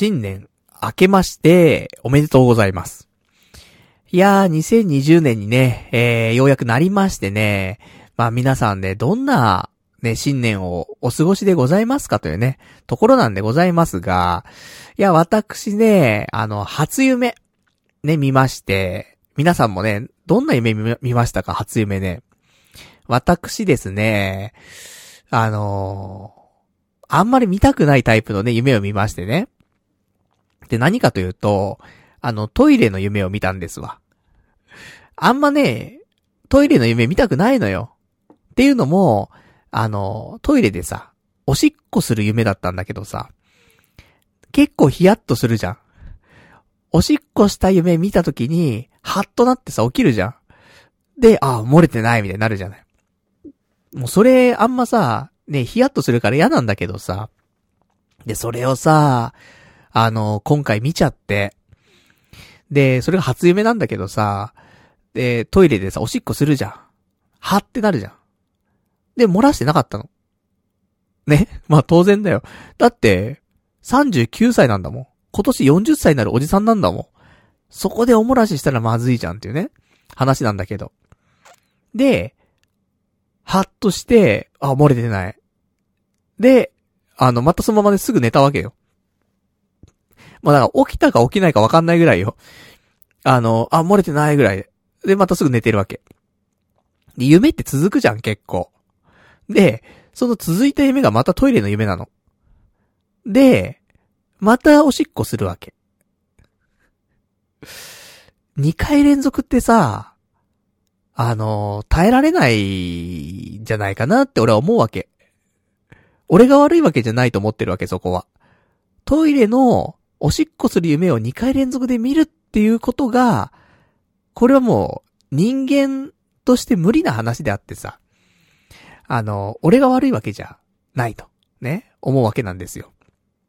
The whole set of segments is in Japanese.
新年明けましておめでとうございます。いやー、2020年にね、ようやくなりましてね、まあ皆さんね、どんなね、新年をお過ごしでございますかというね、ところなんでございますが、いや、私ね、初夢、ね、見まして、皆さんもね、どんな夢見ましたか、初夢ね。私ですね、あんまり見たくないタイプのね、夢を見ましてね。で、何かというと、トイレの夢を見たんですわ。あんまね、トイレの夢見たくないのよ。っていうのも、トイレでさ、おしっこする夢だったんだけどさ、結構ヒヤッとするじゃん。おしっこした夢見たときに、ハッとなってさ、起きるじゃん。で、漏れてないみたいになるじゃない。もうそれ、あんまさ、ね、ヒヤッとするから嫌なんだけどさ。で、それをさ、今回見ちゃって。で、それが初夢なんだけどさ、で、トイレでさ、おしっこするじゃん。はってなるじゃん。で、漏らしてなかったの。ね。まあ当然だよ。だって、39歳なんだもん。今年40歳になるおじさんなんだもん。そこでお漏らししたらまずいじゃんっていうね。話なんだけど。で、はっとして、漏れてない。で、またそのままですぐ寝たわけよ。まあだから起きたか起きないか分かんないぐらいよ。漏れてないぐらいで。で、またすぐ寝てるわけ。で、夢って続くじゃん、結構。で、その続いた夢がまたトイレの夢なの。で、またおしっこするわけ。2回連続ってさ、耐えられないんじゃないかなって俺は思うわけ。俺が悪いわけじゃないと思ってるわけ、そこは。トイレのおしっこする夢を2回連続で見るっていうことが、これはもう人間として無理な話であってさ、俺が悪いわけじゃないと、ね、思うわけなんですよ。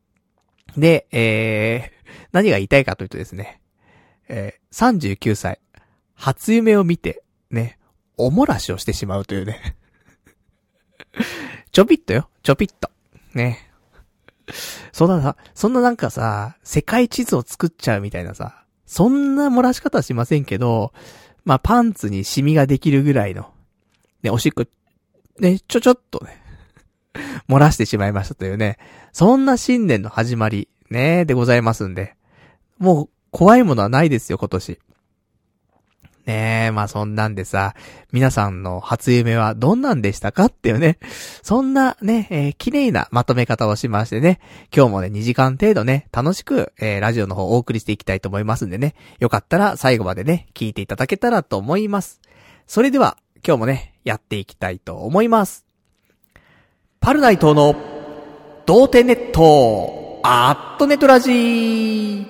で、何が言いたいかというとですね、39歳、初夢を見て、ね、お漏らしをしてしまうというね。ちょびっとよ、ちょびっと。ね。そんななんかさ、世界地図を作っちゃうみたいなさ、そんな漏らし方はしませんけど、まあ、パンツにシミができるぐらいの、ね、おしっこ、ね、ちょっとね、漏らしてしまいましたというね、そんな新年の始まり、ね、でございますんで、もう、怖いものはないですよ、今年。ねえ、まあそんなんでさ、皆さんの初夢はどんなんでしたかっていうね、そんなね、綺麗なまとめ方をしましてね、今日もね、2時間程度ね、楽しく、ラジオの方をお送りしていきたいと思いますんでね、よかったら最後までね、聞いていただけたらと思います。それでは、今日もね、やっていきたいと思います。パルナイトの、童貞ネット、アットネトラジー。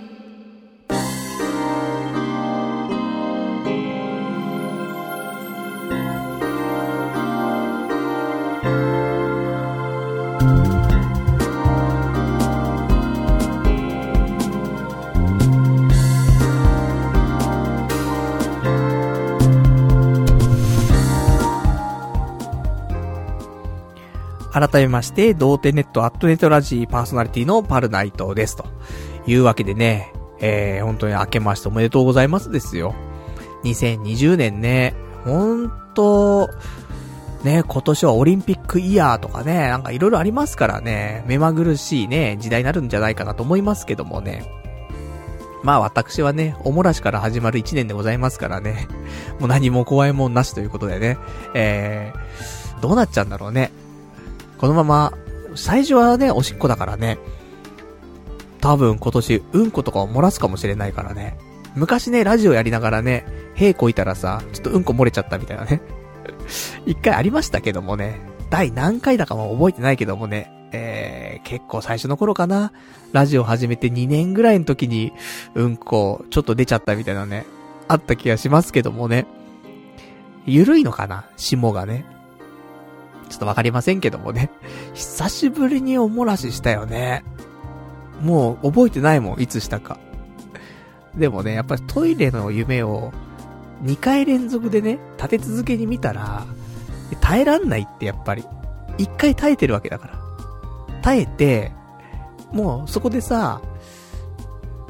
改めまして、童貞ネットアットネットラジーパーソナリティのパルナイトです。というわけでね、本当に明けましておめでとうございますですよ。2020年ね、本当ね、今年はオリンピックイヤーとかね、なんかいろいろありますからね、目まぐるしいね、時代になるんじゃないかなと思いますけどもね。まあ私はね、おもらしから始まる1年でございますからね、もう何も怖いもんなしということでね、どうなっちゃうんだろうね。このまま、最初はね、おしっこだからね。多分今年、うんことかを漏らすかもしれないからね。昔ね、ラジオやりながらね、屁こいたらさ、ちょっとうんこ漏れちゃったみたいなね。一回ありましたけどもね。第何回だかも覚えてないけどもね。結構最初の頃かな。ラジオ始めて2年ぐらいの時に、うんこ、ちょっと出ちゃったみたいなね。あった気がしますけどもね。ゆるいのかな霜がね。ちょっとわかりませんけどもね。久しぶりにお漏らししたよね。もう覚えてないもん、いつしたか。でもね、やっぱりトイレの夢を2回連続でね、立て続けに見たら、耐えらんないってやっぱり。1回耐えてるわけだから。耐えて、もうそこでさ、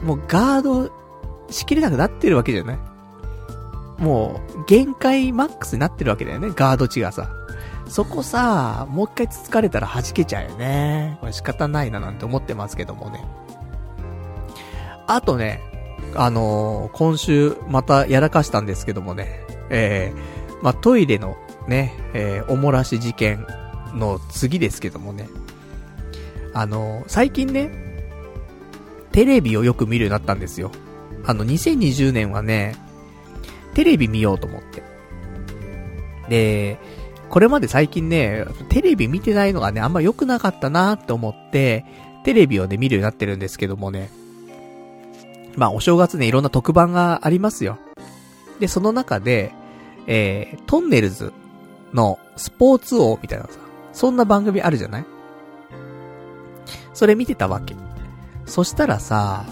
もうガードしきれなくなってるわけじゃない？もう、限界マックスになってるわけだよね、ガード値がさ。そこさ、もう一回つつかれたら弾けちゃうよね。これ仕方ないななんて思ってますけどもね。あとね、今週またやらかしたんですけどもね、トイレのね、おもらし事件の次ですけどもね、最近ね、テレビをよく見るようになったんですよ。2020年はね、テレビ見ようと思って。で、これまで最近ね、テレビ見てないのがね、あんま良くなかったなって思って、テレビをね、見るようになってるんですけどもね。お正月ね、いろんな特番がありますよ。で、その中で、トンネルズのスポーツ王みたいなさ、そんな番組あるじゃない？それ見てたわけ。そしたらさ、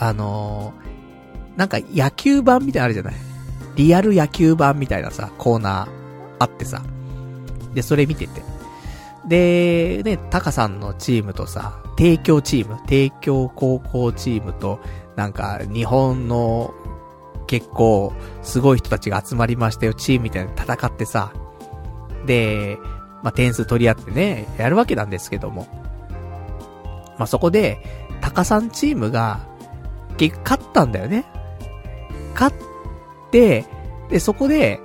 なんか野球版みたいなのあるじゃない？リアル野球版みたいなさ、コーナーあってさ。で、それ見てて。で、ね、タカさんのチームとさ、帝京高校チームと、なんか、日本の結構、すごい人たちが集まりましたよ、チームみたいな戦ってさ。で、点数取り合ってね、やるわけなんですけども。そこで、タカさんチームが、結局勝ったんだよね。勝って、で、そこで、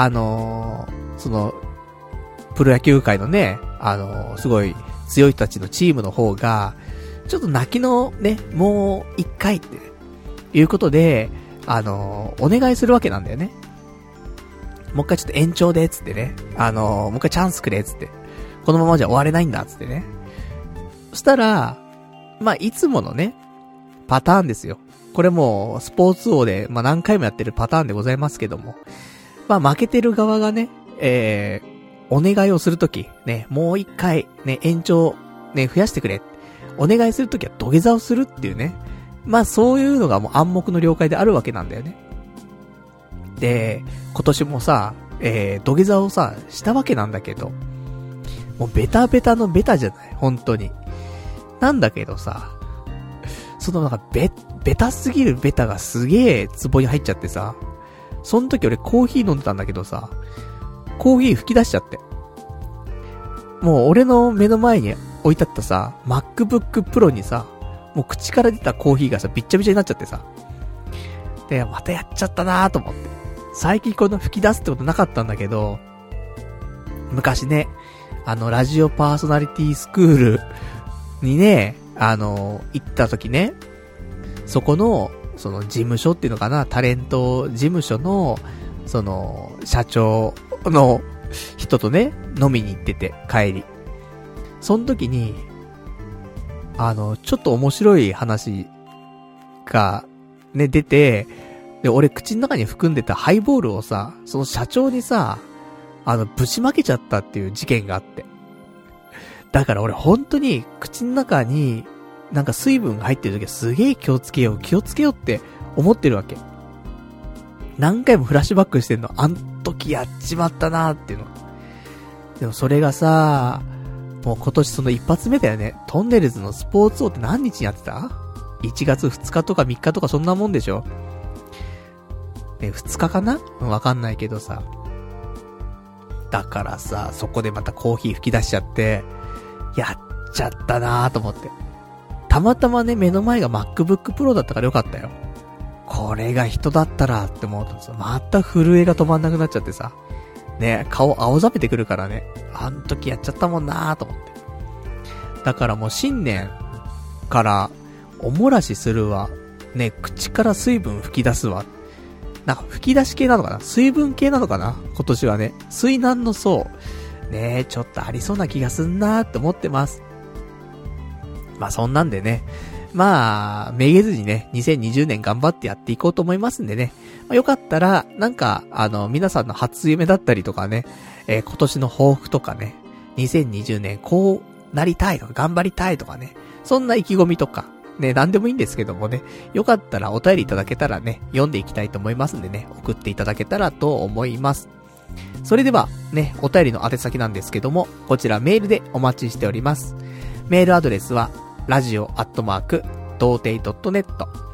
プロ野球界のね、すごい強い人たちのチームの方が、ちょっと泣きのね、もう一回っていうことで、お願いするわけなんだよね。もう一回ちょっと延長で、つってね。もう一回チャンスくれ、つって。このままじゃ終われないんだ、つってね。そしたら、いつものね、パターンですよ。これもう、スポーツ王で、何回もやってるパターンでございますけども。負けてる側がね、お願いをするとき、ね、もう一回、ね、延長、ね、増やしてくれ。お願いするときは土下座をするっていうね。そういうのがもう暗黙の了解であるわけなんだよね。で、今年もさ、土下座をさ、したわけなんだけど、もうベタベタのベタじゃない、本当に。なんだけどさ、なんかベタすぎるベタがすげえ壺に入っちゃってさ、その時俺コーヒー飲んでたんだけどさ、コーヒー吹き出しちゃって。もう俺の目の前に置いてあったさ、MacBook Pro にさ、もう口から出たコーヒーがさ、びっちゃびちゃになっちゃってさ。で、またやっちゃったなーと思って。最近この吹き出すってことなかったんだけど、昔ね、ラジオパーソナリティスクールにね、行った時ね、そこの、事務所っていうのかな、タレント事務所の、社長の人とね、飲みに行ってて、帰り。その時に、ちょっと面白い話が、ね、出て、で、俺口の中に含んでたハイボールをさ、その社長にさ、ぶちまけちゃったっていう事件があって。だから俺本当に口の中になんか水分が入ってる時はすげえ気をつけようって思ってるわけ。何回もフラッシュバックしてんの。あん時やっちまったなーっていうの。でもそれがさ、もう今年その一発目だよね。トンネルズのスポーツ王って何日にやってた ?1 月2日とか3日とかそんなもんでしょ。ね、2日かな？わかんないけどさ。だからさ、そこでまたコーヒー吹き出しちゃって、やっちゃったなーと思って。たまたまね、目の前が MacBook Pro だったからよかったよ。これが人だったらって思ったんですよ。また震えが止まんなくなっちゃってさ。ね、顔青ざめてくるからね。あん時やっちゃったもんなーと思って。だからもう新年からおもらしするわ。ね、口から水分吹き出すわ。なんか吹き出し系なのかな？水分系なのかな？今年はね。水難の層。ね、ちょっとありそうな気がすんなーって思ってます。そんなんでね。めげずにね、2020年頑張ってやっていこうと思いますんでね。よかったら、なんか、皆さんの初夢だったりとかね、今年の抱負とかね、2020年こうなりたいとか、頑張りたいとかね、そんな意気込みとか、ね、なんでもいいんですけどもね、よかったらお便りいただけたらね、読んでいきたいと思いますんでね、送っていただけたらと思います。それでは、ね、お便りの宛先なんですけども、こちらメールでお待ちしております。メールアドレスは、radio@doutei.net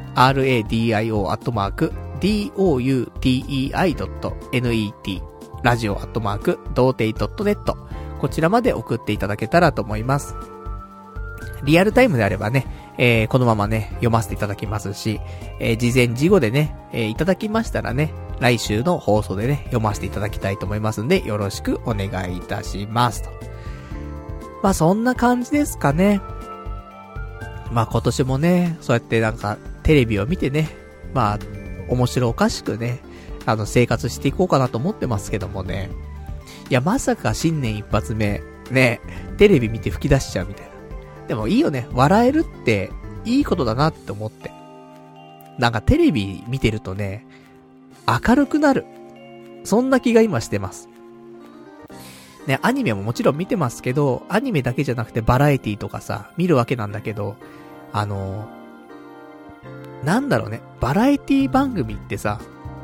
radio@doutei.net、radio@doutei.net、こちらまで送っていただけたらと思います。リアルタイムであればね、このままね、読ませていただきますし、事前事後でね、いただきましたらね、来週の放送でね、読ませていただきたいと思いますんで、よろしくお願いいたしますと。まあそんな感じですかね。まあ今年もね、そうやってなんかテレビを見てね、まあ面白おかしくね、生活していこうかなと思ってますけどもね。いやまさか新年一発目、ね、テレビ見て吹き出しちゃうみたいな。でもいいよね、笑えるっていいことだなって思って。なんかテレビ見てるとね、明るくなる。そんな気が今してます。ね、アニメももちろん見てますけど、アニメだけじゃなくてバラエティとかさ、見るわけなんだけど、なんだろうね、バラエティ番組ってさ、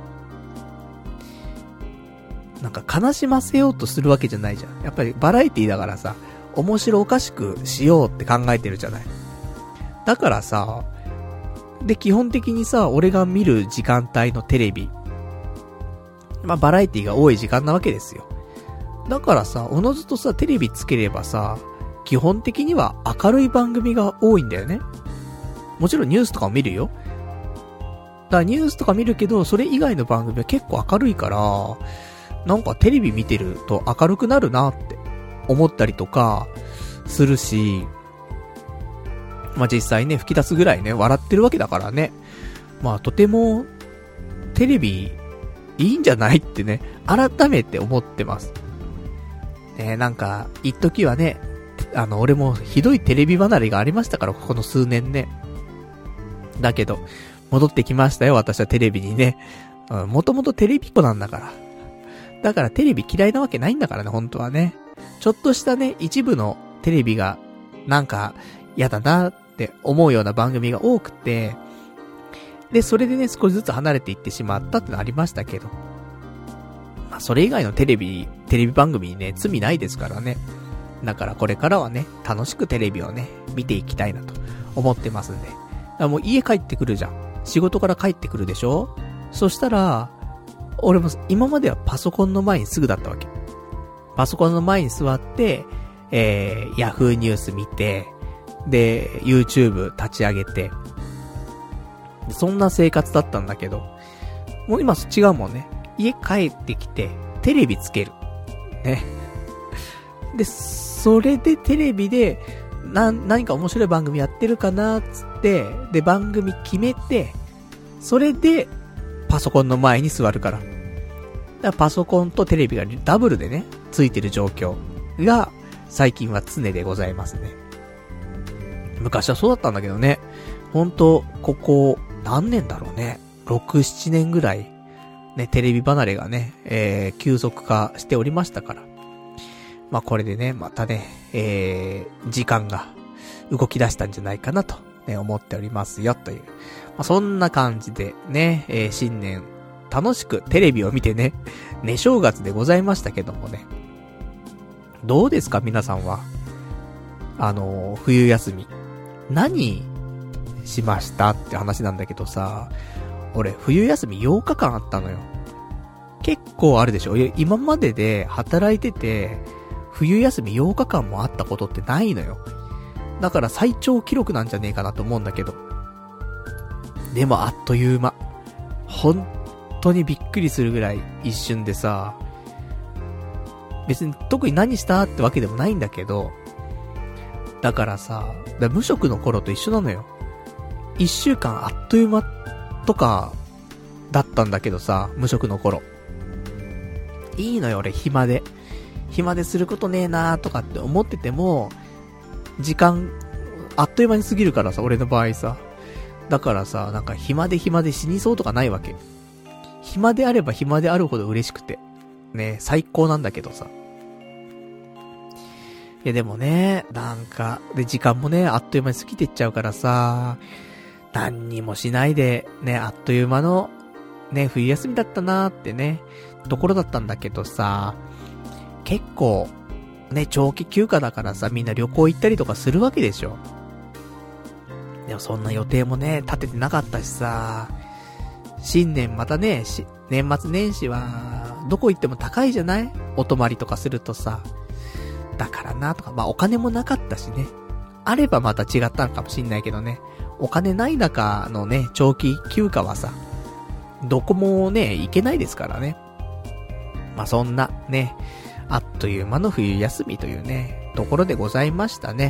なんか悲しませようとするわけじゃないじゃん。やっぱりバラエティだからさ、面白おかしくしようって考えてるじゃない。だからさ、で基本的にさ、俺が見る時間帯のテレビ、まあバラエティが多い時間なわけですよ。だからさ、おのずとさ、テレビつければさ、基本的には明るい番組が多いんだよね。もちろんニュースとかも見るよ。だからニュースとか見るけど、それ以外の番組は結構明るいから、なんかテレビ見てると明るくなるなって思ったりとかするし、まあ実際ね、吹き出すぐらいね、笑ってるわけだからね。まあとても、テレビ、いいんじゃないってね、改めて思ってます。なんか、一時はね、俺もひどいテレビ離れがありましたから、この数年ね。だけど、戻ってきましたよ、私はテレビにね。もともとテレビっ子なんだから。だからテレビ嫌いなわけないんだからね、本当はね。ちょっとしたね、一部のテレビが、なんか、嫌だなって思うような番組が多くて、で、それでね、少しずつ離れていってしまったってのありましたけど。まあ、それ以外のテレビ番組にね、罪ないですからね。だからこれからはね、楽しくテレビをね、見ていきたいなと思ってますんで。だからもう家帰ってくるじゃん。仕事から帰ってくるでしょ？そしたら、俺も今まではパソコンの前にすぐだったわけ。パソコンの前に座って、ヤフーニュース見て、で、YouTube 立ち上げて、そんな生活だったんだけど、もう今違うもんね。家帰ってきて、テレビつける。ね。で、それでテレビで、何か面白い番組やってるかな、つって、で、番組決めて、それで、パソコンの前に座るから。だからパソコンとテレビがダブルでね、ついてる状況が、最近は常でございますね。昔はそうだったんだけどね。ほんと、ここ、何年だろうね。6、7年ぐらい、ね、テレビ離れがね、急速化しておりましたから。まあこれでね、またね、時間が動き出したんじゃないかなと、ね、思っておりますよ、という。まあそんな感じでね、新年、楽しくテレビを見てね、寝正月でございましたけどもね。どうですか皆さんは。冬休み。何しましたって話なんだけどさ、俺冬休み8日間あったのよ。結構あるでしょ。今までで働いてて冬休み8日間もあったことってないのよ。だから最長記録なんじゃねえかなと思うんだけど、でもあっという間、本当にびっくりするぐらい一瞬でさ、別に特に何したってわけでもないんだけど、だからさ、無職の頃と一緒なのよ。1週間あっという間とかだったんだけどさ、無職の頃いいのよ、俺暇ですることねえなーとかって思ってても、時間あっという間に過ぎるからさ、俺の場合さ。だからさ、なんか暇で死にそうとかないわけ。暇であれば暇であるほど嬉しくてね、最高なんだけどさ。いやでもね、なんかで時間もね、あっという間に過ぎてっちゃうからさ、何にもしないでね、あっという間のね、冬休みだったなーってね、ところだったんだけどさ、結構ね、長期休暇だからさ、みんな旅行行ったりとかするわけでしょ。 でもそんな予定もね、立ててなかったしさ、新年またね、年末年始は、どこ行っても高いじゃない？お泊まりとかするとさ。だからなとか、まあお金もなかったしね。あればまた違ったのかもしんないけどね。お金ない中のね、長期休暇はさ、どこもね、行けないですからね。まあそんなね、あっという間の冬休みというね、ところでございましたね。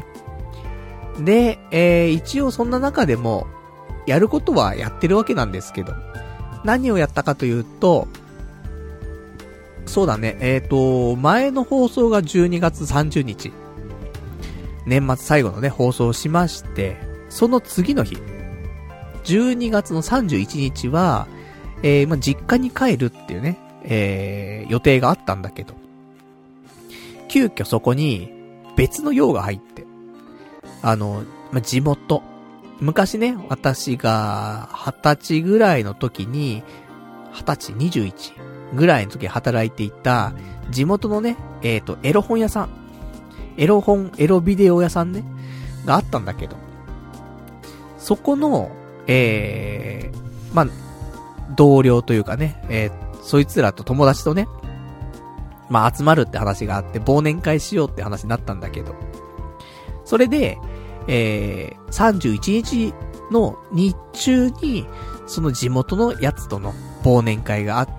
で、一応そんな中でも、やることはやってるわけなんですけど、何をやったかというと、そうだね、前の放送が12月30日。年末最後のね、放送をしまして、その次の日、12月の31日は、まあ、実家に帰るっていうね、予定があったんだけど、急遽そこに別の用が入って、まあ、地元、昔ね、私が20歳ぐらいの時に、20歳、21ぐらいの時に働いていた、地元のね、エロ本屋さん、エロビデオ屋さんね、があったんだけど、そこの、まあ、同僚というかね、そいつらと友達とね、まあ集まるって話があって、忘年会しようって話になったんだけど、それで、31日の日中に、その地元のやつとの忘年会があって、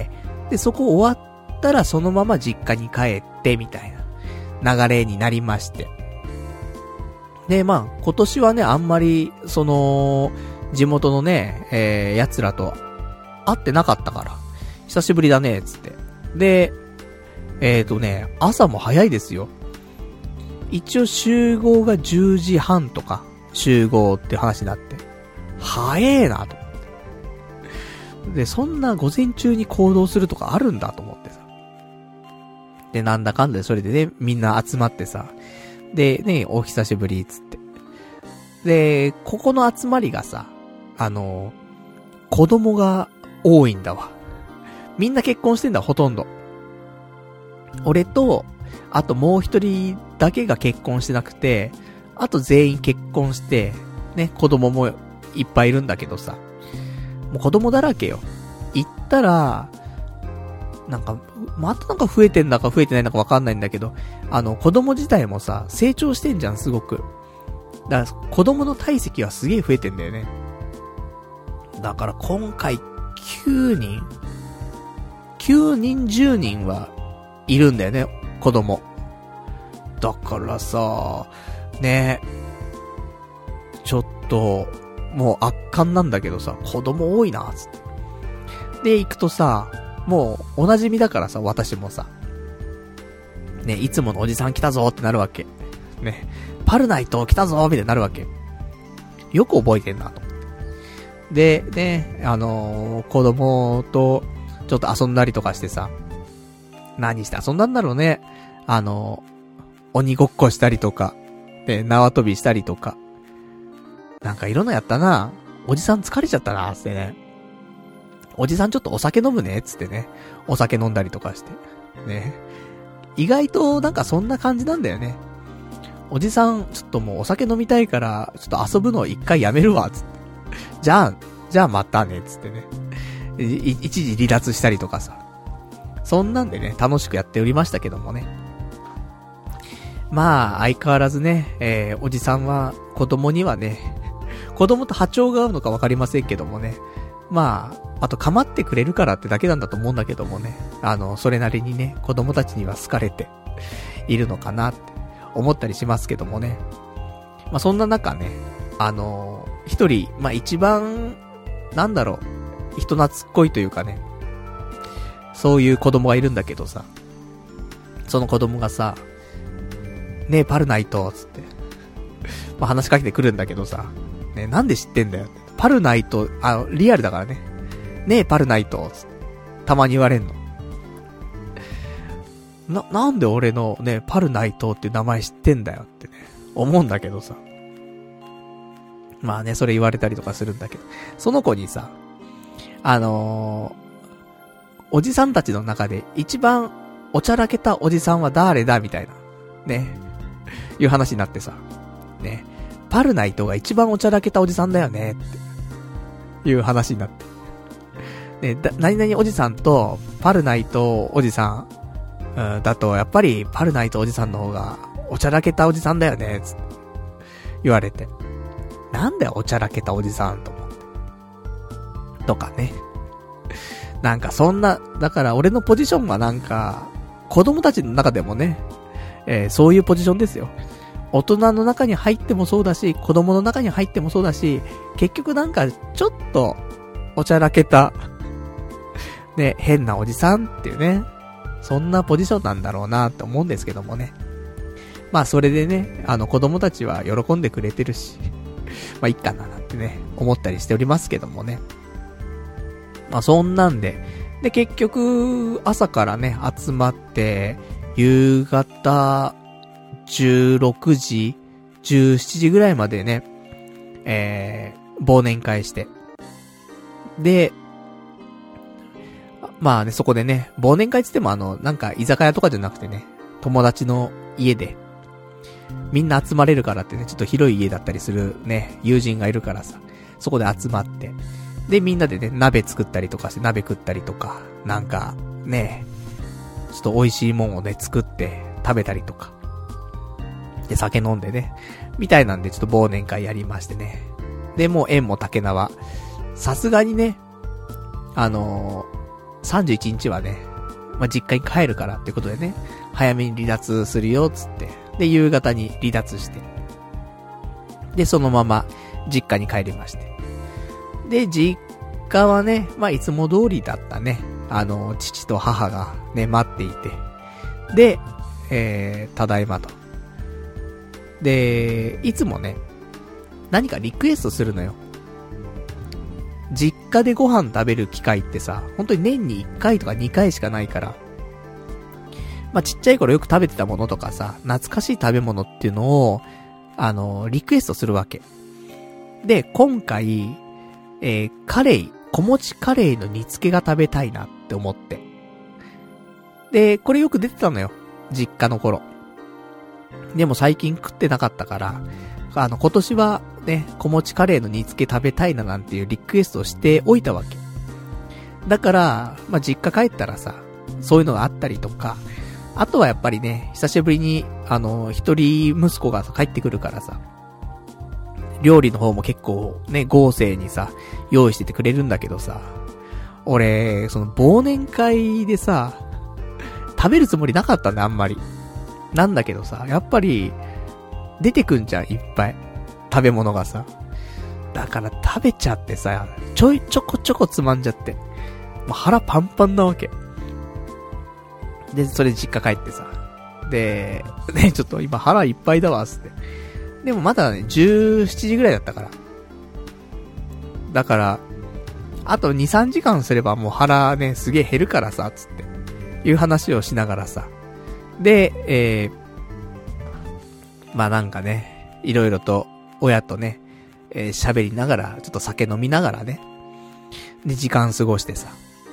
で、そこ終わったらそのまま実家に帰って、みたいな流れになりまして。で、まあ、今年はね、あんまり、地元のね、奴らと会ってなかったから、久しぶりだね、つって。で、朝も早いですよ。一応集合が10時半とか、集合って話になって。早えなと思って。で、そんな午前中に行動するとかあるんだと思ってさ。で、なんだかんだでそれでね、みんな集まってさ。で、ね、お久しぶり、つって。で、ここの集まりがさ、子供が多いんだわ。みんな結婚してんだ、ほとんど。俺と、あともう一人だけが結婚してなくて、あと全員結婚して、ね、子供もいっぱいいるんだけどさ。もう子供だらけよ。行ったら、なんか、またなんか増えてんだか増えてないのかわかんないんだけど、子供自体もさ、成長してんじゃん、すごく。だから、子供の体積はすげえ増えてんだよね。だから今回、9人、10人はいるんだよね、子供。だからさ、ね、ちょっと、もう圧巻なんだけどさ、子供多いな、つって。で、行くとさ、もう、お馴染みだからさ、私もさ。ね、いつものおじさん来たぞってなるわけ。ね、パルナイト来たぞみたいになるわけ。よく覚えてんな、と思って。で、ね、子供と、ちょっと遊んだりとかしてさ、何して遊んだんだろうね。鬼ごっこしたりとか、で、縄跳びしたりとか。なんかいろんなやったな。おじさん疲れちゃったな、つってね。おじさんちょっとお酒飲むね、つってね。お酒飲んだりとかして。ね。意外となんかそんな感じなんだよね。おじさん、ちょっともうお酒飲みたいから、ちょっと遊ぶのを一回やめるわ、つって。じゃあまたね、つってね。一時離脱したりとかさ。そんなんでね、楽しくやっておりましたけどもね。まあ、相変わらずね、おじさんは子供にはね、子供と波長が合うのかわかりませんけどもね。まあ、あと構ってくれるからってだけなんだと思うんだけどもね。それなりにね、子供たちには好かれているのかなって思ったりしますけどもね。まあそんな中ね、一人、まあ一番、なんだろう、人懐っこいというかね、そういう子供がいるんだけどさ、その子供がさ、ねえパルナイト、つって、まあ話しかけてくるんだけどさ、ねえなんで知ってんだよ。パルナイト、リアルだからね。ねえパルナイト、つって、たまに言われんの。なんで俺のね、パルナイトっていう名前知ってんだよってね、思うんだけどさ。まあね、それ言われたりとかするんだけど。その子にさ、おじさんたちの中で一番おちゃらけたおじさんは誰だみたいな。ね。いう話になってさ。ね。 パルナイトが一番おちゃらけたおじさんだよね、っていう話になって。ね、何々おじさんとパルナイトおじさん、だと、やっぱりパルナイトおじさんの方がおちゃらけたおじさんだよね、つって言われて。なんだよ、おちゃらけたおじさんと思って。とかね。なんかそんな、だから俺のポジションはなんか、子供たちの中でもね、そういうポジションですよ。大人の中に入ってもそうだし、子供の中に入ってもそうだし、結局なんかちょっとおちゃらけたね、変なおじさんっていうね、そんなポジションなんだろうなって思うんですけどもね。まあそれでね、子供たちは喜んでくれてるし、まあいいかななんてね、思ったりしておりますけどもね。まあそんなんで、で結局朝からね集まって夕方16時17時ぐらいまでね忘年会して、でまあねそこでね忘年会つってもなんか居酒屋とかじゃなくてね友達の家でみんな集まれるからってねちょっと広い家だったりするね友人がいるからさ、そこで集まってでみんなでね鍋作ったりとかして鍋食ったりとかなんかねちょっと美味しいもんをね作って食べたりとかで酒飲んでねみたいなんでちょっと忘年会やりましてね。でもう縁も竹縄さすがにね31日はねまあ、実家に帰るからってことでね早めに離脱するよっつってで夕方に離脱してでそのまま実家に帰りまして、で実家はねまあいつも通りだったね父と母がね待っていて、でただいまと。でいつもね何かリクエストするのよ。実家でご飯食べる機会ってさ本当に年に1回とか2回しかないから、まあちっちゃい頃よく食べてたものとかさ懐かしい食べ物っていうのをリクエストするわけで、今回カレー小餅カレーの煮付けが食べたいなって思って、でこれよく出てたのよ実家の頃。でも最近食ってなかったから今年はね小餅カレーの煮付け食べたいななんていうリクエストをしておいたわけだから、まあ実家帰ったらさそういうのがあったりとか、あとはやっぱりね久しぶりに一人息子が帰ってくるからさ、料理の方も結構ね豪勢にさ用意しててくれるんだけどさ、俺その忘年会でさ食べるつもりなかったんだあんまりなんだけどさ、やっぱり出てくんじゃんいっぱい食べ物がさ、だから食べちゃってさちょこちょこつまんじゃって、もう腹パンパンなわけで、それ実家帰ってさでねちょっと今腹いっぱいだわつって、でもまだね17時ぐらいだったから、だからあと 2,3 時間すればもう腹ねすげえ減るからさつっていう話をしながらさ、でまあなんかねいろいろと親とね喋りながらちょっと酒飲みながらねで時間過ごしてさ、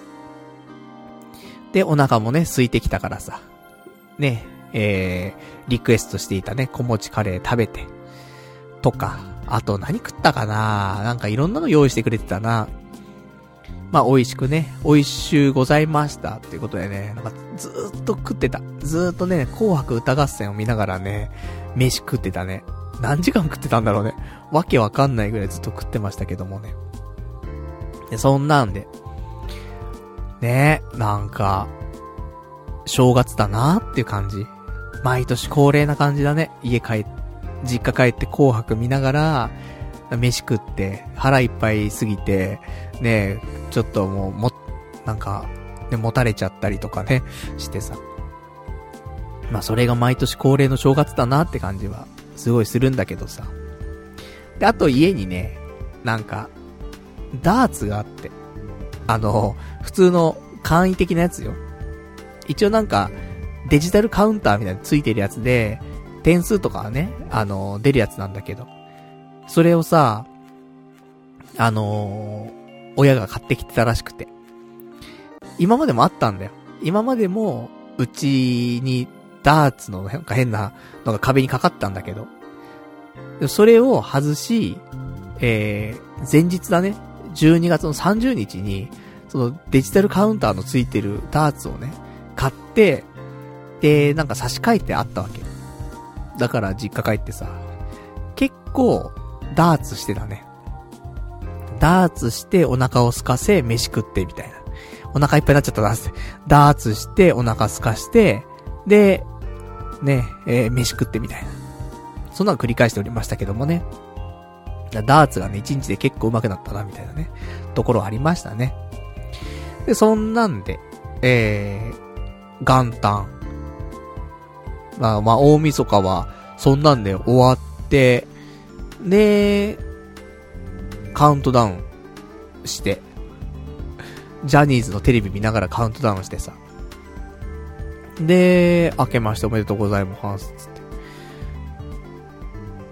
でお腹もね空いてきたからさねリクエストしていたね小餅カレー食べてとか、あと何食ったかな、なんかいろんなの用意してくれてたな。まあ美味しくね美味しゅうございましたっていうことでね、なんかずーっと食ってた、ずーっとね紅白歌合戦を見ながらね飯食ってたね。何時間食ってたんだろうね、わけわかんないぐらいずっと食ってましたけどもね。でそんなんでねなんか正月だなーっていう感じ、毎年恒例な感じだね。実家帰って紅白見ながら飯食って腹いっぱいすぎてねちょっとなんかねもたれちゃったりとかねしてさ、まあそれが毎年恒例の正月だなって感じはすごいするんだけどさ。であと家にねなんかダーツがあって、普通の簡易的なやつよ。一応なんかデジタルカウンターみたいなのついてるやつで点数とかはね出るやつなんだけど、それをさ親が買ってきてたらしくて、今までもあったんだよ。今までもうちにダーツのなんか変なのが壁にかかったんだけど、 それを外し、前日だね、12月の30日に、そのデジタルカウンターのついてるダーツをね、買って、で、なんか差し替えてあったわけ。だから実家帰ってさ、結構、ダーツしてたね。ダーツしてお腹を空かせ、飯食ってみたいな。お腹いっぱいになっちゃったなって。ダーツしてお腹空かして、で、ね、飯食ってみたいな。そんなの繰り返しておりましたけどもね。ダーツがね、1日で結構上手くなったな、みたいなね、ところありましたね。で、そんなんで、元旦。まあ、大晦日は、そんなんで終わって、で、カウントダウンして、ジャニーズのテレビ見ながらカウントダウンしてさ。で、明けましておめでとうございますつって。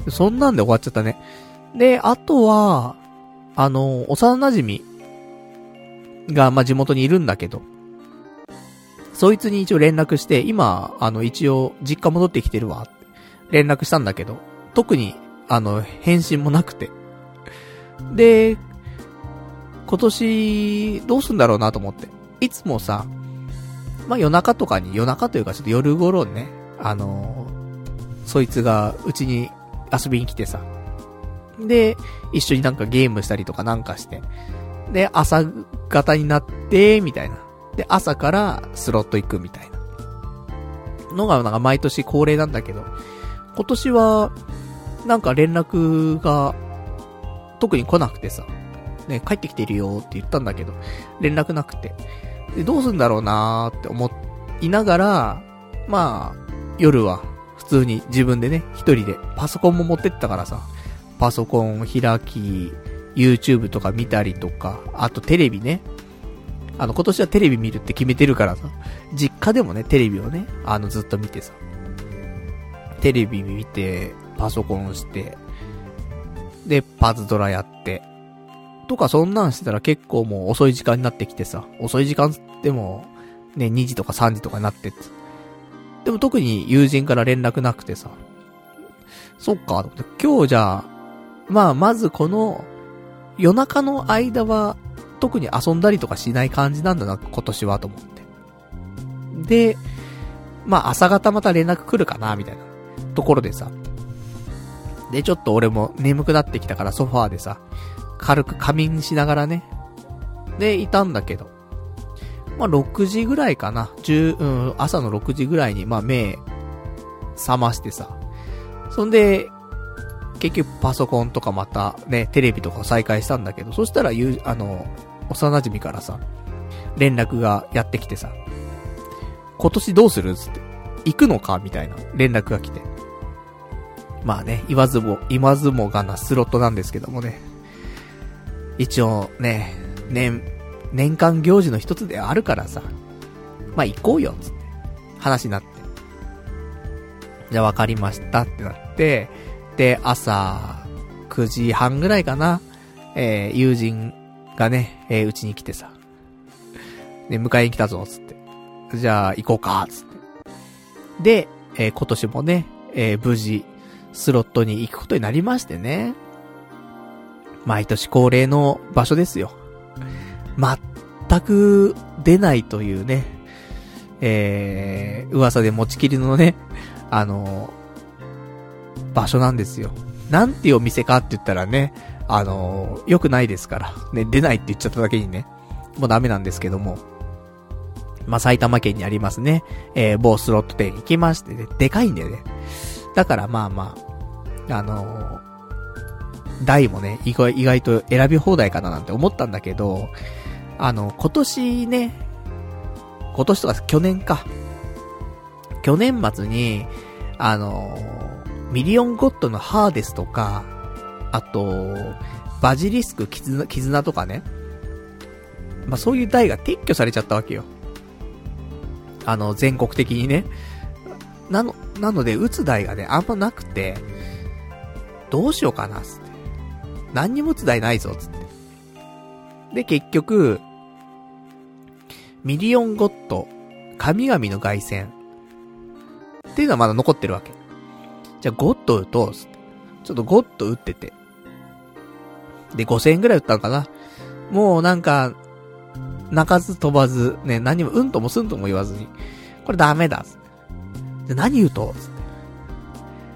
そんなんで終わっちゃったね。で、あとは、幼馴染が、まあ、地元にいるんだけど、そいつに一応連絡して、今、一応、実家戻ってきてるわって、連絡したんだけど、特に、返信もなくて。で、今年、どうすんだろうなと思って。いつもさ、まあ、夜中というかちょっと夜頃ね、そいつがうちに遊びに来てさ、で、一緒になんかゲームしたりとかなんかして、で、朝方になって、みたいな。で、朝からスロット行くみたいな。のがなんか毎年恒例なんだけど、今年は、なんか連絡が、特に来なくてさ、ね、帰ってきてるよって言ったんだけど、連絡なくて。で、どうすんだろうなーって思いながら、まあ、夜は普通に自分でね、一人でパソコンも持ってったからさ、パソコン開き、YouTube とか見たりとか、あとテレビね。今年はテレビ見るって決めてるからさ、実家でもね、テレビをね、ずっと見てさ、テレビ見て、パソコンして、で、パズドラやって、とかそんなんしてたら結構もう遅い時間になってきてさ、遅い時間でも、ね、2時とか3時とかになってって。でも特に友人から連絡なくてさ、そっか、今日じゃあ、まずこの、夜中の間は、特に遊んだりとかしない感じなんだな、今年はと思って。で、朝方また連絡来るかな、みたいなところでさ。で、ちょっと俺も眠くなってきたからソファーでさ、軽く仮眠しながらね。で、いたんだけど。6時ぐらいかな。朝の6時ぐらいに、目、覚ましてさ。そんで、結局パソコンとかまたね、テレビとか再開したんだけど、そしたら幼馴染からさ、連絡がやってきてさ、今年どうするつって、行くのかみたいな連絡が来て。言わずもがなスロットなんですけどもね。一応ね、年間行事の一つであるからさ、行こうよ、つって、話になって。じゃあ分かりましたってなって、で、朝、9時半ぐらいかな、友人がね、うちに来てさ、で、迎えに来たぞ、つって。じゃあ行こうか、つって。で、今年もね、無事、スロットに行くことになりましてね。毎年恒例の場所ですよ。全く出ないというね、噂で持ちきりのね、場所なんですよ。なんていうお店かって言ったらね、良くないですから。ね、出ないって言っちゃっただけにね、もうダメなんですけども。埼玉県にありますね、某スロット店に行きましてね、でかいんだよね。だから台もね、意外と選び放題かななんて思ったんだけど、今年とか去年か。去年末に、ミリオンゴッドのハーデスとか、あと、バジリスク絆とかね。そういう台が撤去されちゃったわけよ。全国的にね。なので、打つ台がね、あんまなくて、どうしようかな、つって。何にも打つ台ないぞ、つって。で、結局、ミリオンゴッド、神々の凱旋っていうのはまだ残ってるわけ。じゃあゴッド打とう、つって。 ちょっとゴッと打ってて。で、5000円ぐらい打ったのかな。もうなんか、泣かず飛ばず、ね、何もうんともすんとも言わずに、これダメだ。で、何言うとつって。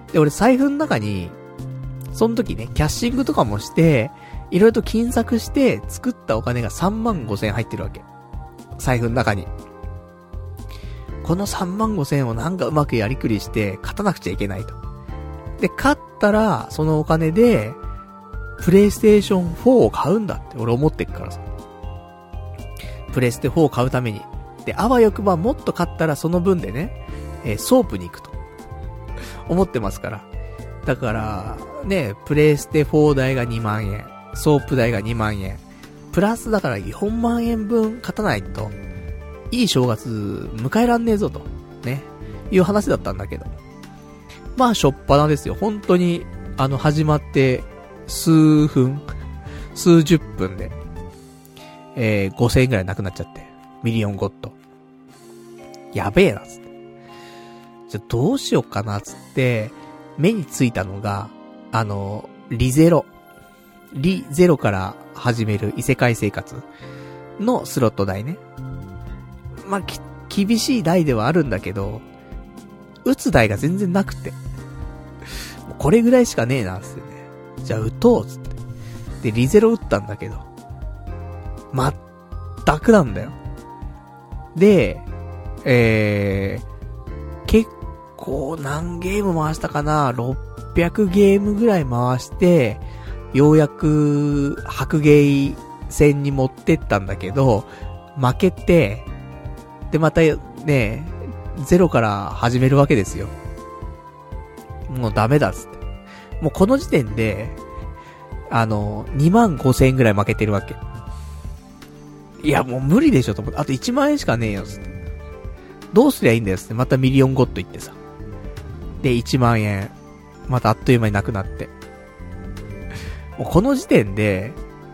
で、俺財布の中に、その時ね、キャッシングとかもして、いろいろと金策して作ったお金が35,000円入ってるわけ。財布の中に。この35,000円をなんかうまくやりくりして勝たなくちゃいけないと。で、勝ったら、そのお金で、プレイステーション4を買うんだって俺思ってっからさ。プレステ4を買うために。で、あわよくばもっと買ったらその分でね、ソープに行くと。思ってますから。だから、ね、プレステ4代が2万円、ソープ代が2万円、プラスだから4万円分勝たないと、いい正月迎えらんねえぞと、ね、いう話だったんだけど。まあ、しょっぱなですよ。本当に、始まって、数十分で、5000円くらいなくなっちゃって。ミリオンゴッド。やべえな、つって。じゃ、どうしよっかな、つって、目についたのが、リゼロから始める異世界生活のスロット台ね。まあ、厳しい台ではあるんだけど、打つ台が全然なくて。これぐらいしかねえな、つってね。じゃあ打とう、つって。で、リゼロ打ったんだけど、全くなんだよ。で、結構何ゲーム回したかな、600ゲームぐらい回して、ようやく白ゲー戦に持ってったんだけど、負けて、でまたね、ゼロから始めるわけですよ。もうダメだっつって。もうこの時点で、25,000円ぐらい負けてるわけ。いやもう無理でしょと思って、あと1万円しかねえよつって。どうすりゃいいんだよつって、またミリオンゴッド行ってさ。で、1万円、またあっという間になくなって。もうこの時点で、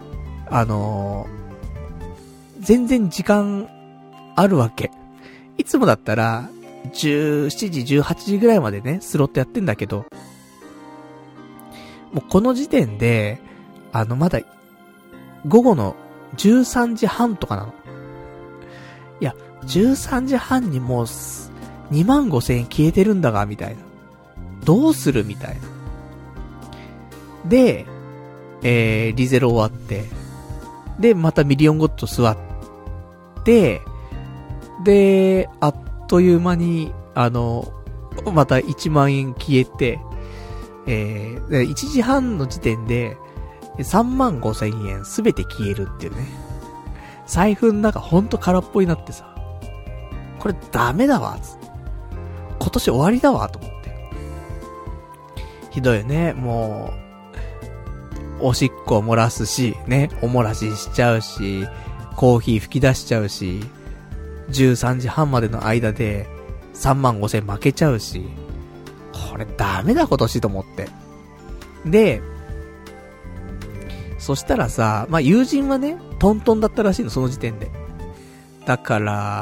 全然時間あるわけ。いつもだったら、17時、18時ぐらいまでね、スロットやってんだけど、もうこの時点で、まだ、午後の13時半とかなの。いや、13時半にもう、25,000円消えてるんだが、みたいな。どうするみたいな。で、リゼロ終わって、で、またミリオンゴッド座って、で、あっという間に、また1万円消えて、1時半の時点で、35,000円すべて消えるっていうね。財布の中ほんと空っぽになってさ、これダメだわ、つって。今年終わりだわ、と思って。ひどいよね、もう、おしっこ漏らすし、ね、お漏らししちゃうし、コーヒー吹き出しちゃうし、13時半までの間で35,000負けちゃうし、これダメだ今年と思って。で、そしたらさ、まあ、友人はね、トントンだったらしいの、その時点で。だから、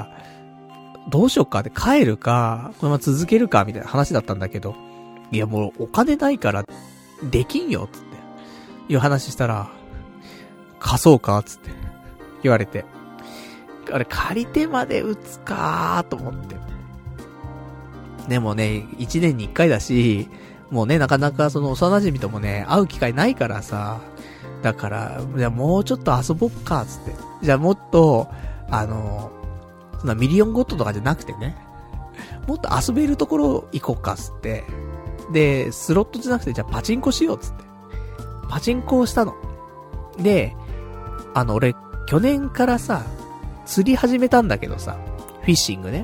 どうしよっかって帰るか、このまま続けるか、みたいな話だったんだけど、いやもうお金ないから、できんよ、つって。いう話したら、貸そうか、つって。言われて。あれ、借りてまで打つかーと思って。でもね、1年に1回だし、もうね、なかなかその幼馴染ともね、会う機会ないからさ、だから、じゃあもうちょっと遊ぼっか、つって。じゃあもっと、そんなミリオンゴッドとかじゃなくてね、もっと遊べるところ行こっか、つって。で、スロットじゃなくて、じゃあパチンコしよう、つって。パチンコをしたの。で、俺、去年からさ、釣り始めたんだけどさ、フィッシングね。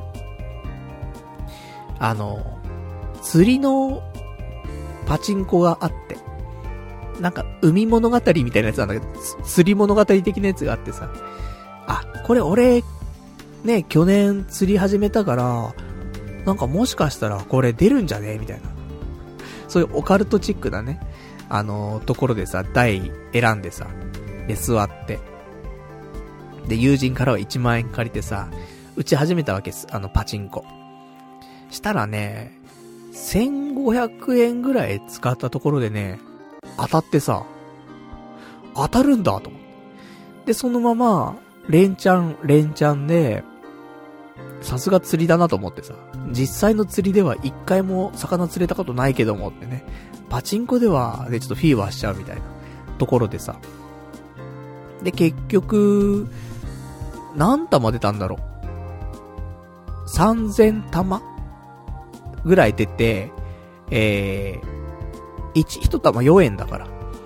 釣りのパチンコがあって、なんか海物語みたいなやつなんだけど、釣り物語的なやつがあってさ、あ、これ俺、ね、去年釣り始めたから、なんかもしかしたらこれ出るんじゃねみたいな。そういうオカルトチックなね、ところでさ、台選んでさ、で座って、で、友人からは1万円借りてさ、打ち始めたわけです。パチンコ。したらね、 1500円ぐらい使ったところでね、当たってさ、当たるんだと思って。で、そのまま、連チャンで、さすが釣りだなと思ってさ、実際の釣りでは一回も魚釣れたことないけどもってね、パチンコではね、ちょっとフィーバーしちゃうみたいなところでさ、で、結局、何玉出たんだろう。3000玉ぐらい出て、1玉4円だから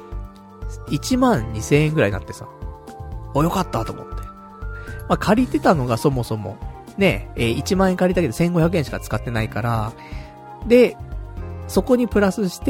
、12000円ぐらいになってさ、よかったと思って。まあ、借りてたのがそもそも、ね、1万円借りたけど1500円しか使ってないから、で、そこにプラスして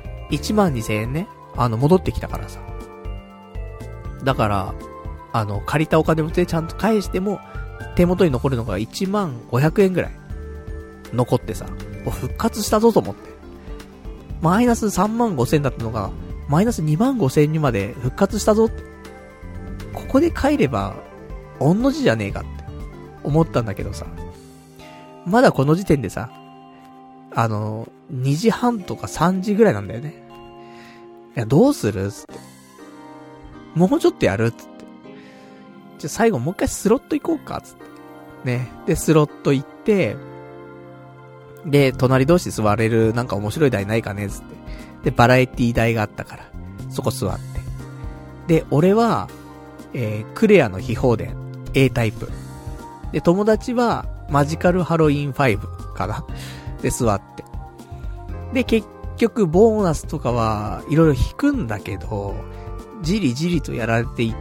、12000円ね、戻ってきたからさ。だから、借りたお金もちゃんと返しても、手元に残るのが10500円ぐらい残ってさ、復活したぞと思って。マイナス35000だったのが、マイナス25000にまで復活したぞ。ここで帰れば、御の字じゃねえかって思ったんだけどさ、まだこの時点でさ、2時半とか3時ぐらいなんだよね。いや、どうするつって。もうちょっとやるつって。じゃ、最後もう一回スロット行こうかつって。ね。で、スロット行って、で、隣同士座れるなんか面白い台ないかねつって。で、バラエティ台があったから、そこ座って。で、俺は、クレアの秘宝伝 A タイプ。で、友達はマジカルハロウィン5かな。で、座って。で、結局ボーナスとかはいろいろ引くんだけど、じりじりとやられていって、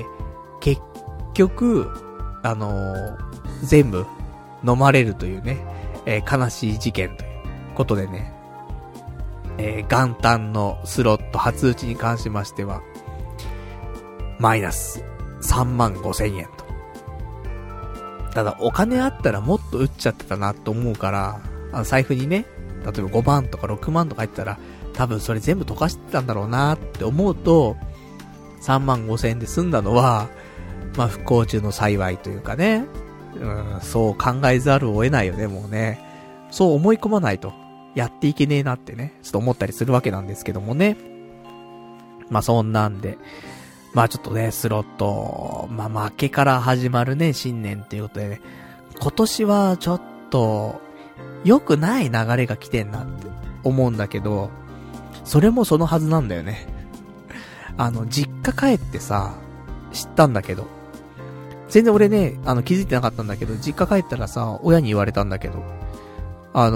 結局、全部飲まれるというね、悲しい事件ということでね、元旦のスロット初打ちに関しましては、マイナス35000円と。ただお金あったらもっと打っちゃってたなと思うから、財布にね、例えば5万とか6万とか入ってたら、多分それ全部溶かしてたんだろうなって思うと、35000円で済んだのは、まあ不幸中の幸いというかね、そう考えざるを得ないよね、もうね。そう思い込まないと、やっていけねえなってね、ちょっと思ったりするわけなんですけどもね。まあそんなんで、まあちょっとね、スロット、まあ負けから始まるね、新年っていうことでね、今年はちょっと、良くない流れが来てんなって思うんだけど、それもそのはずなんだよね。実家帰ってさ、知ったんだけど、全然俺ね、気づいてなかったんだけど、実家帰ったらさ、親に言われたんだけど、パ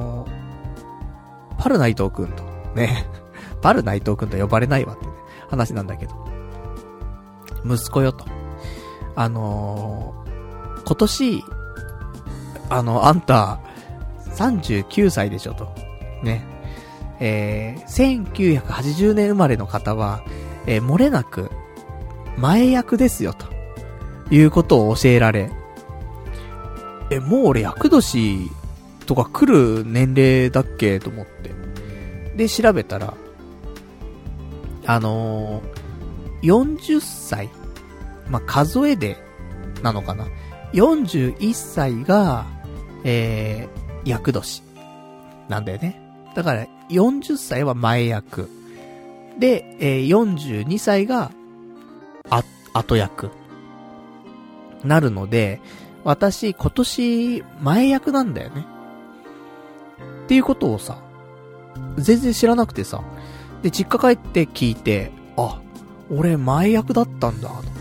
ル内藤くんと、ね、パル内藤くんと呼ばれないわってね、話なんだけど、息子よと、今年、あんた、39歳でしょと。ね。1980年生まれの方は、漏れなく、前役ですよと。いうことを教えられ。もう俺役年とか来る年齢だっけと思って。で、調べたら、40歳。まあ、数えで、なのかな。41歳が、役年なんだよね。だから40歳は前役で、42歳が後役なるので、私今年前役なんだよねっていうことをさ、全然知らなくてさ、で実家帰って聞いて、あ、俺前役だったんだと。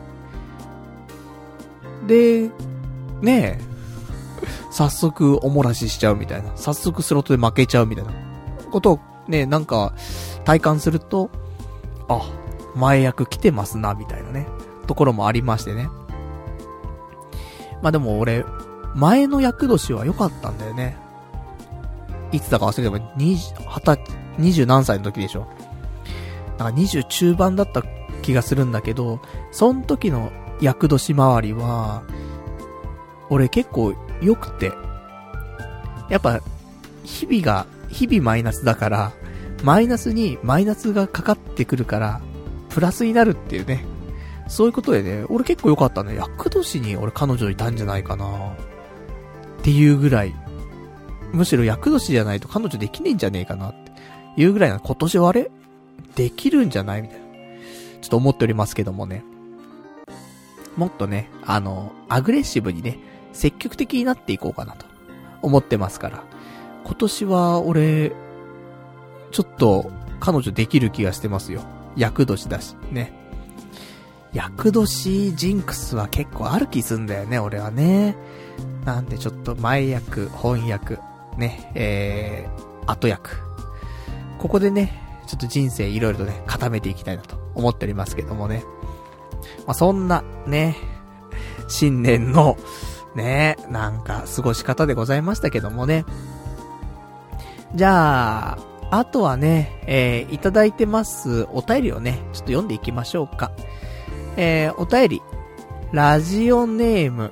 でねえ、早速おもらししちゃうみたいな、早速スロットで負けちゃうみたいなことをね、なんか体感すると、あ、前役来てますなみたいなねところもありましてね。まあでも俺前の役年は良かったんだよね。いつだか忘れても20何歳の時でしょ。なんか20中盤だった気がするんだけど、その時の役年周りは俺結構良くて、やっぱ日々マイナスだから、マイナスにマイナスがかかってくるからプラスになるっていうね、そういうことでね、俺結構良かったね。役年に俺彼女いたんじゃないかなっていうぐらい、 むしろ厄年じゃないと彼女できねえんじゃねえかなっていうぐらいな、今年はあれできるんじゃないみたいな。ちょっと思っておりますけどもね。もっとね、アグレッシブにね、積極的になっていこうかなと思ってますから。今年は俺、ちょっと彼女できる気がしてますよ。厄年だし、ね。厄年ジンクスは結構ある気すんだよね、俺はね。なんでちょっと前役、本役、ね、後役。ここでね、ちょっと人生いろいろとね、固めていきたいなと思っておりますけどもね。まあ、そんな、ね、新年の、ね、なんか過ごし方でございましたけどもね。じゃあ、あとはね、いただいてますお便りをね、ちょっと読んでいきましょうか。お便り、ラジオネーム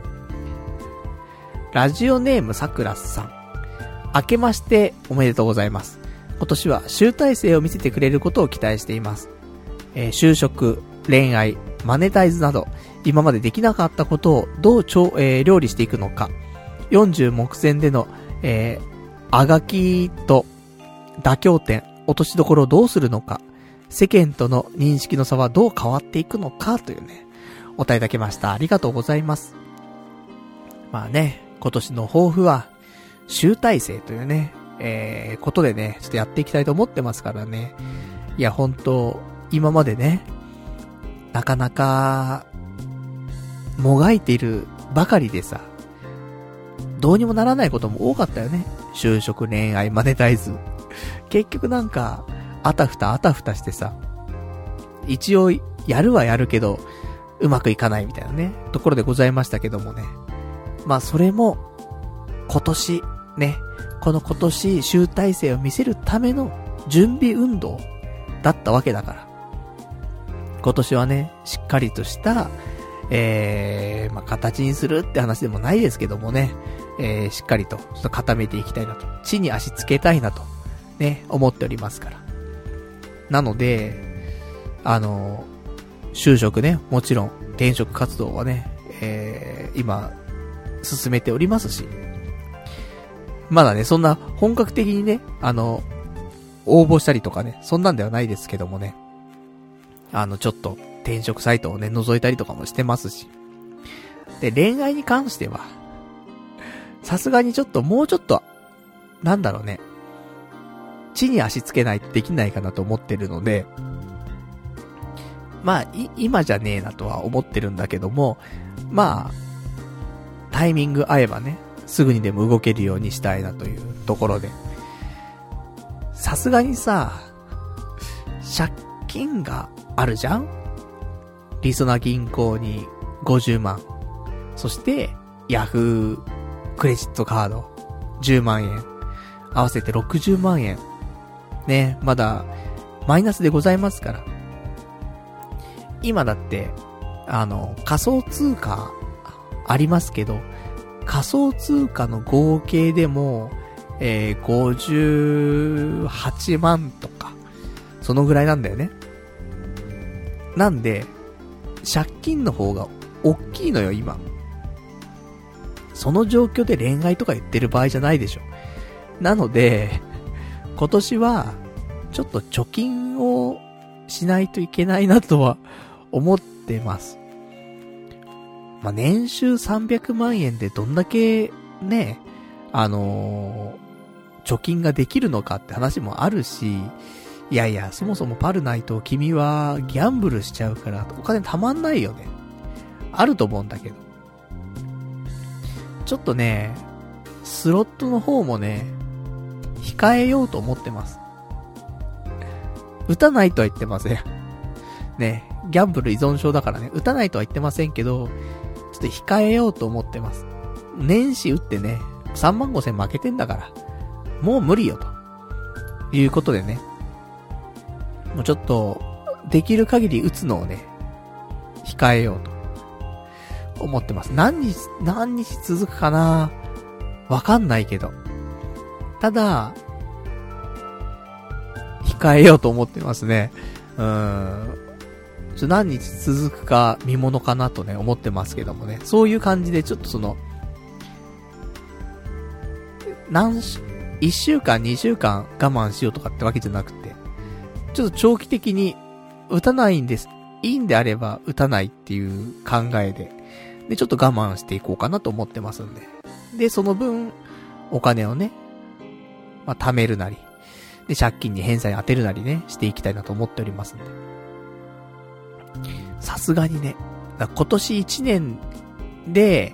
さくらさん。明けましておめでとうございます。今年は集大成を見せてくれることを期待しています。就職、恋愛、マネタイズなど、今までできなかったことをどう料理していくのか、40目前での、あがきと妥協点、落としどころをどうするのか、世間との認識の差はどう変わっていくのかというね、お答えいただきました。ありがとうございます。まあね、今年の抱負は、集大成というね、ことでね、ちょっとやっていきたいと思ってますからね。いや、ほんと、今までね、なかなか、もがいているばかりでさ、どうにもならないことも多かったよね。就職、恋愛、マネタイズ。結局なんか、あたふたしてさ、一応、やるはやるけど、うまくいかないみたいなね、ところでございましたけどもね。まあ、それも、今年、ね、この今年、集大成を見せるための準備運動だったわけだから。今年はね、しっかりとした、まあ、形にするって話でもないですけどもね、しっかりと、ちょっと固めていきたいなと。地に足つけたいなと、ね、思っておりますから。なので、就職ね、もちろん、転職活動はね、今、進めておりますし、まだね、そんな本格的にね、応募したりとかね、そんなんではないですけどもね、ちょっと転職サイトをね、覗いたりとかもしてますし。で、恋愛に関しては、さすがにちょっと、もうちょっと、なんだろうね、地に足つけないとできないかなと思ってるので、まあ、今じゃねえなとは思ってるんだけども、まあ、タイミング合えばね、すぐにでも動けるようにしたいなというところで。さすがにさ、借金があるじゃん？りそな銀行に50万。そして、ヤフークレジットカード10万円。合わせて60万円。ね、まだマイナスでございますから。今だって、仮想通貨ありますけど、仮想通貨の合計でも、58万とか、そのぐらいなんだよね。なんで、借金の方が大きいのよ、今。その状況で恋愛とか言ってる場合じゃないでしょ。なので、今年は、ちょっと貯金をしないといけないなとは思ってます。まあ、年収300万円でどんだけね、貯金ができるのかって話もあるし、いやいや、そもそもパルナイト君はギャンブルしちゃうからお金たまんないよね。あると思うんだけど。ちょっとね、スロットの方もね、控えようと思ってます。打たないとは言ってません。ね、ギャンブル依存症だからね、打たないとは言ってませんけど、ちょっと控えようと思ってます。年始打ってね、3万5千負けてんだから、もう無理よと。いうことでね、もうちょっと、できる限り打つのをね、控えようと思ってます。何日続くかな？わかんないけど。ただ、控えようと思ってますね。何日続くか見物かなとね、思ってますけどもね。そういう感じでちょっと 1週間、2週間我慢しようとかってわけじゃなくて、ちょっと長期的に打たないんです。いいんであれば打たないっていう考えで、ちょっと我慢していこうかなと思ってますんで。で、その分、お金をね、まあ、貯めるなり、で、借金に返済当てるなりね、していきたいなと思っておりますんで。さすがにね、今年1年で、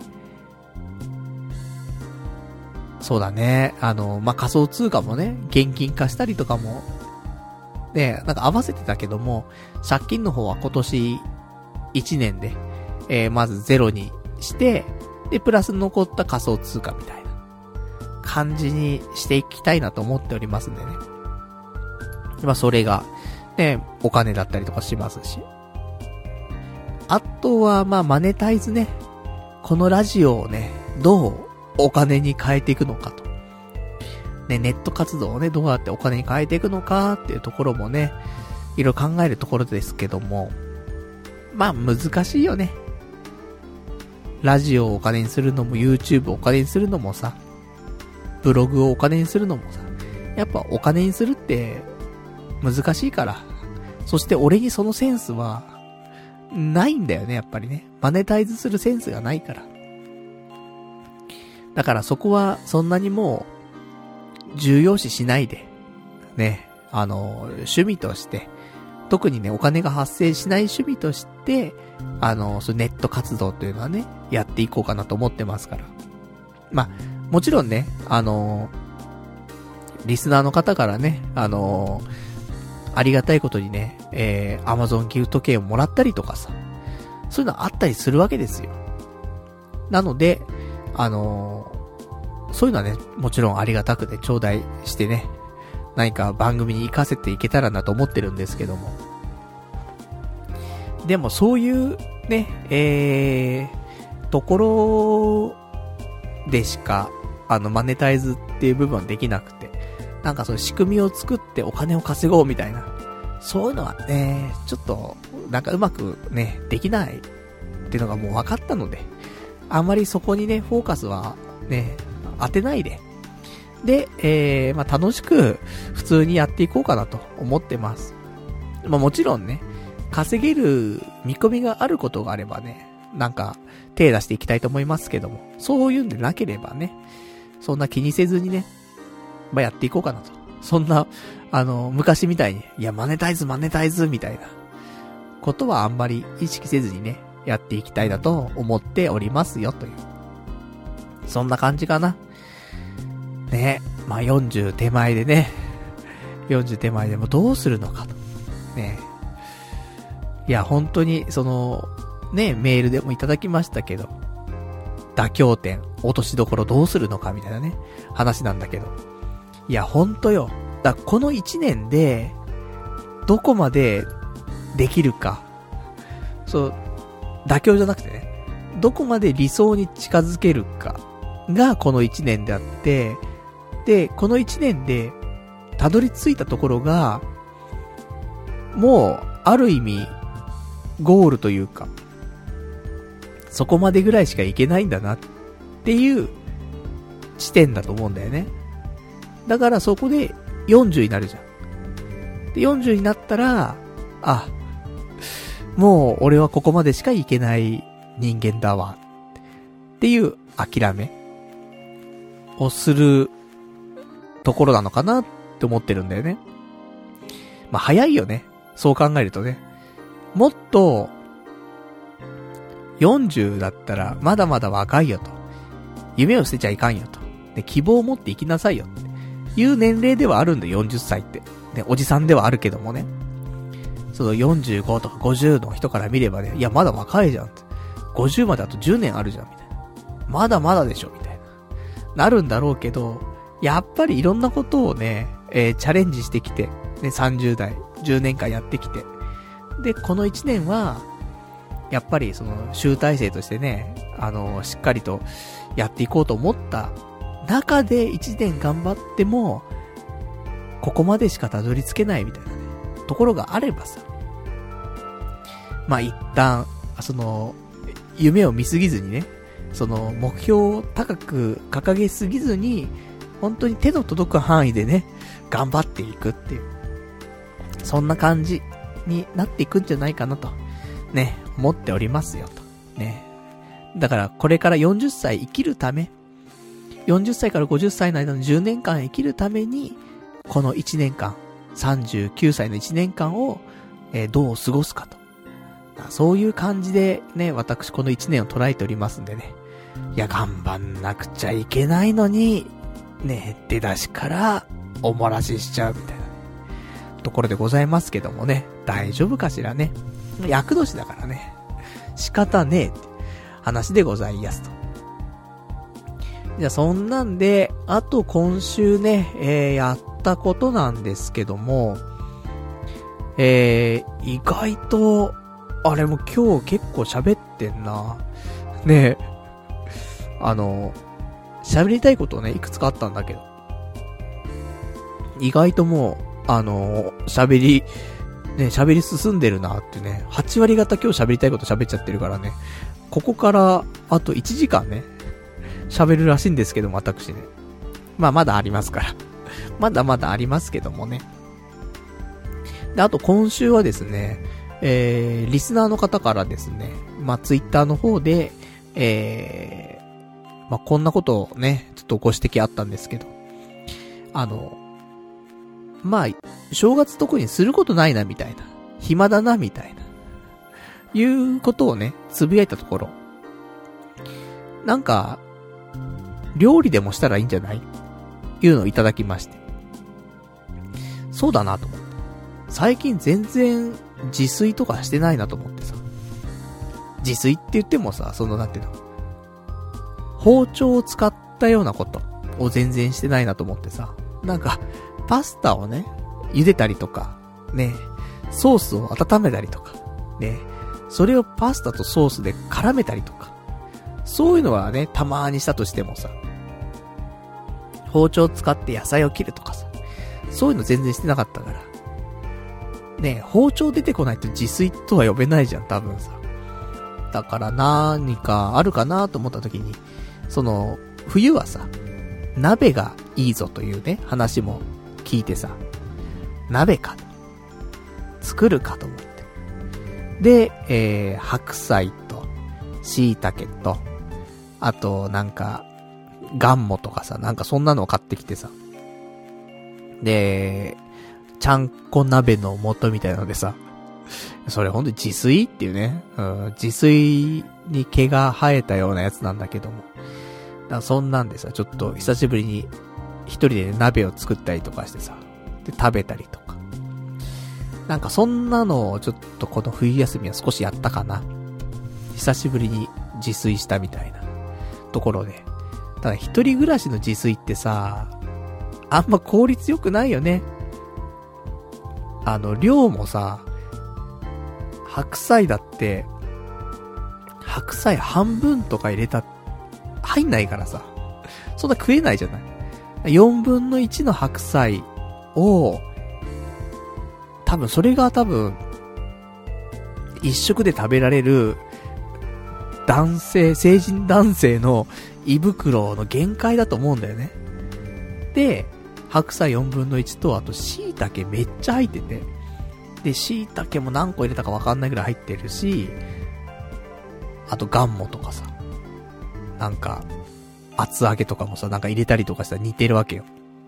そうだね、まあ、仮想通貨もね、現金化したりとかも、ね、なんか合わせてたけども、借金の方は今年1年で、まずゼロにして、で、プラス残った仮想通貨みたいな感じにしていきたいなと思っておりますんでね。まあ、それが、ね、お金だったりとかしますし。あとは、まあ、マネタイズね。このラジオをね、どうお金に変えていくのかと。ね、ネット活動をね、どうやってお金に変えていくのかっていうところもね、いろいろ考えるところですけども、まあ難しいよね。ラジオをお金にするのも YouTube をお金にするのもさ、ブログをお金にするのもさ、やっぱお金にするって難しいから。そして俺にそのセンスはないんだよね、やっぱりね。マネタイズするセンスがないから。だからそこはそんなにもう重要視しないで、ね、趣味として、特にね、お金が発生しない趣味として、そのネット活動というのはね、やっていこうかなと思ってますから。まあ、もちろんね、リスナーの方からね、ありがたいことにね、Amazon ギフト券をもらったりとかさ、そういうのあったりするわけですよ。なので、そういうのはね、もちろんありがたくて頂戴してね、何か番組に活かせていけたらなと思ってるんですけども。でもそういうね、ところでしか、マネタイズっていう部分はできなくて、なんかその仕組みを作ってお金を稼ごうみたいな、そういうのはね、ちょっと、なんかうまくね、できないっていうのがもう分かったので、あんまりそこにね、フォーカスはね、当てないで。で、まあ、楽しく普通にやっていこうかなと思ってます。まあ、もちろんね、稼げる見込みがあることがあればね、なんか手出していきたいと思いますけども、そういうんでなければね、そんな気にせずにね、まあ、やっていこうかなと。そんな、昔みたいに、いや、マネタイズみたいなことはあんまり意識せずにね、やっていきたいなと思っておりますよという。そんな感じかな。ね、まあ、40手前でね、40手前でもどうするのかと。ね。いや、本当に、ね、メールでもいただきましたけど、妥協点、落としどころどうするのかみたいなね、話なんだけど。いや、ほんとよ。この1年で、どこまでできるか。そう、妥協じゃなくてね、どこまで理想に近づけるかがこの1年であって、で、この1年で、たどり着いたところが、もう、ある意味、ゴールというか、そこまでぐらいしかいけないんだなっていう地点だと思うんだよね。だからそこで40になるじゃん。で、40になったら、あ、もう俺はここまでしかいけない人間だわっていう諦めをするところなのかなって思ってるんだよね。まあ早いよね。そう考えるとね。もっと40だったらまだまだ若いよと。夢を捨てちゃいかんよと。で、希望を持って生きなさいよっていう年齢ではあるんだよ、40歳って。ね、おじさんではあるけどもね。その45とか50の人から見ればね、いやまだ若いじゃんって。50まであと10年あるじゃんみたいな。まだまだでしょみたいな。なるんだろうけど、やっぱりいろんなことをね、チャレンジしてきて、ね、30代、10年間やってきて。で、この1年は、やっぱりその集大成としてね、しっかりとやっていこうと思った中で1年頑張っても、ここまでしかたどり着けないみたいなね、ところがあればさ、まあ一旦、夢を見すぎずにね、目標を高く掲げすぎずに、 本当に手の届く範囲でね、頑張っていくっていう、そんな感じになっていくんじゃないかなと、ね、思っておりますよと。ね。だからこれから40歳生きるため、40歳から50歳の間の10年間生きるために、この1年間、39歳の1年間を、どう過ごすかと。そういう感じでね、私この1年を捉えておりますんでね。いや、頑張んなくちゃいけないのに、ね、出だしからお漏らししちゃうみたいなところでございますけどもね、大丈夫かしらね。厄年だからね、仕方ねえって話でございやすと。じゃあそんなんで、あと今週ね、やったことなんですけども、意外と、あれも今日結構喋ってんな。ねえ、喋りたいことね、いくつかあったんだけど、意外ともう、喋り進んでるなってね、8割方今日喋りたいこと喋っちゃってるからね、ここから、あと1時間ね、喋るらしいんですけども、私ね。まあまだありますから。まだまだありますけどもね。で、あと今週はですね、リスナーの方からですね、まあツイッターの方で、まあこんなことをね、ちょっとご指摘あったんですけど、まあ、正月特にすることないなみたいな、暇だなみたいな、いうことをね、つぶやいたところ、なんか、料理でもしたらいいんじゃない？いうのをいただきまして。そうだなと思って。最近全然自炊とかしてないなと思ってさ。自炊って言ってもさ、なんていうの、包丁を使ったようなことを全然してないなと思ってさ。なんか、パスタをね、茹でたりとか、ね、ソースを温めたりとか、ね、それをパスタとソースで絡めたりとか、そういうのはね、たまーにしたとしてもさ、包丁を使って野菜を切るとかさ、そういうの全然してなかったから。ね、包丁出てこないと自炊とは呼べないじゃん、多分さ。だから何かあるかなと思った時に、冬はさ、鍋がいいぞというね、話も聞いてさ、鍋か、作るかと思って。で、白菜と、椎茸と、あと、なんか、ガンモとかさ、なんかそんなのを買ってきてさ。で、ちゃんこ鍋の素みたいなのでさ、それほんと自炊っていうね、自炊に毛が生えたようなやつなんだけども。だからそんなんでさ、ちょっと久しぶりに一人で、ね、鍋を作ったりとかしてさ、で食べたりとか。なんかそんなのをちょっとこの冬休みは少しやったかな。久しぶりに自炊したみたいなところで。ただ一人暮らしの自炊ってさ、あんま効率良くないよね。量もさ、白菜だって、白菜半分とか入れた、入んないからさ、そんな食えないじゃない。4分の1の白菜を、それが一食で食べられる、成人男性の胃袋の限界だと思うんだよね。で、白菜4分の1と、あと椎茸めっちゃ入ってて、で、椎茸も何個入れたか分かんないぐらい入ってるし、あとガンモとかさ、なんか、厚揚げとかもさ、なんか入れたりとかしたら似てるわけよ。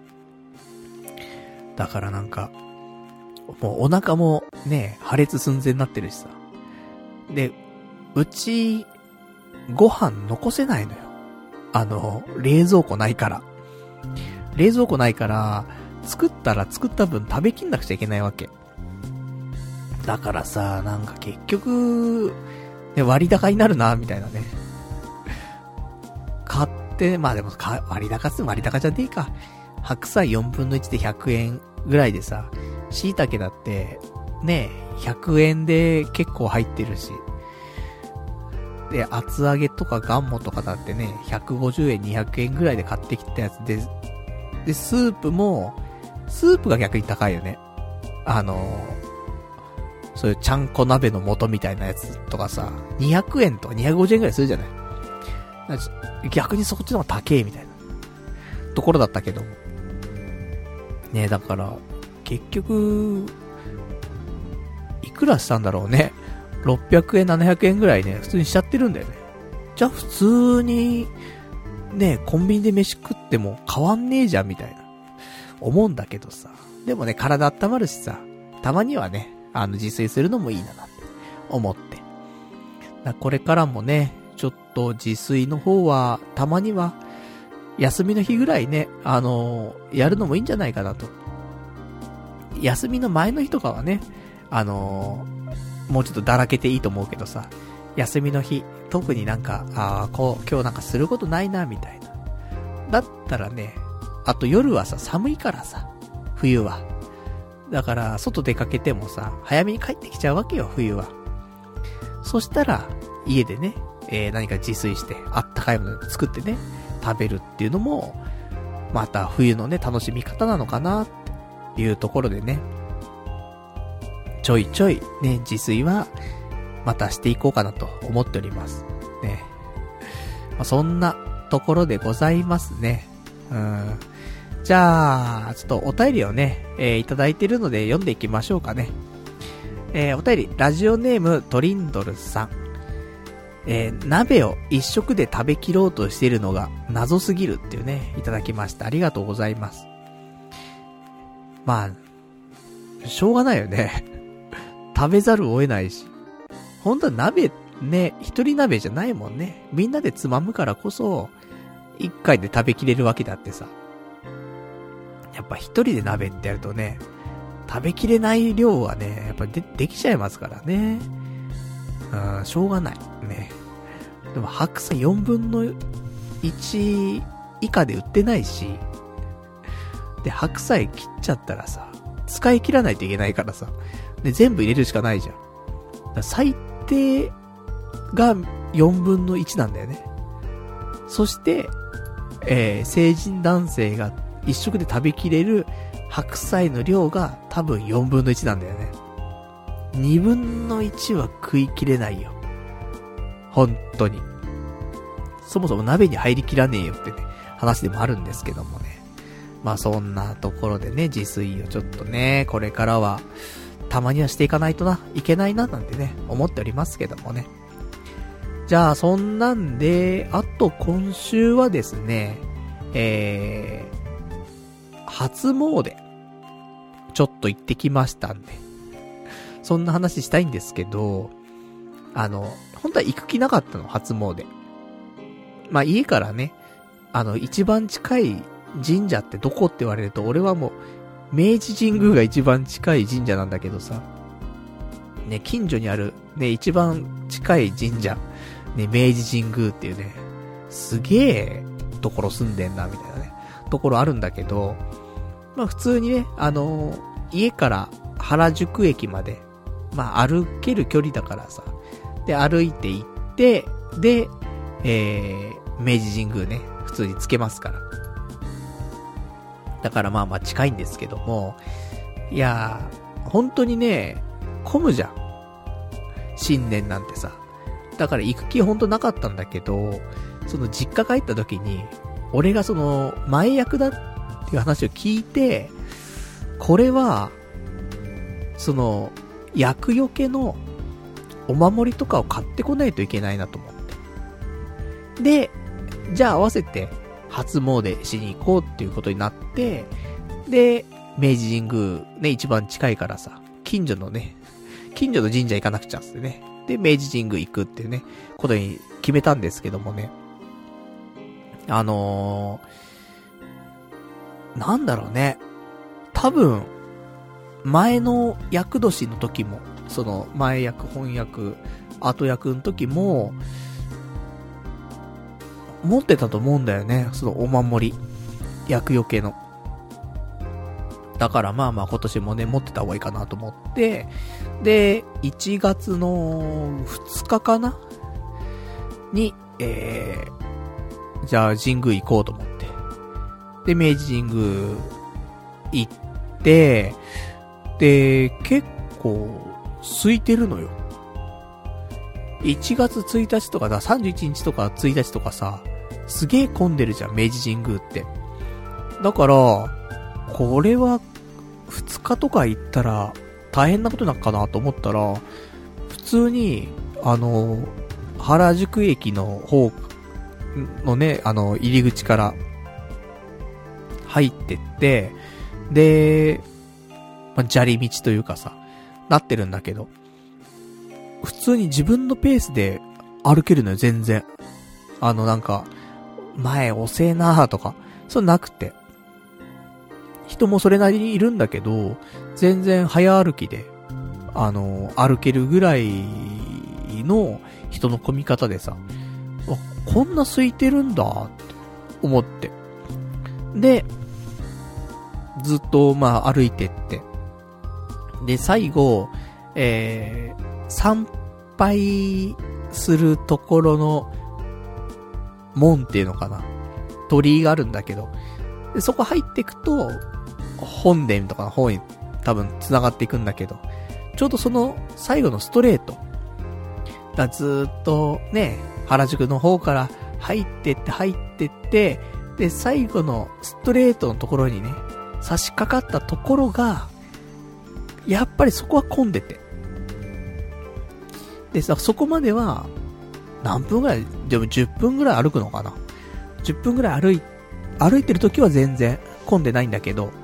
だからなんか、もうお腹もね、破裂寸前になってるしさ。で、うち、ご飯残せないのよ。冷蔵庫ないから。冷蔵庫ないから、作ったら作った分食べきんなくちゃいけないわけ。だからさ、なんか結局、ね、割高になるな、みたいなね。買って、まあでも割高じゃねえか。白菜4分の1で100円ぐらいでさ、椎茸だって、ね、100円で結構入ってるし。で、厚揚げとかガンモとかだってね、150円、200円ぐらいで買ってきたやつで、で、スープが逆に高いよね。そういうちゃんこ鍋の素みたいなやつとかさ、200円とか250円ぐらいするじゃない。逆にそっちの方が高えみたいな。 ところだったけど。ね、だから、結局、いくらしたんだろうね。600円、700円ぐらいね、普通にしちゃってるんだよね。じゃあ普通に、ね、コンビニで飯食っても変わんねえじゃんみたいな。思うんだけどさ。でもね、体温まるしさ、たまにはね、自炊するのもいいなって思って。これからもね、ちょっと自炊の方は、たまには、休みの日ぐらいね、やるのもいいんじゃないかなと。休みの前の日とかはね、もうちょっとだらけていいと思うけどさ、休みの日、特になんか、今日なんかすることないな、みたいな。だったらね、あと夜はさ、寒いからさ、冬は。だから、外出かけてもさ、早めに帰ってきちゃうわけよ、冬は。そしたら、家でね、何か自炊して、あったかいもの作ってね、食べるっていうのも、また冬のね、楽しみ方なのかな、っていうところでね、ちょいちょいね、自炊は、またしていこうかなと思っております。ね。そんなところでございますね。じゃあ、ちょっとお便りをね、いただいてるので読んでいきましょうかね。お便り、ラジオネームトリンドルさん。鍋を一食で食べきろうとしているのが謎すぎるっていうね、いただきました。ありがとうございます。まあ、しょうがないよね。食べざるを得ないし。本当は鍋ね、一人鍋じゃないもんね。みんなでつまむからこそ、一回で食べきれるわけだってさ。やっぱ一人で鍋ってやるとね、食べきれない量はね、やっぱできちゃいますからね。しょうがない。ね。でも白菜4分の1以下で売ってないし、で、白菜切っちゃったらさ、使い切らないといけないからさ、で、全部入れるしかないじゃん。だから最低が4分の1なんだよね。そして、成人男性が一食で食べきれる白菜の量が多分4分の1なんだよね。2分の1は食い切れないよ。本当に。そもそも鍋に入りきらねえよってね、話でもあるんですけどもね。まあそんなところでね、自炊をちょっとね、これからは、たまにはしていかないとな、いけないななんてね、思っておりますけどもね。じゃあそんなんで、あと今週はですね、初詣、ちょっと行ってきましたんで、そんな話したいんですけど、本当は行く気なかったの、初詣。まあ家からね、一番近い神社ってどこって言われると、俺はもう、明治神宮が一番近い神社なんだけどさ、ね、近所にある、ね、一番近い神社、ね、明治神宮っていうね、すげえところ住んでんな、みたいなね、ところあるんだけど、まあ普通にね、家から原宿駅まで、まあ歩ける距離だからさ、で、歩いて行って、で、明治神宮ね、普通につけますから。だからまあまあ近いんですけども、いやー、本当にね、混むじゃん。新年なんてさ。だから行く気本当なかったんだけど、その実家帰った時に、俺がその前役だっていう話を聞いて、これは、その、厄除けのお守りとかを買ってこないといけないなと思って。で、じゃあ合わせて初詣しに行こうっていうことになって、で、明治神宮ね、一番近いからさ、近所の神社行かなくちゃってね。で、明治神宮行くっていうね、ことに決めたんですけどもね。なんだろうね。多分、前の厄年の時も、その前役、本役、後役の時も、持ってたと思うんだよね。そのお守り。厄除けの。だからまあまあ今年もね、持ってた方がいいかなと思って、で、1月の2日かなに、じゃあ神宮行こうと思って。で、明治神宮行って、で、結構空いてるのよ。1月1日とかだ、31日とか1日とかさ、すげえ混んでるじゃん、明治神宮って。 だから、これは、2日とか行ったら、大変なことなんかなと思ったら、普通に、原宿駅の方のね、入り口から入ってって、で、砂利道というかさ、なってるんだけど、普通に自分のペースで歩けるのよ、全然。なんか、前遅えなーとか、そうなくて。人もそれなりにいるんだけど、全然早歩きで、歩けるぐらいの人の混み方でさ、こんな空いてるんだって思って。で、ずっと歩いてって。で、最後、参拝するところの門っていうのかな、鳥居があるんだけど、でそこ入っていくと本殿とかの方に多分繋がっていくんだけど、ちょうどその最後のストレートだ、ずーっとね、原宿の方から入ってって、で最後のストレートのところにね、差し掛かったところがやっぱりそこは混んでて、でさ、そこまでは何分ぐらい、でも10分ぐらい歩くのかな、10分ぐらい歩いてる時は全然混んでないんだけど、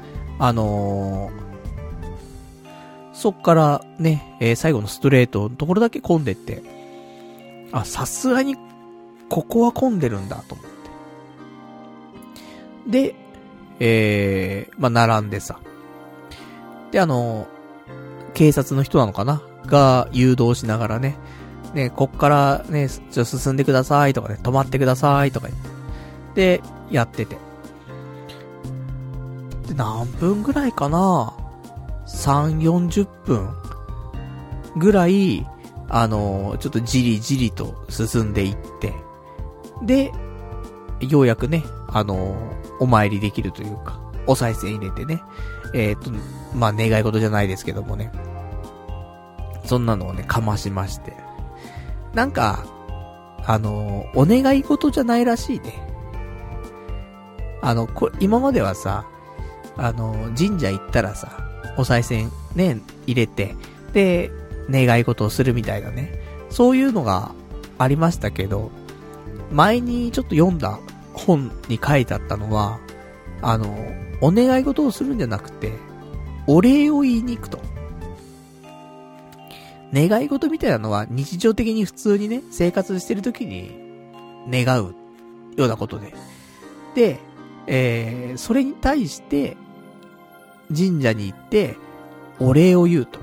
そっからね、最後のストレートのところだけ混んでって、さすがにここは混んでるんだと思って。で、並んでさ、で警察の人なのかなが誘導しながらね、こっからね、進んでくださいとかね、止まってくださいとか言って、で、やってて。で、何分ぐらいかな、3、40分ぐらい、ちょっとじりじりと進んでいって、で、ようやくね、お参りできるというか、お賽銭入れてね、願い事じゃないですけどもね、そんなのをね、かましまして。なんか、お願い事じゃないらしいね。今まではさ、神社行ったらさ、お賽銭ね、入れて、で、願い事をするみたいなね、そういうのがありましたけど、前にちょっと読んだ本に書いてあったのは、お願い事をするんじゃなくて、お礼を言いに行くと。願い事みたいなのは日常的に普通にね、生活してる時に願うようなことで。で、それに対して神社に行ってお礼を言うと。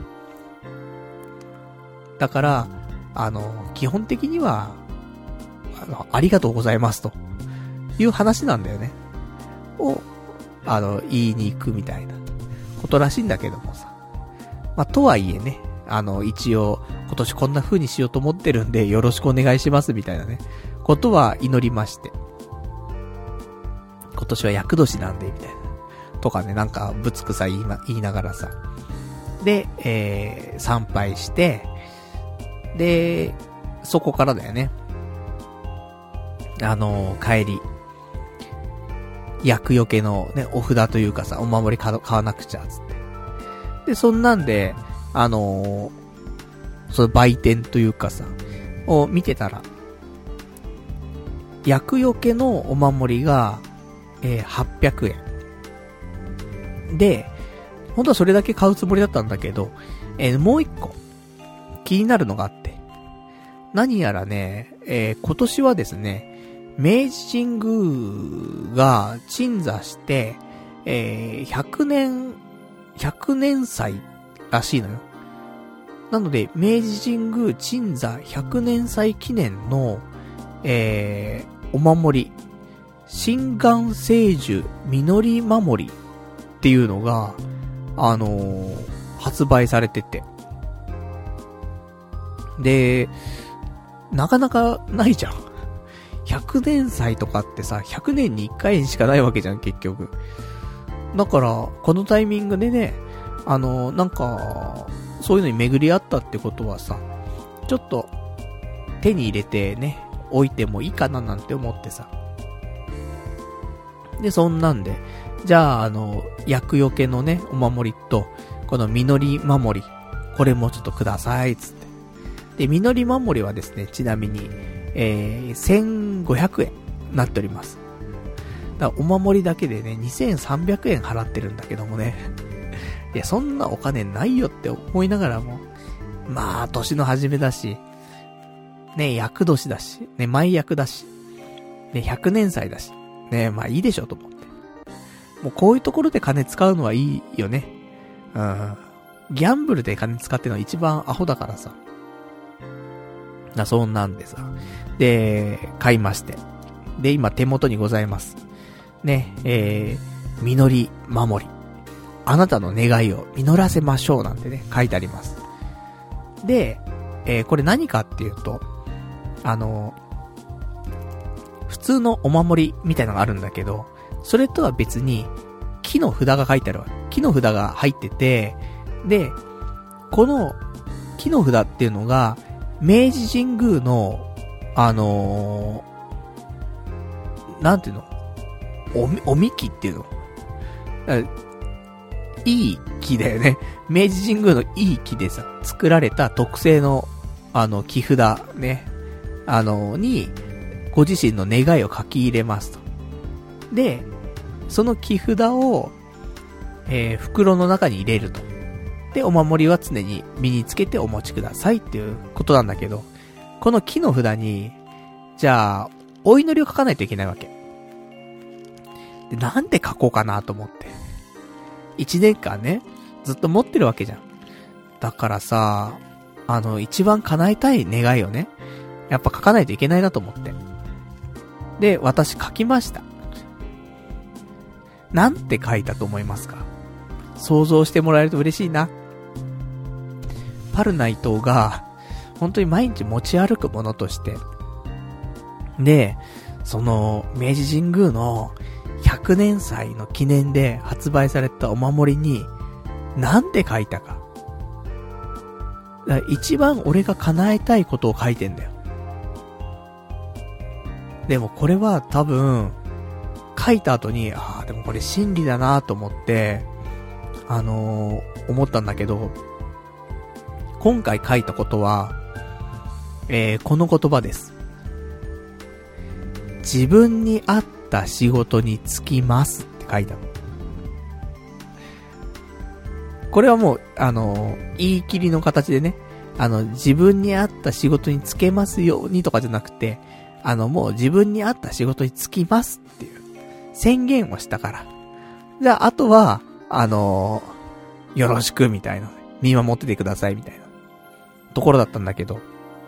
だから、基本的には、ありがとうございますという話なんだよね。を、言いに行くみたいなことらしいんだけどもさ。とはいえね、一応、今年こんな風にしようと思ってるんで、よろしくお願いします、みたいなね、ことは祈りまして。今年は厄年なんで、みたいな。とかね、なんか、ぶつくさ言いながらさ。で、参拝して、で、そこからだよね。帰り。厄除けのね、お札というかさ、お守り買わなくちゃ、つって。で、そんなんで、その売店というかさ、を見てたら、厄除けのお守りが、800円。で、本当はそれだけ買うつもりだったんだけど、もう一個、気になるのがあって、何やらね、今年はですね、明治神宮が鎮座して、100年祭らしいのよ。なので、明治神宮鎮座100年祭記念の、お守り、心願聖樹実り守りっていうのが、発売されてて。で、なかなかないじゃん。100年祭とかってさ、100年に1回しかないわけじゃん、結局。だから、このタイミングでね、なんか、そういうのに巡り合ったってことはさ、ちょっと、手に入れてね、置いてもいいかななんて思ってさ。で、そんなんで、 じゃあ、厄除けのね、お守りと、この実り守り、これもちょっとください、つって。で、実り守りはですね、ちなみに、1500円なっております。だからお守りだけでね、2300円払ってるんだけどもね。いや、そんなお金ないよって思いながらも、まあ、年の初めだし、ね、厄年だし、ね、前役だし、ね、100年祭だし、ね、まあいいでしょと思って。もうこういうところで金使うのはいいよね。うん。ギャンブルで金使ってるのは一番アホだからさ。そんなんでさ。で、買いまして。で、今手元にございます。ね、実り守り。あなたの願いを実らせましょうなんてね、書いてあります。で、これ何かっていうと、普通のお守りみたいなのがあるんだけど、それとは別に、木の札が書いてあるわ。木の札が入ってて、で、この木の札っていうのが、明治神宮の、なんていうの？おみきっていうの？いい木だよね。明治神宮のいい木でさ、作られた特製の、木札ね。に、ご自身の願いを書き入れますと。で、その木札を、袋の中に入れると。で、お守りは常に身につけてお持ちくださいっていうことなんだけど、この木の札に、じゃあ、お祈りを書かないといけないわけ。で、なんで書こうかなと思って。1年間ね、ずっと持ってるわけじゃん。だからさ、一番叶えたい願いをね、やっぱ書かないといけないなと思って。で、私書きました。なんて書いたと思いますか？想像してもらえると嬉しいな。パルナイトが、本当に毎日持ち歩くものとして。で、その、明治神宮の100年祭の記念で発売されたお守りに、なんて書いたか。だから一番俺が叶えたいことを書いてんだよ。でもこれは多分、書いた後に、でもこれ真理だなと思って、思ったんだけど、今回書いたことは、この言葉です。自分に合った仕事に就きますって書いたの。これはもう、言い切りの形でね、自分に合った仕事に就けますようにとかじゃなくて、もう自分に合った仕事に就きますっていう宣言をしたから。じゃあ、あとは、よろしくみたいな。見守っててくださいみたいなところだったんだけど。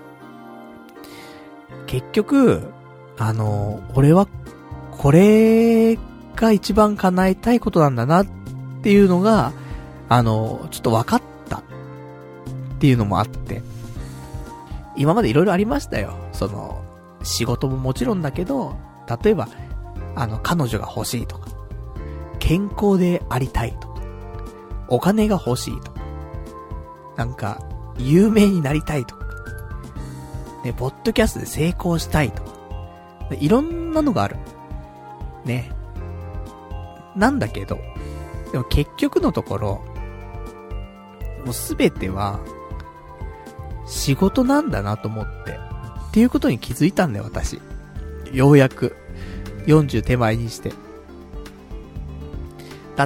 結局、俺は、これが一番叶えたいことなんだなっていうのが、ちょっと分かったっていうのもあって。今までいろいろありましたよ。仕事ももちろんだけど、例えば、彼女が欲しいとか、健康でありたいとか、お金が欲しいとか、なんか、有名になりたいとか、ね、ポッドキャストで成功したいとか、いろんなのがある。ね。なんだけど、でも結局のところ、もうすべては、仕事なんだなと思って、っていうことに気づいたんだよ、私。ようやく。40手前にして。だって、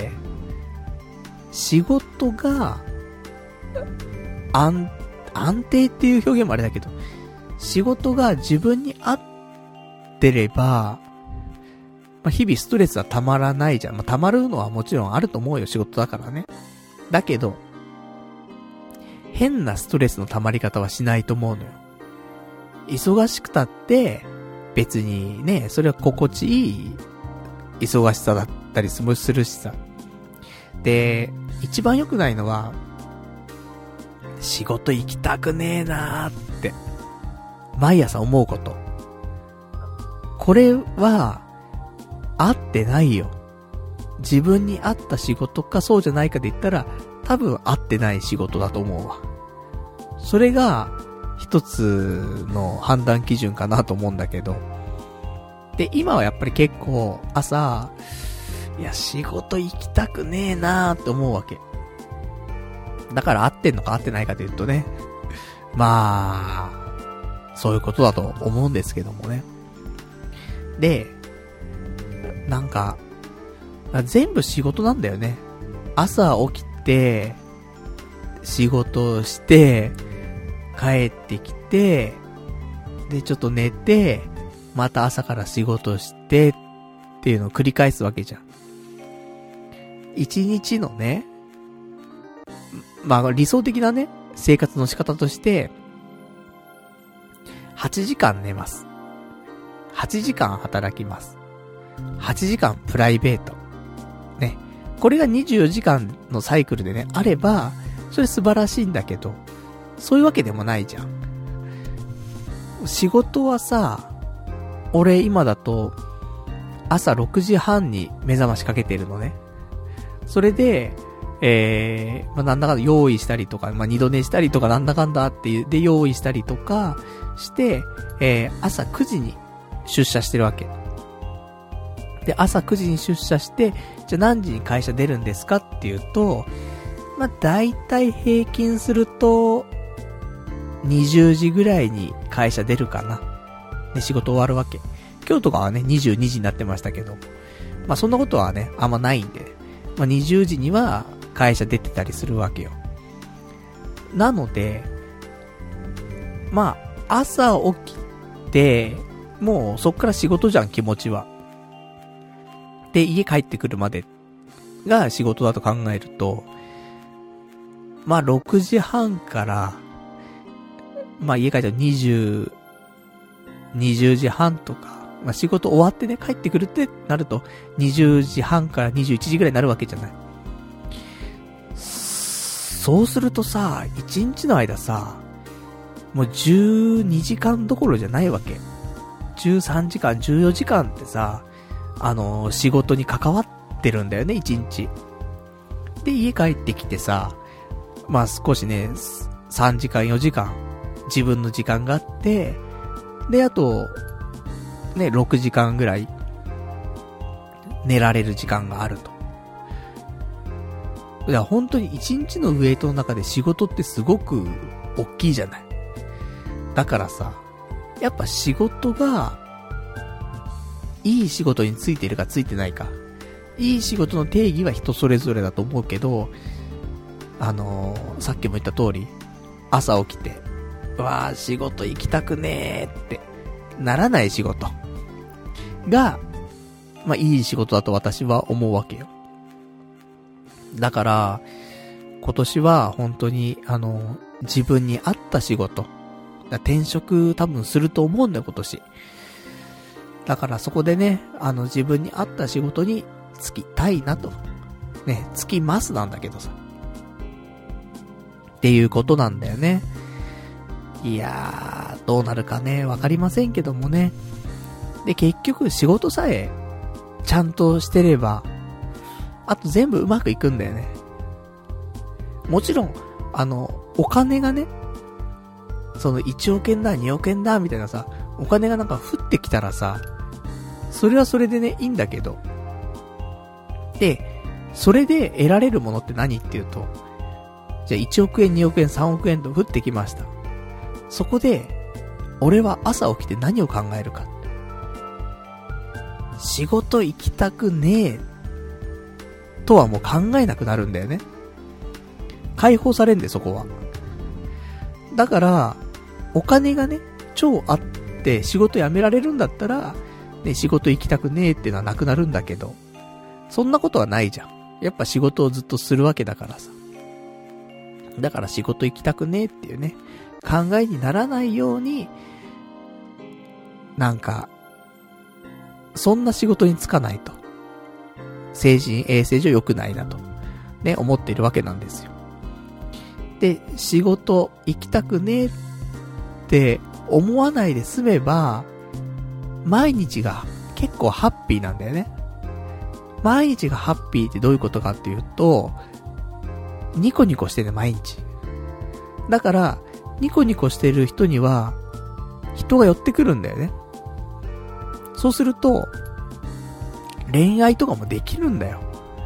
仕事が、安定っていう表現もあれだけど、仕事が自分に合ってれば、日々ストレスはたまらないじゃん。たまるのはもちろんあると思うよ、仕事だからね。だけど、変なストレスのたまり方はしないと思うのよ。忙しくたって、別にね、それは心地いい忙しさだったりするしさ。で、一番良くないのは、仕事行きたくねえなーって、毎朝思うこと。これは、合ってないよ。自分に合った仕事かそうじゃないかで言ったら、多分合ってない仕事だと思うわ。それが、一つの判断基準かなと思うんだけど。で、今はやっぱり結構朝、 いや、仕事行きたくねえなーって思うわけ。だから合ってんのか合ってないかというとね。まあ、そういうことだと思うんですけどもね。で、なんか、全部仕事なんだよね。朝起きて、仕事をして、帰ってきて、で、ちょっと寝て、また朝から仕事してっていうのを繰り返すわけじゃん。一日のね、まあ理想的なね、生活の仕方として、8時間寝ます。8時間働きます。8時間プライベート。ね。これが24時間のサイクルでね、あれば、それ素晴らしいんだけど、そういうわけでもないじゃん。仕事はさ、俺今だと、朝6時半に目覚ましかけてるのね。それで、まあ、なんだかんだ用意したりとか、まあ、二度寝したりとかなんだかんだっていう、で用意したりとかして、朝9時に出社してるわけ。で、朝9時に出社して、じゃあ何時に会社出るんですかっていうと、まあ、だいたい平均すると、20時ぐらいに会社出るかな。で、仕事終わるわけ。今日とかはね、22時になってましたけど、まあ、そんなことはね、あんまないんで、まあ、20時には会社出てたりするわけよ。なので、まあ、朝起きて、もうそっから仕事じゃん、気持ちは。で、家帰ってくるまでが仕事だと考えると、まあ、6時半から、まあ、家帰ったら20時半とか、まあ、仕事終わってね、帰ってくるってなると、20時半から21時ぐらいになるわけじゃない。そうするとさ、1日の間さ、もう12時間どころじゃないわけ。13時間、14時間ってさ、仕事に関わってるんだよね、1日。で、家帰ってきてさ、まあ少しね、3時間、4時間、自分の時間があって、で、あと、ね、6時間ぐらい、寝られる時間があると。いや、本当に1日のウェイトの中で仕事ってすごく大きいじゃない。だからさ、やっぱ仕事が、いい仕事についているかついてないか。いい仕事の定義は人それぞれだと思うけど、さっきも言った通り、朝起きて、うわー仕事行きたくねーってならない仕事が、まあいい仕事だと私は思うわけよ。だから、今年は本当に自分に合った仕事、転職多分すると思うんだよ今年。だからそこでね、自分に合った仕事に就きたいなと。ね、就きますなんだけどさ。っていうことなんだよね。いやー、どうなるかね、わかりませんけどもね。で、結局仕事さえちゃんとしてれば、あと全部うまくいくんだよね。もちろん、お金がね、その1億円だ、2億円だ、みたいなさ、お金がなんか降ってきたらさ、それはそれでね、いいんだけど。で、それで得られるものって何っていうと、じゃあ1億円、2億円、3億円と降ってきました。そこで、俺は朝起きて何を考えるか。仕事行きたくねえ、とはもう考えなくなるんだよね。解放されんで、そこは。だから、お金がね、超あって仕事辞められるんだったら、ね、仕事行きたくねえっていうのはなくなるんだけど、そんなことはないじゃん。やっぱ仕事をずっとするわけだからさ。だから仕事行きたくねえっていうね、考えにならないように、なんか、そんな仕事に就かないと。精神衛生上良くないなと。ね、思っているわけなんですよ。で、仕事行きたくねえって思わないで済めば、毎日が結構ハッピーなんだよね。毎日がハッピーってどういうことかっていうと、ニコニコしてね、毎日。だから、ニコニコしてる人には、人が寄ってくるんだよね。そうすると、 恋愛とかもできるんだよ。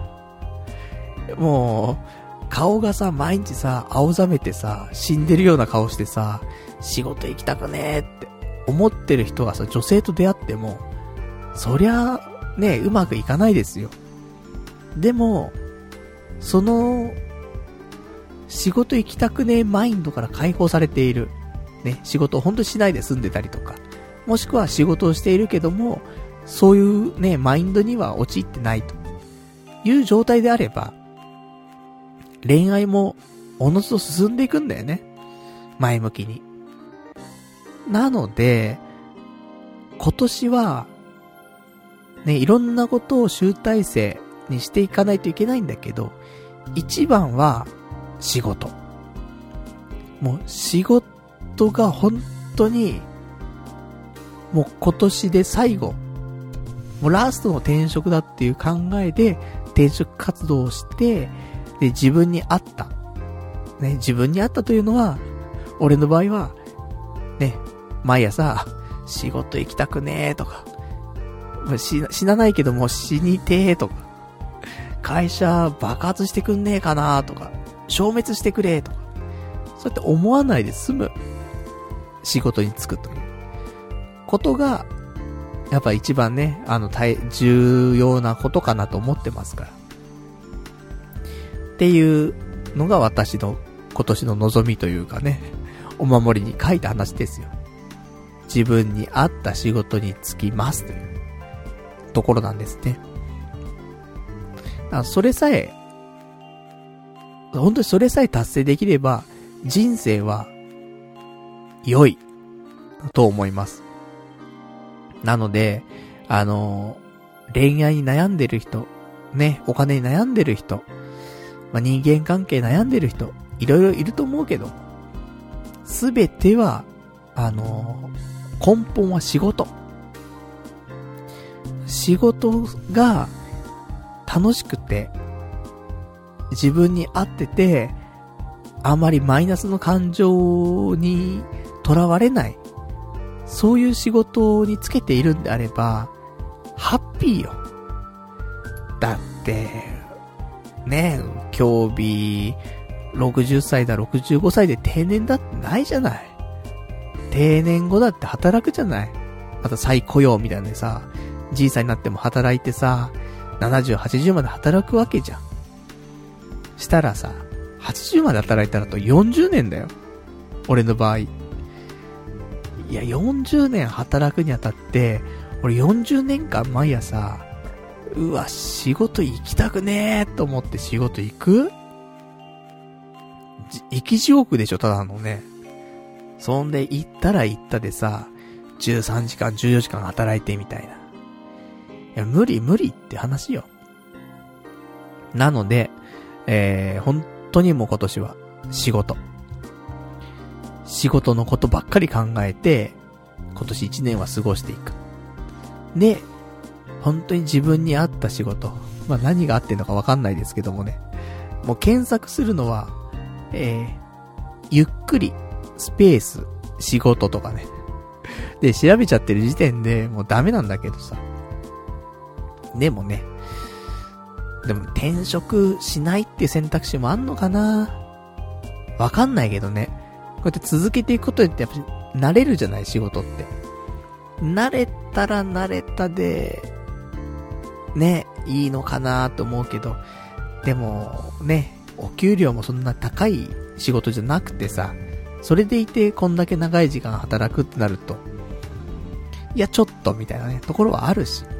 もう、顔がさ、毎日さ、青ざめてさ、死んでるような顔してさ、仕事行きたくねーって思ってる人がさ、女性と出会っても、そりゃ、ね、うまくいかないですよ。でも、その、仕事行きたくねえマインドから解放されている。ね、仕事をほんとしないで済んでたりとか、もしくは仕事をしているけども、そういうね、マインドには陥ってないという状態であれば、恋愛もおのずと進んでいくんだよね。前向きに。なので、今年は、ね、いろんなことを集大成にしていかないといけないんだけど、一番は仕事。もう仕事が本当に、もう今年で最後、もうラストの転職だっていう考えで転職活動をして、で、自分に合った。ね、自分に合ったというのは、俺の場合は、ね、毎朝、仕事行きたくねーとか、死なないけども死にてーとか、会社爆発してくんねーかなーとか、消滅してくれーとか、そうやって思わないで済む仕事に就くということが、やっぱ一番ね、重要なことかなと思ってますから。っていうのが私の今年の望みというかね、お守りに書いた話ですよ。自分に合った仕事に就きますというところなんですね。それさえ、本当にそれさえ達成できれば、人生は良いと思います。なので、恋愛に悩んでる人、ね、お金に悩んでる人、人間関係悩んでる人、いろいろいると思うけど、すべては、根本は仕事。仕事が楽しくて、自分に合ってて、あまりマイナスの感情にとらわれない、そういう仕事につけているんであれば、ハッピーよ。だって、ねえ、今日60歳だ、65歳で定年だってないじゃない。定年後だって働くじゃない。また再雇用みたいなさ、じいさんになっても働いてさ、70、80まで働くわけじゃん。したらさ、80まで働いたらと40年だよ。俺の場合。いや、40年働くにあたって、俺40年間毎朝、うわ、仕事行きたくねーと思って仕事行く？生き地獄でしょ、ただのね。そんで行ったら行ったでさ、13時間、14時間働いてみたいな。いや、無理って話よ。なので、本当にもう今年は仕事のことばっかり考えて、今年1年は過ごしていく。で、本当に自分に合った仕事。何が合ってんのかわかんないですけどもね。もう検索するのは、ゆっくり、スペース、仕事とかね。で、調べちゃってる時点でもうダメなんだけどさ。でもね。でも転職しないっていう選択肢もあんのかな？わかんないけどね。こうやって続けていくことってやっぱり慣れるじゃない、仕事って。慣れたら慣れたで、ね、いいのかなと思うけど、でも、ね、お給料もそんな高い仕事じゃなくてさ、それでいてこんだけ長い時間働くってなると、いやちょっとみたいなね、ところはあるし。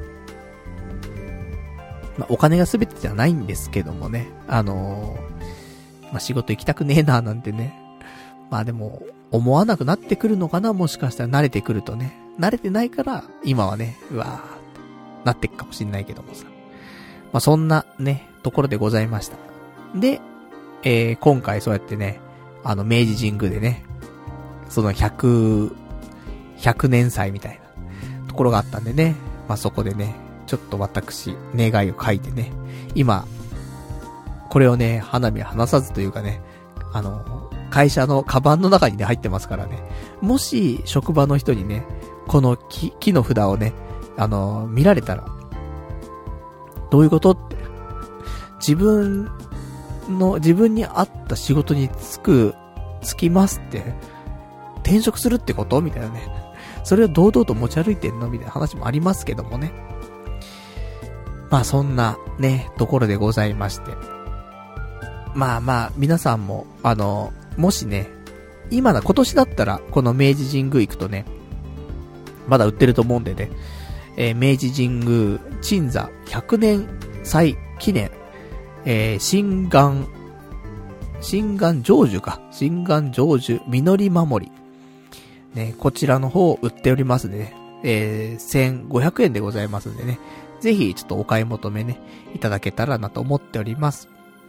お金が全てじゃないんですけどもね、仕事行きたくねえななんてね。でも、思わなくなってくるのかな、もしかしたら慣れてくるとね。慣れてないから、今はね、うわーってなってくかもしんないけどもさ。そんなね、ところでございました。で、今回そうやってね、明治神宮でね、その100年祭みたいなところがあったんでね、そこでね、ちょっと私、願いを書いてね、今、これをね、花火離さずというかね、会社のカバンの中にね、入ってますからね、もし、職場の人にね、この木の札をね、見られたら、 どういうことって。自分に合った仕事に就きますって、転職するってことみたいなね。それを堂々と持ち歩いてんのみたいな話もありますけどもね。まあそんなね、ところでございまして。まあ、皆さんも、もしね、今年だったら、この明治神宮行くとね、まだ売ってると思うんでね、明治神宮鎮座100年祭記念、心願成就か。心願成就実り守り。ね、こちらの方売っておりますんでね、1500円でございますんでね、ぜひちょっとお買い求めね、いただけたらなと思っております。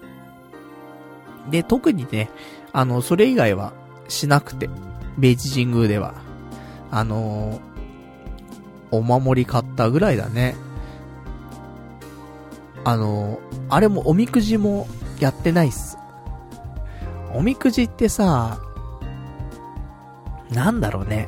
で、特にね、それ以外はしなくて、明治神宮では。お守り買ったぐらいだね。あれもおみくじもやってないっす。おみくじってさ、なんだろうね。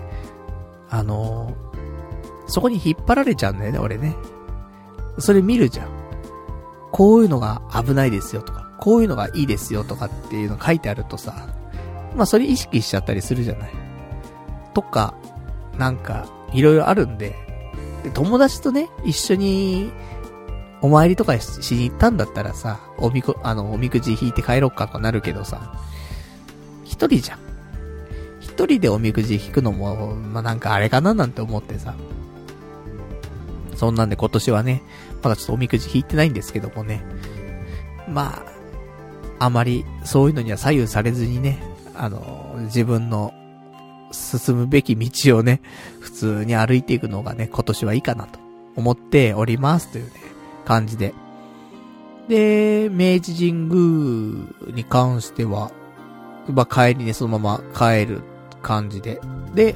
そこに引っ張られちゃうんだよね、俺ね。それ見るじゃん。こういうのが危ないですよとか、こういうのがいいですよとかっていうの書いてあるとさ、まあそれ意識しちゃったりするじゃない。とか、なんか、いろいろあるんで、友達とね、一緒に、お参りとかしに行ったんだったらさ、おみくじ引いて帰ろっかとなるけどさ、一人じゃん。一人でおみくじ引くのも、まあ、なんかあれかななんて思ってさ。そんなんで今年はね、まだちょっとおみくじ引いてないんですけどもね。まあ、あまりそういうのには左右されずにね、自分の進むべき道をね、普通に歩いていくのがね、今年はいいかなと思っておりますというね、感じで。で、明治神宮に関しては、まあ、帰りね、そのまま帰る感じで。で、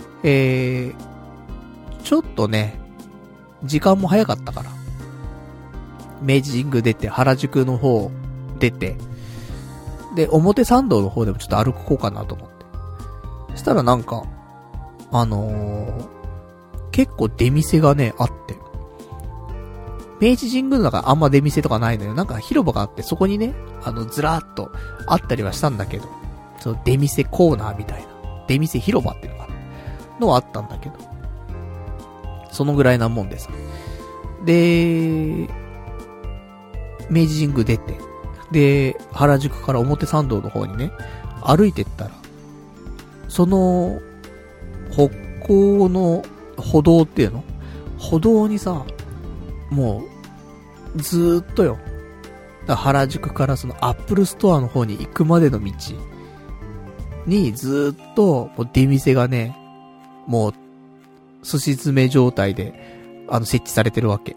ちょっとね、時間も早かったから、明治神宮出て、原宿の方出て、で、表参道の方でもちょっと歩こうかなと思って。そしたらなんか、結構出店がね、あって。明治神宮の中あんま出店とかないのよ。なんか広場があって、そこにね、ずらーっとあったりはしたんだけど、その出店コーナーみたいな、出店広場っていうのかなのはあったんだけど、そのぐらいなもんでさ。で、明治神宮出て、で、原宿から表参道の方にね、歩いてったら、その、歩行の歩道っていうの？歩道にさ、もう、ずーっとよ。原宿からそのアップルストアの方に行くまでの道にずーっともう出店がね、もう、すし詰め状態で、設置されてるわけ。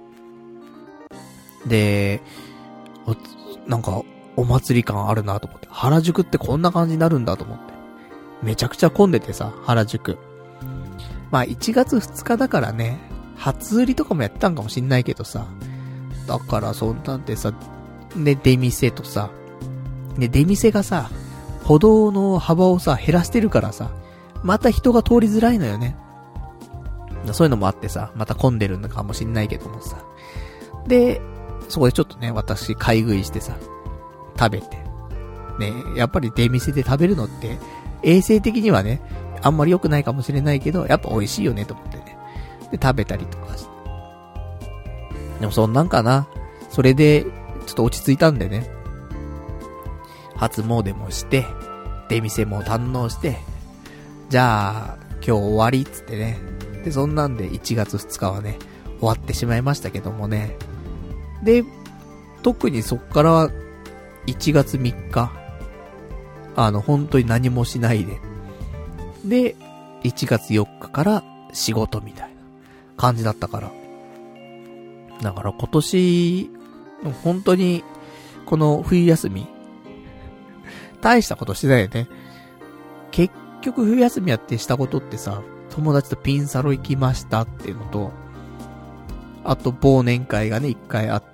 で、なんか、お祭り感あるなと思って。原宿ってこんな感じになるんだと思って。めちゃくちゃ混んでてさ、原宿。まあ1月2日だからね、初売りとかもやってたんかもしんないけどさ。だからそんなんでさ、で、出店とさ、で、出店がさ、歩道の幅をさ、減らしてるからさ、また人が通りづらいのよね。そういうのもあってさ、また混んでるのかもしんないけどもさ。で、そこでちょっとね、私買い食いしてさ、食べて。ね、やっぱり出店で食べるのって、衛生的にはね、あんまり良くないかもしれないけど、やっぱ美味しいよねと思ってね。で、食べたりとかして。でもそんなんかな。それで、ちょっと落ち着いたんでね。初詣もして、出店も堪能して、じゃあ、今日終わりっつってね。で、そんなんで1月2日はね、終わってしまいましたけどもね。で、特にそっからは、1月3日、本当に何もしないで。で、1月4日から仕事みたいな感じだったから。だから今年、本当に、この冬休み、大したことしてないよね。結局冬休みやってしたことってさ、友達とピンサロ行きましたっていうのと、あと忘年会がね、1回あって、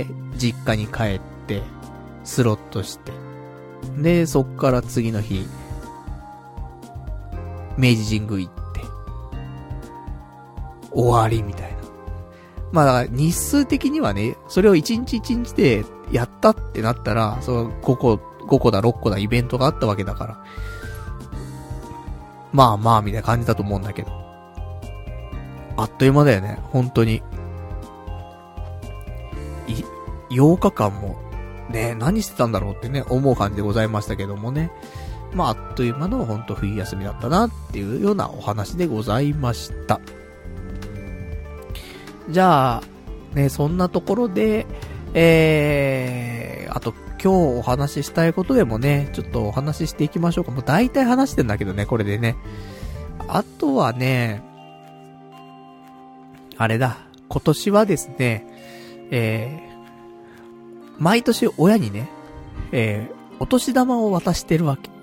実家に帰って、スロットして、で、そっから次の日、明治神宮行って、終わりみたいな。 まあ、日数的にはね、それを1日1日でやったってなったら、5個だ6個だイベントがあったわけだから。まあまあ、みたいな感じだと思うんだけど。あっという間だよね、本当に。8日間も、ね、何してたんだろうってね、思う感じでございましたけどもね。まあ、あっという間の本当冬休みだったなっていうようなお話でございました。じゃあ、ね、そんなところで、あと今日お話ししたいことでもね、ちょっとお話ししていきましょうか。もう大体話してんだけどね、これでね。あとはね、あれだ、今年はですね、毎年親にね、お年玉を渡してるわけ。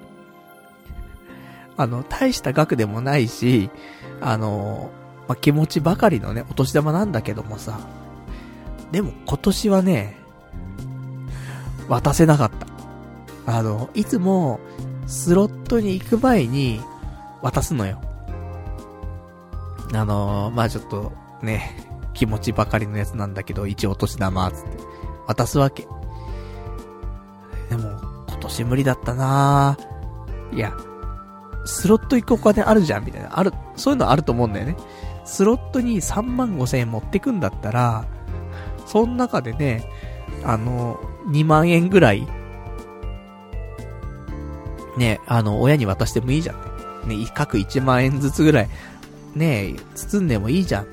大した額でもないし、まあ、気持ちばかりのね、お年玉なんだけどもさ。でも今年はね、渡せなかった。いつも、スロットに行く前に、渡すのよ。まあ、ちょっと、ね、気持ちばかりのやつなんだけど、一応お年玉、つって、渡すわけ。でも、今年無理だったなぁ。いや、スロット行くお金あるじゃん、みたいな。そういうのあると思うんだよね。スロットに35,000円持ってくんだったら、その中でね、2万円ぐらい、ね、親に渡してもいいじゃん。ね、各1万円ずつぐらい、ね、包んでもいいじゃんって。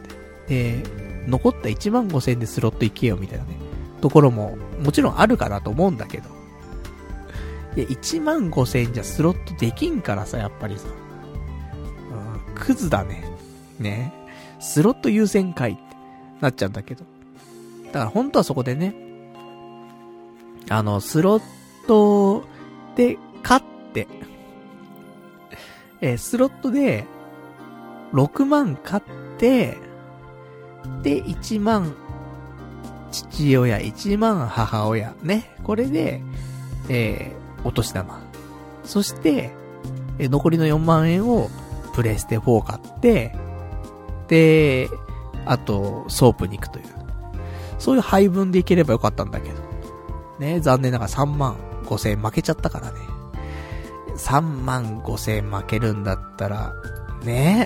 で、残った15,000円でスロット行けよ、みたいなね、ところも、もちろんあるかなと思うんだけど。いや、15,000円じゃスロットできんからさ、やっぱりさ。クズだね。ね。スロット優先会ってなっちゃうんだけど。だから本当はそこでね、スロットで勝って、スロットで6万勝って、で、1万父親、1万母親、ね。これで、お年玉。そして、残りの4万円をプレステ4買って、で、あと、ソープに行くという。そういう配分でいければよかったんだけど。ね、残念ながら35,000円負けちゃったからね。35,000円負けるんだったら、ね、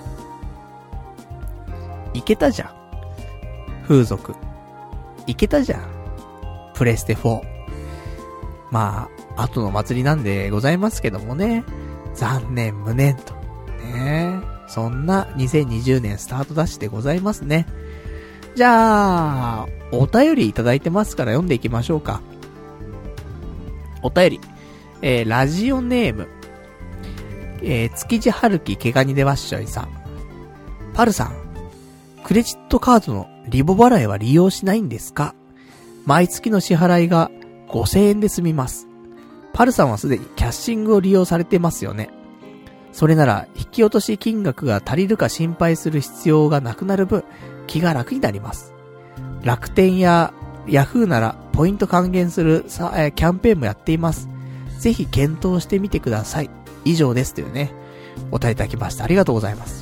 いけたじゃん。風俗。いけたじゃん。プレステ4。まあ、後の祭りなんでございますけどもね。残念無念と。ね、そんな2020年スタートダッシュでございますね。じゃあ、お便りいただいてますから読んでいきましょうか。お便り。ラジオネーム。築地春樹毛ガニでわっしょいさん。パルさん。クレジットカードのリボ払いは利用しないんですか？毎月の支払いが5,000円で済みます。パルさんはすでにキャッシングを利用されてますよね。それなら引き落とし金額が足りるか心配する必要がなくなる分、気が楽になります。楽天やヤフーならポイント還元するキャンペーンもやっています。ぜひ検討してみてください。以上ですというね、お答えいただきました。ありがとうございます。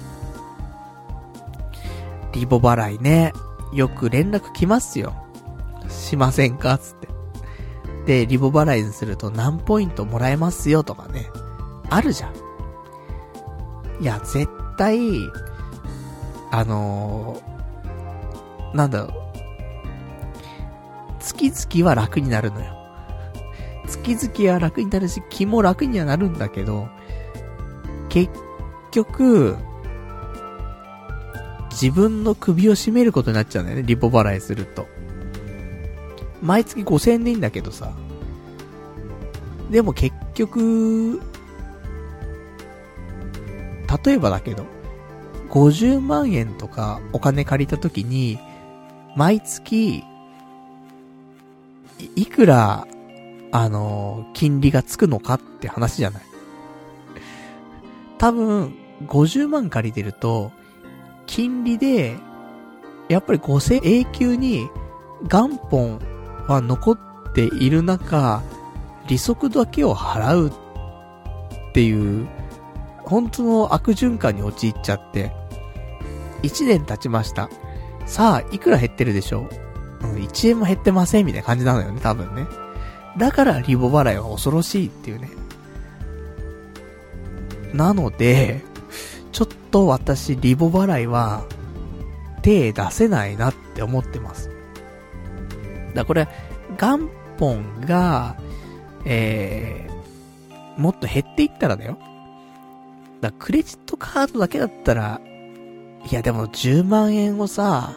リボ払いね、よく連絡来ますよ。しませんかつって。で、リボ払いにすると何ポイントもらえますよとかね、あるじゃん。いや、絶対、なんだろう。月々は楽になるのよ。月々は楽になるし、気も楽にはなるんだけど、結局、自分の首を絞めることになっちゃうんだよね、リボ払いすると。毎月5,000円でいいんだけどさ。でも結局、例えばだけど、50万円とかお金借りたときに、毎月、いくら、金利がつくのかって話じゃない。多分、50万借りてると、金利で、やっぱり5,000永久に元本は残っている中、利息だけを払うっていう、本当の悪循環に陥っちゃって、1年経ちました。 さあ、いくら減ってるでしょう、1円も減ってませんみたいな感じなのよね、多分ね。だからリボ払いは恐ろしいっていうね。なので、ちょっと私、リボ払いは、手出せないなって思ってます。これ、元本が、もっと減っていったらだよ。クレジットカードだけだったら、いやでも10万円をさ、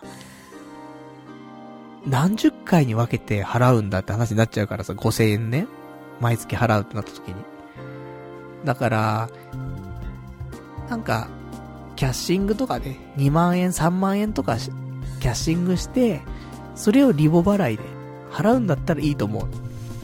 何十回に分けて払うんだって話になっちゃうからさ、5000円ね。毎月払うってなった時に。だから、なんか、キャッシングとかで、2万円、3万円とかキャッシングして、それをリボ払いで払うんだったらいいと思う。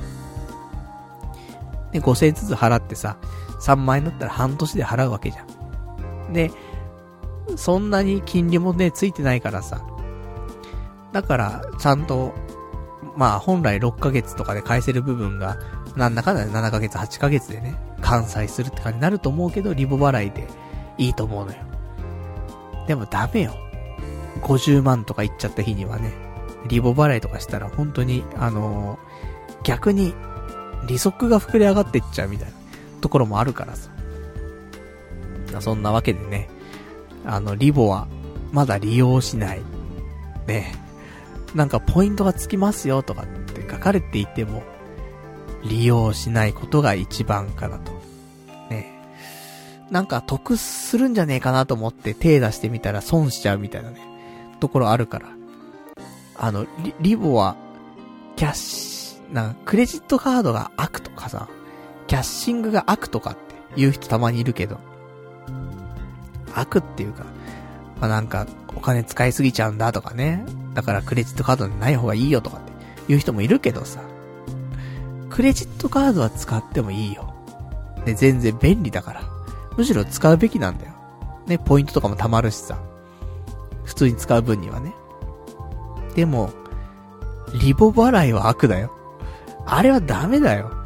で、5000円ずつ払ってさ、3万円だったら半年で払うわけじゃん。で、そんなに金利もね、ついてないからさ。だから、ちゃんと、まあ本来6ヶ月とかで返せる部分が、なんだかんだ7ヶ月、8ヶ月でね、完済するって感じになると思うけど、リボ払いでいいと思うのよ。でもダメよ。50万とかいっちゃった日にはね、リボ払いとかしたら本当に、逆に、利息が膨れ上がっていっちゃうみたいなところもあるからさ。そんなわけでね、リボはまだ利用しない。ね。なんかポイントがつきますよとかって書かれていても、利用しないことが一番かなと。ね。なんか得するんじゃねえかなと思って手出してみたら損しちゃうみたいなね、ところあるから。リボは、クレジットカードが悪とかさ、キャッシングが悪とかって言う人たまにいるけど、悪っていうか、まあ、なんかお金使いすぎちゃうんだとかね、だからクレジットカードにない方がいいよとかって言う人もいるけどさ、クレジットカードは使ってもいいよ。ね、全然便利だから。むしろ使うべきなんだよ。ね、ポイントとかも貯まるしさ、普通に使う分にはね。でも、リボ払いは悪だよ。あれはダメだよ。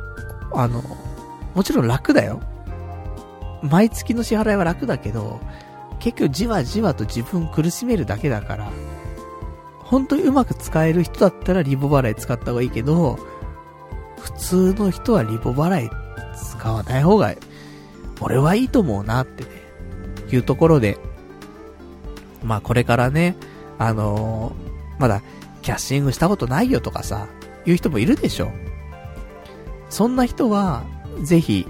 もちろん楽だよ。毎月の支払いは楽だけど、結局じわじわと自分苦しめるだけだから、本当にうまく使える人だったらリボ払い使った方がいいけど、普通の人はリボ払い使わない方が、俺はいいと思うなってね、いうところで、まあこれからね、まだキャッシングしたことないよとかさ、いう人もいるでしょ。そんな人は、ぜひ、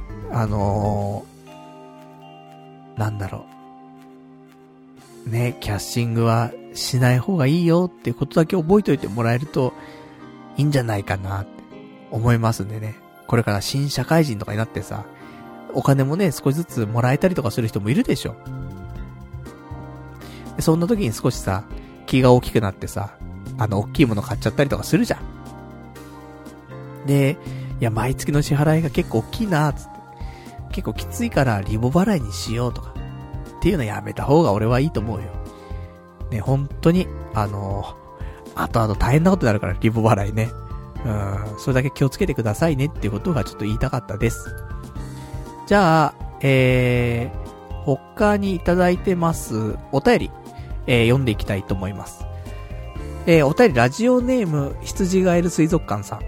なんだろう。ね、キャッシングはしない方がいいよっていうことだけ覚えておいてもらえるといいんじゃないかなって思いますんでね。これから新社会人とかになってさ、お金もね、少しずつもらえたりとかする人もいるでしょ。でそんな時に少しさ、気が大きくなってさ、大きいもの買っちゃったりとかするじゃん。で、いや、毎月の支払いが結構大きいなーつって。結構きついからリボ払いにしようとか。っていうのやめた方が俺はいいと思うよ。ね、本当に、後々大変なことになるから、リボ払いね。それだけ気をつけてくださいねっていうことがちょっと言いたかったです。じゃあ、他にいただいてますお便り、読んでいきたいと思います。お便りラジオネーム羊ガエル水族館さん。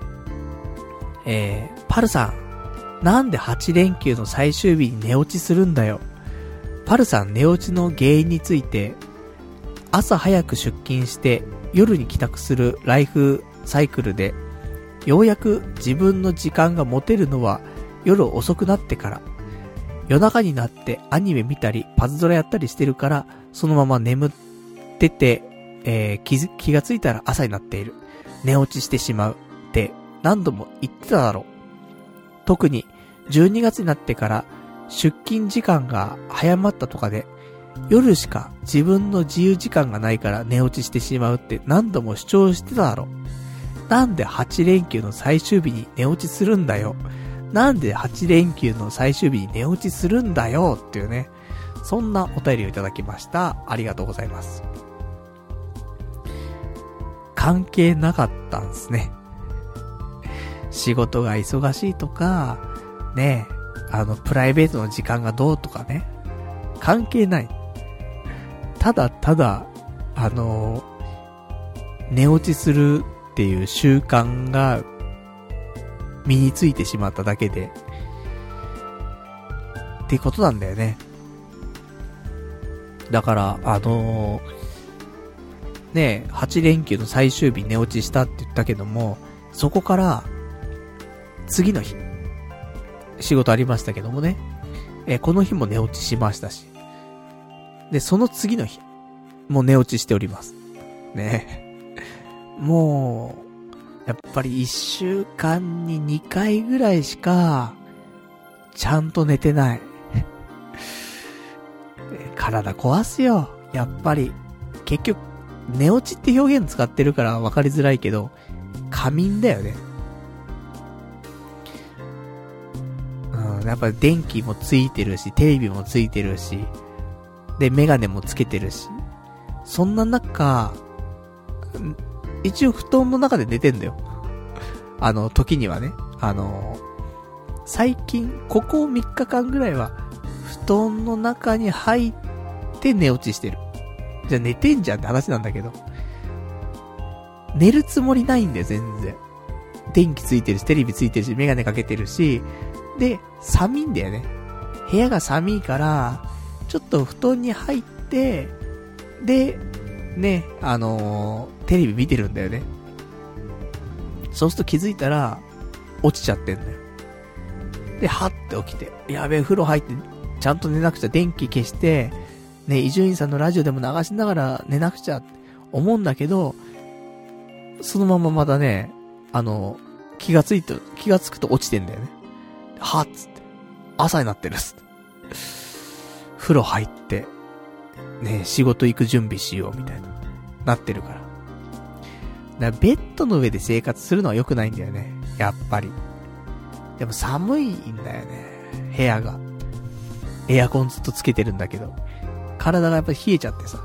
パルさん、なんで8連休の最終日に寝落ちするんだよ。パルさん寝落ちの原因について、朝早く出勤して夜に帰宅するライフサイクルで、ようやく自分の時間が持てるのは夜遅くなってから、夜中になってアニメ見たりパズドラやったりしてるから、そのまま眠ってて、気がついたら朝になっている。寝落ちしてしまうって何度も言ってただろう。特に12月になってから出勤時間が早まったとかで、夜しか自分の自由時間がないから寝落ちしてしまうって何度も主張してただろう。なんで8連休の最終日に寝落ちするんだよ。なんで8連休の最終日に寝落ちするんだよっていうね、そんなお便りをいただきました。ありがとうございます。関係なかったんですね。仕事が忙しいとか、ね、プライベートの時間がどうとかね、関係ない。ただただ、 寝落ちするっていう習慣が身についてしまっただけで、ってことなんだよね。だから、ね、8連休の最終日寝落ちしたって言ったけども、そこから、次の日、仕事ありましたけどもね、この日も寝落ちしましたし、で、その次の日、もう寝落ちしております。ね。もう、やっぱり1週間に2回ぐらいしか、ちゃんと寝てない。体壊すよ。やっぱり。結局、寝落ちって表現使ってるから分かりづらいけど、仮眠だよね。やっぱり電気もついてるし、テレビもついてるし、で、メガネもつけてるし、そんな中、一応布団の中で寝てんだよ。時にはね。最近、ここ3日間ぐらいは、布団の中に入って寝落ちしてる。じゃあ寝てんじゃんって話なんだけど。寝るつもりないんだよ、全然。電気ついてるし、テレビついてるし、メガネかけてるし、で、寒いんだよね。部屋が寒いから、ちょっと布団に入って、で、ね、テレビ見てるんだよね。そうすると気づいたら、落ちちゃってんだよ。で、はって起きて、やべえ、風呂入って、ちゃんと寝なくちゃ、電気消して、ね、伊集院さんのラジオでも流しながら寝なくちゃ、思うんだけど、そのまままたね、気がつくと落ちてんだよね。はっつって、朝になってるっつって。風呂入って、ね、仕事行く準備しようみたいな、なってるから。だからベッドの上で生活するのは良くないんだよね。やっぱり。でも寒いんだよね。部屋が。エアコンずっとつけてるんだけど。体がやっぱり冷えちゃってさ。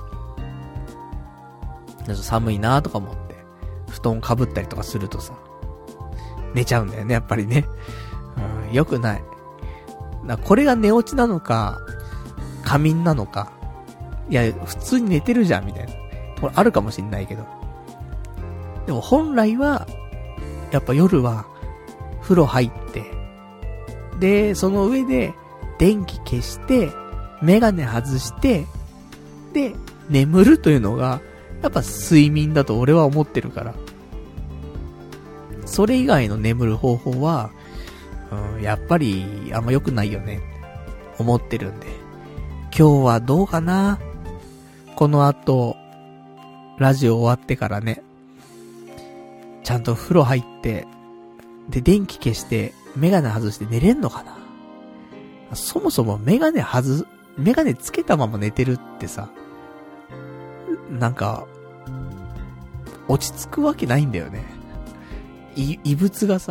寒いなーとか思って。布団かぶったりとかするとさ。寝ちゃうんだよね、やっぱりね。良くない。これが寝落ちなのか、仮眠なのか。いや、普通に寝てるじゃん、みたいな。これあるかもしんないけど。でも本来は、やっぱ夜は、風呂入って、で、その上で、電気消して、メガネ外して、で、眠るというのが、やっぱ睡眠だと俺は思ってるから。それ以外の眠る方法は、やっぱりあんま良くないよね、思ってるんで。今日はどうかな？この後、ラジオ終わってからね、ちゃんと風呂入って、で、電気消して、メガネ外して寝れんのかな？そもそもメガネつけたまま寝てるってさ、なんか、落ち着くわけないんだよね。異物が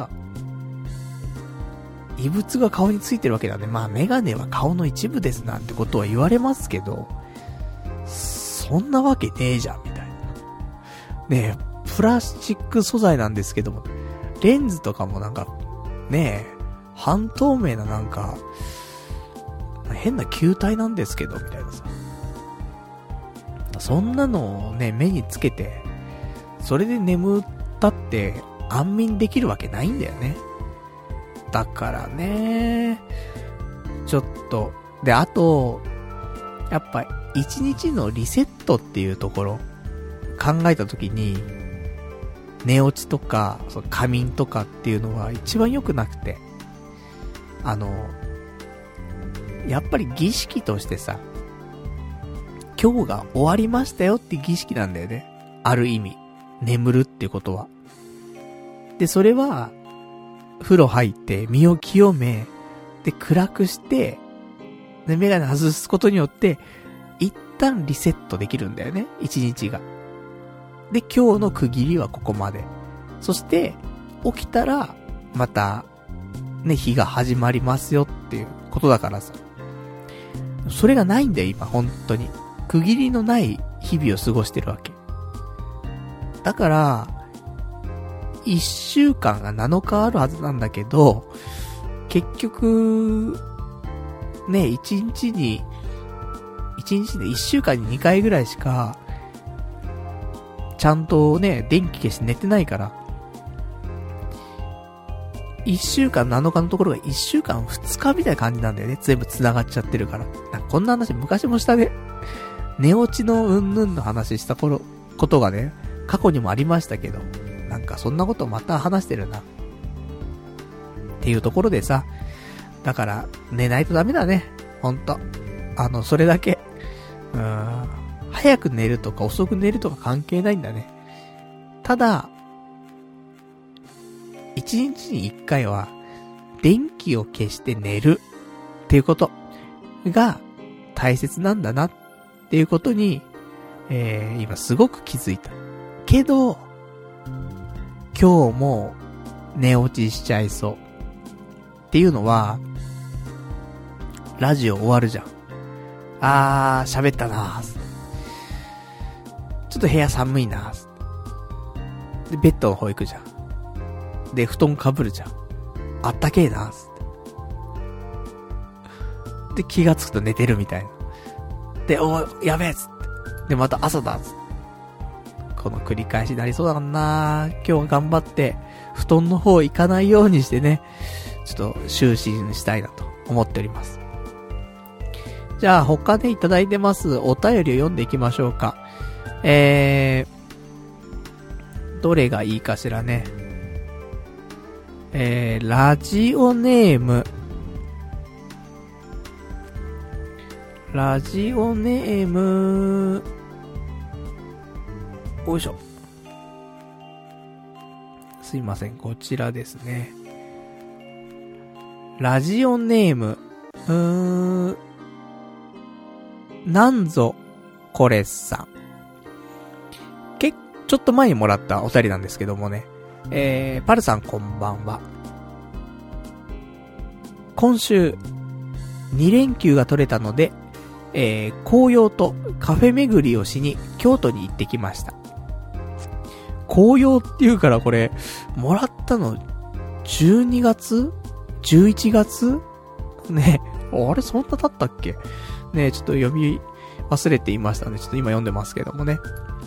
顔についてるわけだね。まあメガネは顔の一部ですなんてことは言われますけど、そんなわけねえじゃん、みたいな。ねえ、プラスチック素材なんですけども、レンズとかもなんか、ねえ、半透明ななんか、変な球体なんですけど、みたいなさ。そんなのをね、目につけて、それで眠ったって安眠できるわけないんだよね。だからね、ちょっと、で、あと、やっぱ一日のリセットっていうところ、考えたときに、寝落ちとか、仮眠とかっていうのは一番良くなくて、やっぱり儀式としてさ、今日が終わりましたよって儀式なんだよね。ある意味。眠るっていうことは。で、それは、風呂入って、身を清め、で、暗くして、で、メガネ外すことによって、一旦リセットできるんだよね。一日が。で、今日の区切りはここまで。そして、起きたら、また、ね、日が始まりますよっていうことだからさ。それがないんだよ、今、本当に。区切りのない日々を過ごしてるわけ。だから、1週間が7日あるはずなんだけど、結局、ね、1日で1週間に2回ぐらいしか、 ちゃんとね、電気消して寝てないから、1週間7日のところが1週間2日みたいな感じなんだよね。全部繋がっちゃってるから。なんかこんな話昔もしたね。寝落ちのうんぬんの話したことがね、過去にもありましたけど、なんかそんなことまた話してるな。っていうところでさ、だから寝ないとダメだね。ほんと。それだけ。早く寝るとか遅く寝るとか関係ないんだね。ただ、1日に1回は電気を消して寝るっていうことが大切なんだなっていうことに、今すごく気づいた。けど、今日も寝落ちしちゃいそう。っていうのは、ラジオ終わるじゃん。喋ったなー。ちょっと部屋寒いなー。で、ベッドの方行くじゃん。で、布団かぶるじゃん。あったけえなー。で、気がつくと寝てるみたいな。で、やべえっつって。で、また朝だっつって。この繰り返しになりそうだなー。今日は頑張って、布団の方行かないようにしてね、ちょっと就寝したいなと思っております。じゃあ他でいただいてますお便りを読んでいきましょうか。どれがいいかしらね。ラジオネームよいしょ。すいません、こちらですね。ラジオネームなんぞこれさん。ちょっと前にもらったお便りなんですけどもね。パルさんこんばんは。今週2連休が取れたので、紅葉とカフェ巡りをしに京都に行ってきました。紅葉っていうからこれもらったの12月 ?11 月ね。あれそんな経ったっけね。ちょっと読み忘れていましたね。ちょっと今読んでますけどもね。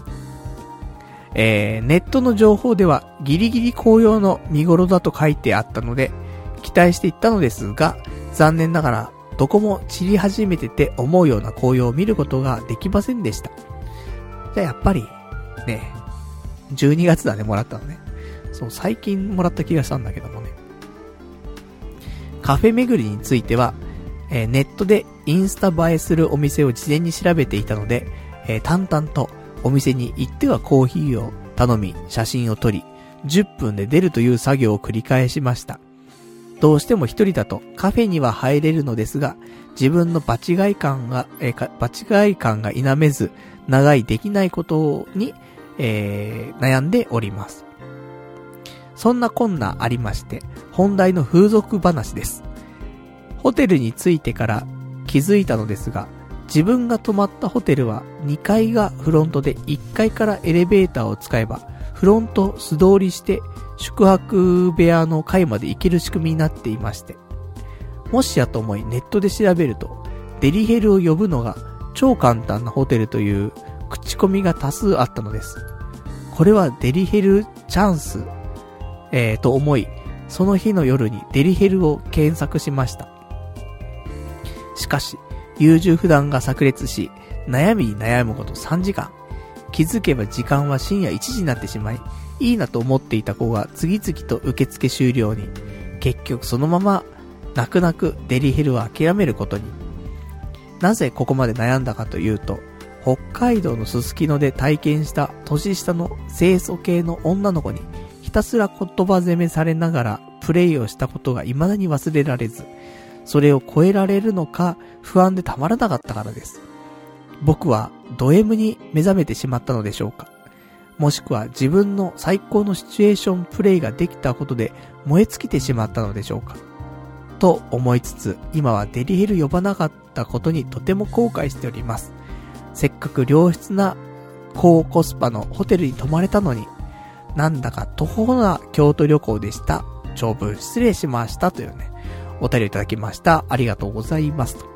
ネットの情報ではギリギリ紅葉の見頃だと書いてあったので期待していったのですが、残念ながらどこも散り始めてて思うような紅葉を見ることができませんでした。じゃあやっぱりね、12月だね、もらったのね。そう、最近もらった気がしたんだけどもね。カフェ巡りについては、ネットでインスタ映えするお店を事前に調べていたので、淡々とお店に行ってはコーヒーを頼み、写真を撮り、10分で出るという作業を繰り返しました。どうしても一人だとカフェには入れるのですが、自分の場違い感が否めず、長いできないことに、悩んでおります。そんなこんなありまして、本題の風俗話です。ホテルに着いてから気づいたのですが、自分が泊まったホテルは2階がフロントで1階からエレベーターを使えばフロント素通りして宿泊部屋の階まで行ける仕組みになっていまして、もしやと思いネットで調べるとデリヘルを呼ぶのが超簡単なホテルという口コミが多数あったのです。これはデリヘルチャンス、と思い、その日の夜にデリヘルを検索しました。しかし優柔不断が炸裂し、悩みに悩むこと3時間。気づけば時間は深夜1時になってしまい、いいなと思っていた子が次々と受付終了に。結局そのまま泣く泣くデリヘルは諦めることに。なぜここまで悩んだかというと、北海道のすすきので体験した年下の清楚系の女の子にひたすら言葉攻めされながらプレイをしたことが未だに忘れられず、それを超えられるのか不安でたまらなかったからです。僕はド M に目覚めてしまったのでしょうか。もしくは自分の最高のシチュエーションプレイができたことで燃え尽きてしまったのでしょうか。と思いつつ、今はデリヘル呼ばなかったことにとても後悔しております。せっかく良質な高コスパのホテルに泊まれたのに、なんだか途方な京都旅行でした。長文失礼しましたというね、お便りいただきました。ありがとうございますと。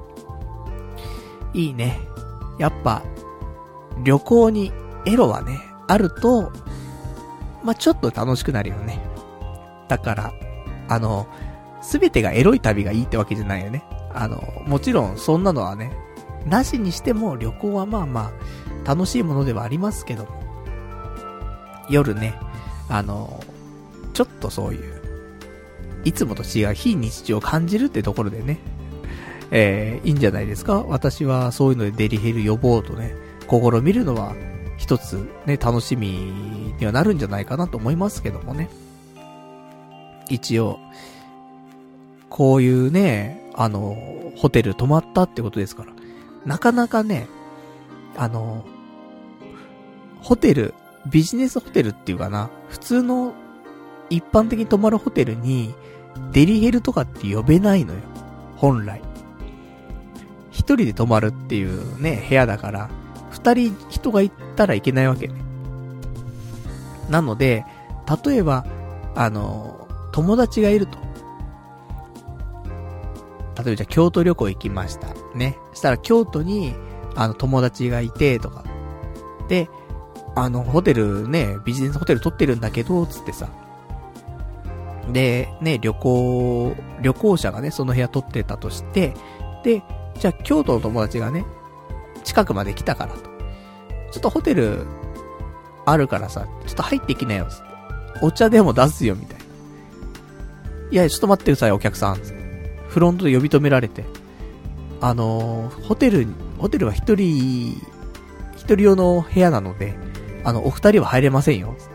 いいね。やっぱ旅行にエロはね、 あると、まあ、ちょっと楽しくなるよね。だから、すべてがエロい旅がいいってわけじゃないよね。もちろんそんなのはね、なしにしても旅行はまあまあ、楽しいものではありますけども、夜ね、ちょっとそういう、いつもと違う非日常を感じるってところでね、いいんじゃないですか。私はそういうのでデリヘル呼ぼうとね、試みるのは一つね、楽しみにはなるんじゃないかなと思いますけどもね。一応、こういうね、ホテル泊まったってことですから、なかなかね、ホテル、ビジネスホテルっていうかな、普通の一般的に泊まるホテルにデリヘルとかって呼べないのよ、本来。一人で泊まるっていうね、部屋だから、二人人が行ったらいけないわけね。なので、例えば、友達がいると。例えばじゃあ京都旅行行きました。ね。したら京都に、友達がいて、とか。で、ホテルね、ビジネスホテル取ってるんだけど、つってさ。で、ね、旅行者がね、その部屋取ってたとして、で、じゃあ京都の友達がね、近くまで来たからと。ちょっとホテル、あるからさ、ちょっと入ってきなよ、つって。お茶でも出すよ、みたいな。いや、ちょっと待ってください、お客さん、つって。フロントで呼び止められて。ホテルは一人用の部屋なので、お二人は入れませんよ、つって。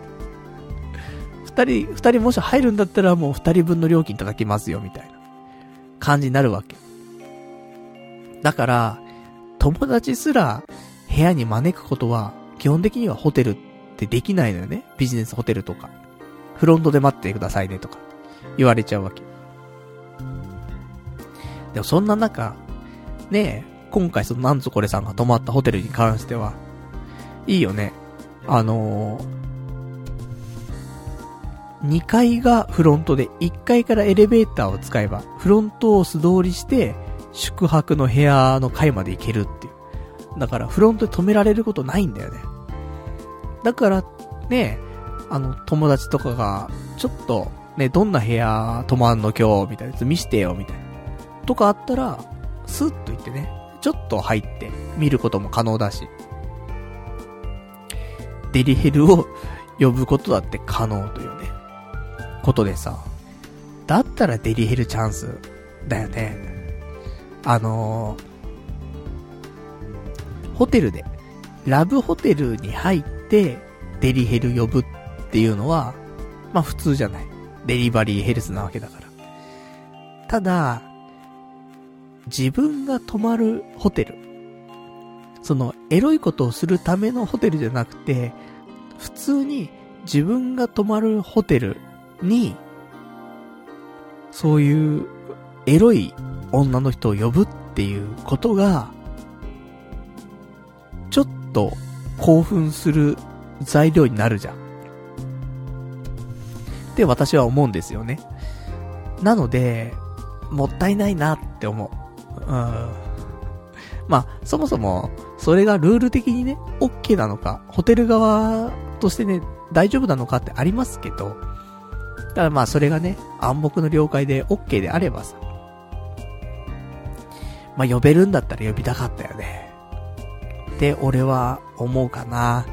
二人もし入るんだったらもう二人分の料金いただきますよ、みたいな感じになるわけ。だから、友達すら部屋に招くことは、基本的にはホテルってできないのよね。ビジネスホテルとか。フロントで待ってくださいねとか言われちゃうわけ。でもそんな中、ねえ、今回そのなんぞこれさんが泊まったホテルに関しては、いいよね。2階がフロントで1階からエレベーターを使えば、フロントを素通りして、宿泊の部屋の階まで行けるっていう。だからフロントで止められることないんだよね。だからね、友達とかがちょっとね、どんな部屋泊まんの今日みたいなやつ見してよみたいなとかあったらスッと行ってね、ちょっと入って見ることも可能だし、デリヘルを呼ぶことだって可能というねことでさ、だったらデリヘルチャンスだよね。ホテルで、ラブホテルに入って、デリヘル呼ぶっていうのは、まあ普通じゃない。デリバリーヘルスなわけだから。ただ、自分が泊まるホテル。その、エロいことをするためのホテルじゃなくて、普通に自分が泊まるホテルに、そういうエロい女の人を呼ぶっていうことが、ちょっと興奮する材料になるじゃん。って私は思うんですよね。なので、もったいないなって思う。まあ、そもそも、それがルール的にね、OK なのか、ホテル側としてね、大丈夫なのかってありますけど、ただまあそれがね、暗黙の了解で OK であればさ、まあ呼べるんだったら呼びたかったよね。って俺は思うかな。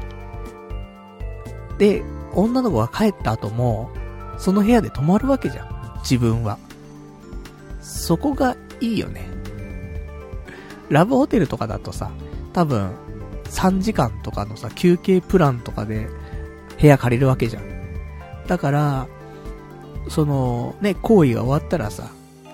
で、女の子が帰った後も、その部屋で泊まるわけじゃん。自分は。そこがいいよね。ラブホテルとかだとさ、多分、3時間とかのさ、休憩プランとかで部屋借りるわけじゃん。だから、その、ね、行為が終わったらさ、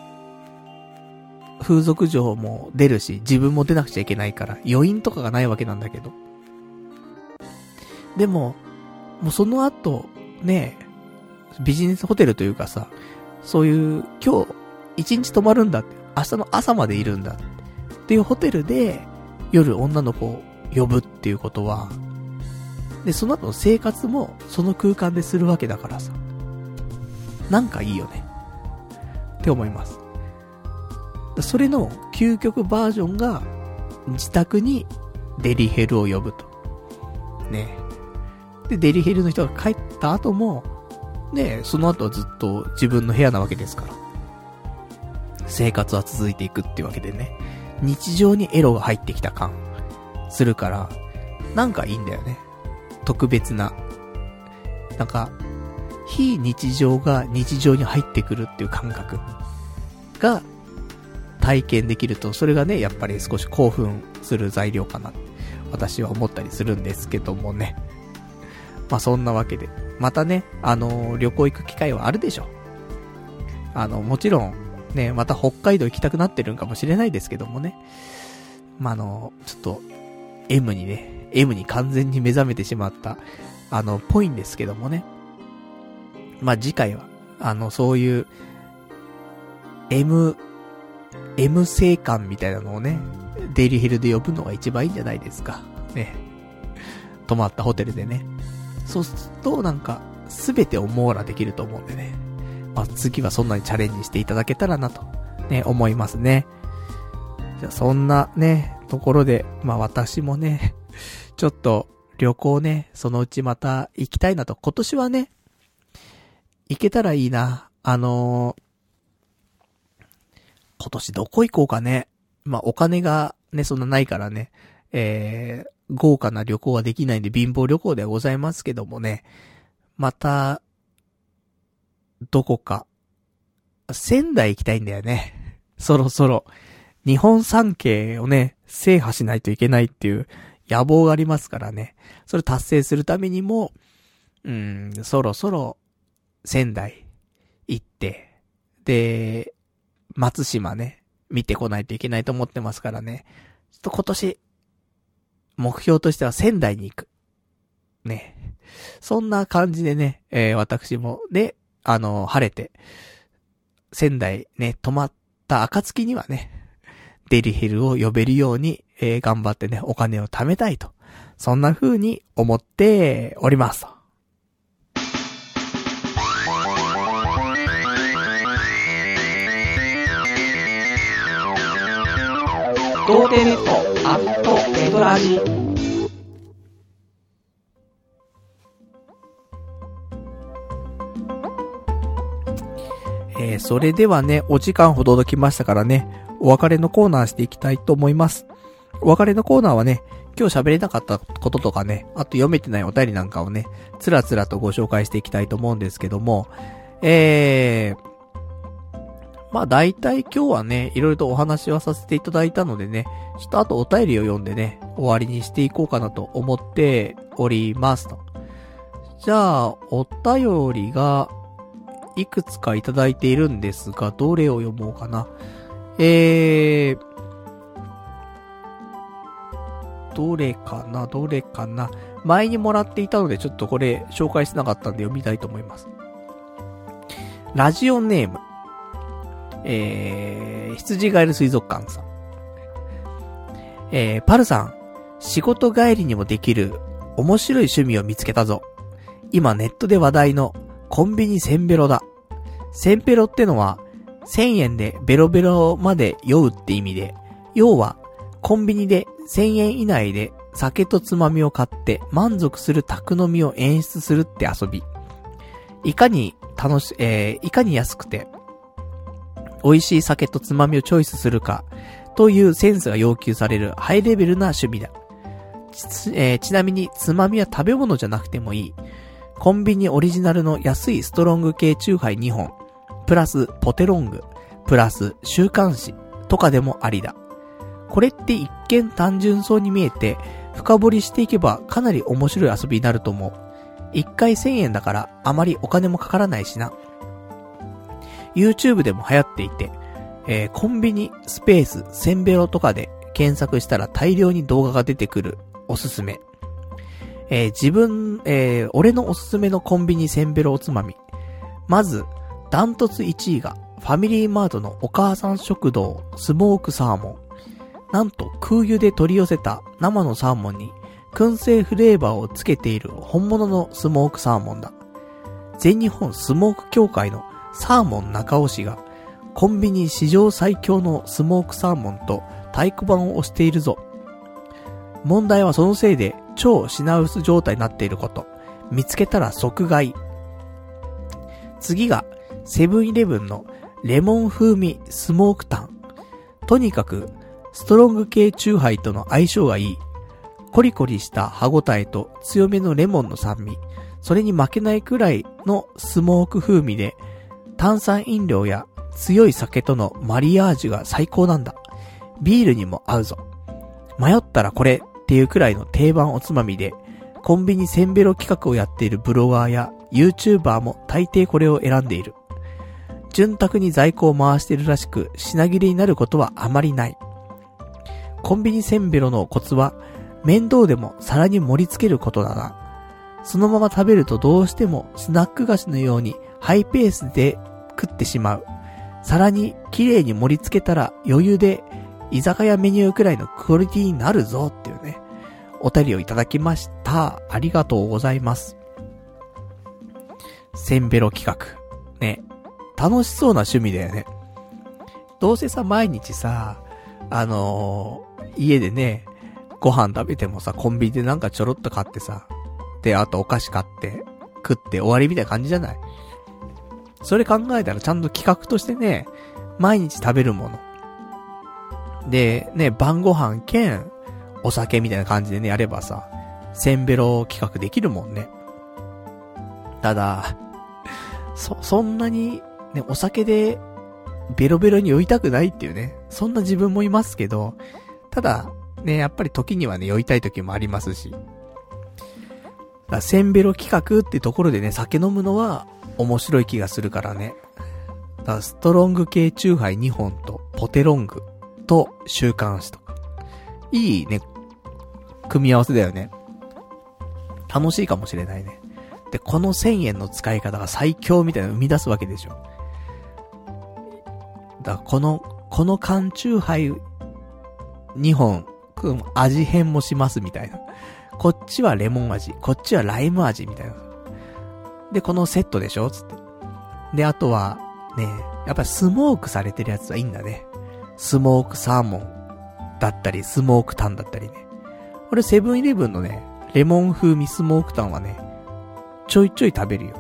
風俗嬢も出るし、自分も出なくちゃいけないから、余韻とかがないわけなんだけど。でも、もうその後、ね、ビジネスホテルというかさ、そういう、今日、一日泊まるんだって、明日の朝までいるんだっていうホテルで、夜女の子を呼ぶっていうことは、で、その後の生活も、その空間でするわけだからさ、なんかいいよね。って思います。それの究極バージョンが、自宅にデリヘルを呼ぶと。ね。 で、デリヘルの人が帰った後も、ね、その後はずっと自分の部屋なわけですから。生活は続いていくっていうわけでね。日常にエロが入ってきた感するから、なんかいいんだよね。特別な。なんか、非日常が日常に入ってくるっていう感覚が体験できると、それがね、やっぱり少し興奮する材料かなって私は思ったりするんですけどもね。まあそんなわけで。またね、旅行行く機会はあるでしょ。もちろん、ね、また北海道行きたくなってるんかもしれないですけどもね。まあちょっと、M に完全に目覚めてしまった、ぽいんですけどもね。まあ次回は、そういう、M 生感みたいなのをね、デイリーヘルで呼ぶのが一番いいんじゃないですか。ね。泊まったホテルでね。そうすると、なんか、すべてを網羅できると思うんでね。まあ、次はそんなにチャレンジしていただけたらなと、ね、思いますね。じゃあ、そんなね、ところで、まあ私もね、ちょっと旅行ね、そのうちまた行きたいなと。今年はね、行けたらいいな。今年どこ行こうかね。まあお金がね、そんなないからね、豪華な旅行はできないんで貧乏旅行ではございますけどもね、また、どこか、仙台行きたいんだよね。そろそろ、日本三景をね、制覇しないといけないっていう野望がありますからね。それ達成するためにも、そろそろ、仙台行って、で、松島ね、見てこないといけないと思ってますからね。ちょっと今年、目標としては仙台に行く。ね。そんな感じでね、私も、で、晴れて、仙台ね、泊まった暁にはね、デリヘルを呼べるように、頑張ってね、お金を貯めたいと。そんな風に思っております。童貞ネットアットエドラジ。それではね、お時間ほど届きましたからね、お別れのコーナーしていきたいと思います。お別れのコーナーはね、今日喋れなかったこととかね、あと読めてないお便りなんかをね、つらつらとご紹介していきたいと思うんですけども、まあ大体今日はね、いろいろとお話はさせていただいたのでね、ちょっとあとお便りを読んでね、終わりにしていこうかなと思っておりますと。じゃあ、お便りがいくつかいただいているんですが、どれを読もうかな。どれかな。前にもらっていたのでちょっとこれ紹介してなかったんで読みたいと思います。ラジオネーム。羊ガエル水族館さん。パルさん、仕事帰りにもできる面白い趣味を見つけたぞ。今ネットで話題のコンビニセンベロだ。センベロってのは1000円でベロベロまで酔うって意味で、要はコンビニで1000円以内で酒とつまみを買って満足する宅飲みを演出するって遊び。いかに安くて美味しい酒とつまみをチョイスするかというセンスが要求されるハイレベルな趣味だ。ちなみにつまみは食べ物じゃなくてもいい。コンビニオリジナルの安いストロング系チューハイ2本、プラスポテロング、プラス週刊誌とかでもありだ。これって一見単純そうに見えて、深掘りしていけばかなり面白い遊びになると思う。1回1000円だからあまりお金もかからないしな。YouTube でも流行っていて、コンビニスペースセンベロとかで検索したら大量に動画が出てくる。おすすめ。俺のおすすめのコンビニセンベロおつまみ。まず、ダントツ1位がファミリーマートのお母さん食堂スモークサーモン。なんと空輸で取り寄せた生のサーモンに燻製フレーバーをつけている本物のスモークサーモンだ。全日本スモーク協会のサーモン中尾氏がコンビニ史上最強のスモークサーモンと太鼓判を押しているぞ。問題はそのせいで超品薄状態になっていること。 見つけたら即買い。次が、セブンイレブンのレモン風味スモークタン。とにかく、ストロング系チューハイとの相性がいい。コリコリした歯ごたえと強めのレモンの酸味。それに負けないくらいのスモーク風味で、炭酸飲料や強い酒とのマリアージュが最高なんだ。ビールにも合うぞ。迷ったらこれっていうくらいの定番おつまみで、コンビニせんべろ企画をやっているブロガーや YouTuber も大抵これを選んでいる。潤沢に在庫を回しているらしく、品切れになることはあまりない。コンビニせんべろのコツは、面倒でも皿に盛り付けることだな。そのまま食べるとどうしてもスナック菓子のようにハイペースで食ってしまう。皿に綺麗に盛り付けたら余裕で居酒屋メニューくらいのクオリティになるぞっていうね、お便りをいただきました。ありがとうございます。せんべろ企画。ね。楽しそうな趣味だよね。どうせさ、毎日さ、家でね、ご飯食べてもさ、コンビニでなんかちょろっと買ってさ、で、あとお菓子買って、食って終わりみたいな感じじゃない？それ考えたらちゃんと企画としてね、毎日食べるもの。で、ね、晩ご飯兼、お酒みたいな感じでね、やればさ、せんべろ企画できるもんね。ただ、そんなに、ね、お酒で、ベロベロに酔いたくないっていうね、そんな自分もいますけど、ただ、ね、やっぱり時にはね、酔いたい時もありますし。せんべろ企画ってところでね、酒飲むのは面白い気がするからね。だからストロング系チューハイ2本とポテロングと週刊誌とか。いいね、組み合わせだよね。楽しいかもしれないね。で、この1000円の使い方が最強みたいなのを生み出すわけでしょ。だからこの缶チューハイ2本、味変もしますみたいな。こっちはレモン味、こっちはライム味みたいな。で、このセットでしょつって。で、あとは、ね、やっぱりスモークされてるやつはいいんだね。スモークサーモンだったり、スモークタンだったりね。これセブンイレブンのね、レモン風味スモークタンはね、ちょいちょい食べるよ。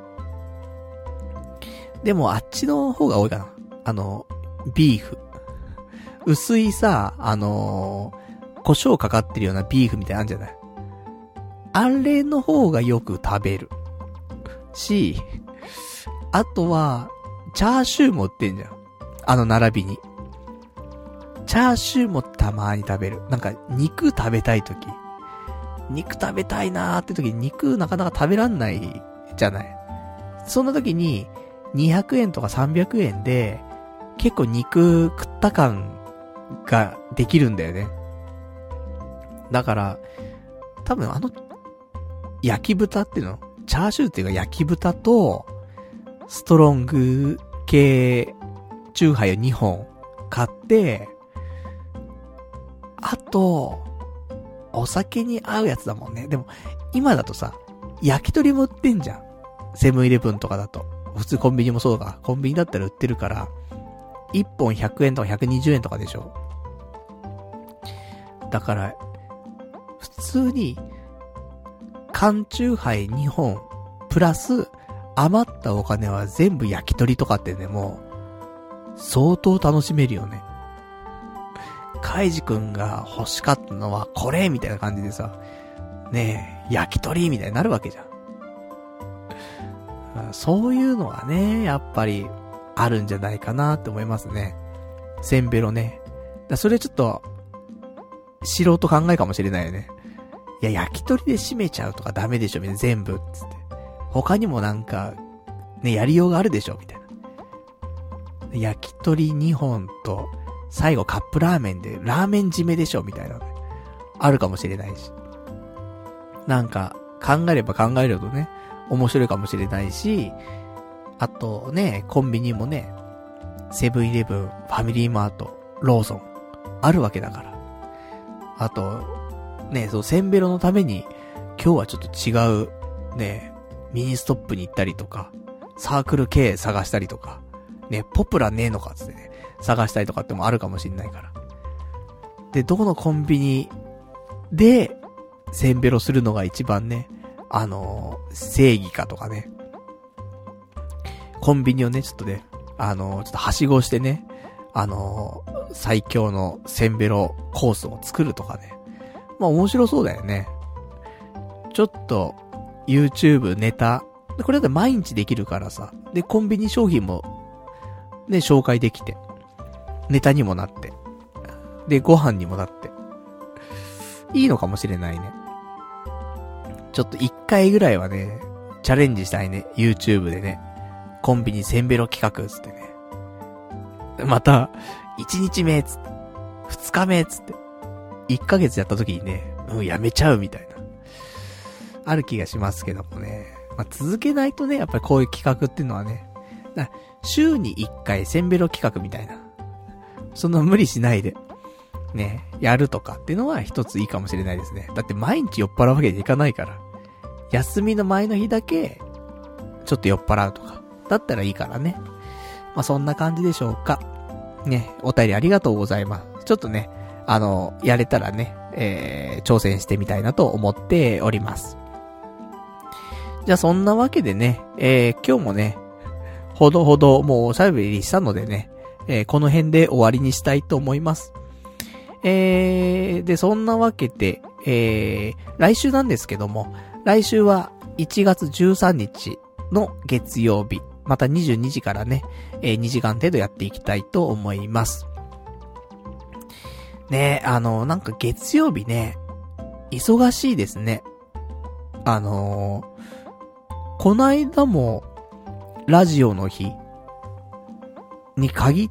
でもあっちの方が多いかな。ビーフ。薄いさ、胡椒かかってるようなビーフみたいなのあるんじゃない？あれの方がよく食べる。し、あとは、チャーシューも売ってんじゃん。並びに。チャーシューもたまーに食べる。なんか、肉食べたいとき。肉食べたいなーってとき、肉なかなか食べらんないじゃない。そんなときに、200円とか300円で、結構肉食った感ができるんだよね。だから、多分焼き豚っていうの？チャーシューっていうか焼き豚と、ストロング系チューハイを2本買って、あと、お酒に合うやつだもんね。でも、今だとさ、焼き鳥も売ってんじゃん。セブンイレブンとかだと。普通コンビニもそうか。コンビニだったら売ってるから、1本100円とか120円とかでしょ。だから、普通に、缶チューハイ2本、プラス、余ったお金は全部焼き鳥とかってね、もう、相当楽しめるよね。カイジ君が欲しかったのはこれみたいな感じでさ、ねえ、焼き鳥みたいになるわけじゃん。そういうのはね、やっぱり、あるんじゃないかなって思いますね。せんべろね。それちょっと、素人考えかもしれないよね。いや、焼き鳥で締めちゃうとかダメでしょ、みたいな。全部、つって。他にもなんか、ね、やりようがあるでしょ、みたいな。焼き鳥2本と、最後カップラーメンで、ラーメン締めでしょ、みたいな。あるかもしれないし。なんか、考えれば考えるほどね、面白いかもしれないし、あとね、コンビニもね、セブンイレブン、ファミリーマート、ローソン、あるわけだから。あと、ね、そう、せんべろのために、今日はちょっと違う、ね、ミニストップに行ったりとか、サークル系探したりとか、ね、ポプラねえのかつってね、探したりとかってもあるかもしんないから。で、どこのコンビニで、せんべろするのが一番ね、 正義かとかね。コンビニをね、ちょっとね、ちょっとはしごしてね、最強のセンベロコースを作るとかね。まあ面白そうだよね。ちょっと、YouTube ネタ。これだって毎日できるからさ。で、コンビニ商品も、ね、紹介できて。ネタにもなって。で、ご飯にもなって。いいのかもしれないね。ちょっと一回ぐらいはね、チャレンジしたいね。YouTube でね。コンビニセンベロ企画つってね。また、1日目つって。2日目つって。1ヶ月やった時にね、やめちゃうみたいな。ある気がしますけどもね。まあ、続けないとね、やっぱりこういう企画っていうのはね。週に1回センベロ企画みたいな。そんな無理しないで。ね、やるとかっていうのは一ついいかもしれないですね。だって毎日酔っ払うわけにいかないから。休みの前の日だけ、ちょっと酔っ払うとか。だったらいいからね。まあ、そんな感じでしょうか。ね、お便りありがとうございます。ちょっとね、やれたらね、挑戦してみたいなと思っております。じゃあそんなわけでね、今日もね、ほどほどもうおしゃべりしたのでね、この辺で終わりにしたいと思います。で、そんなわけで、来週なんですけども、来週は1月13日の月曜日、また22時からね、2時間程度やっていきたいと思います。ね、なんか月曜日ね、忙しいですね。こないだも、ラジオの日に限って、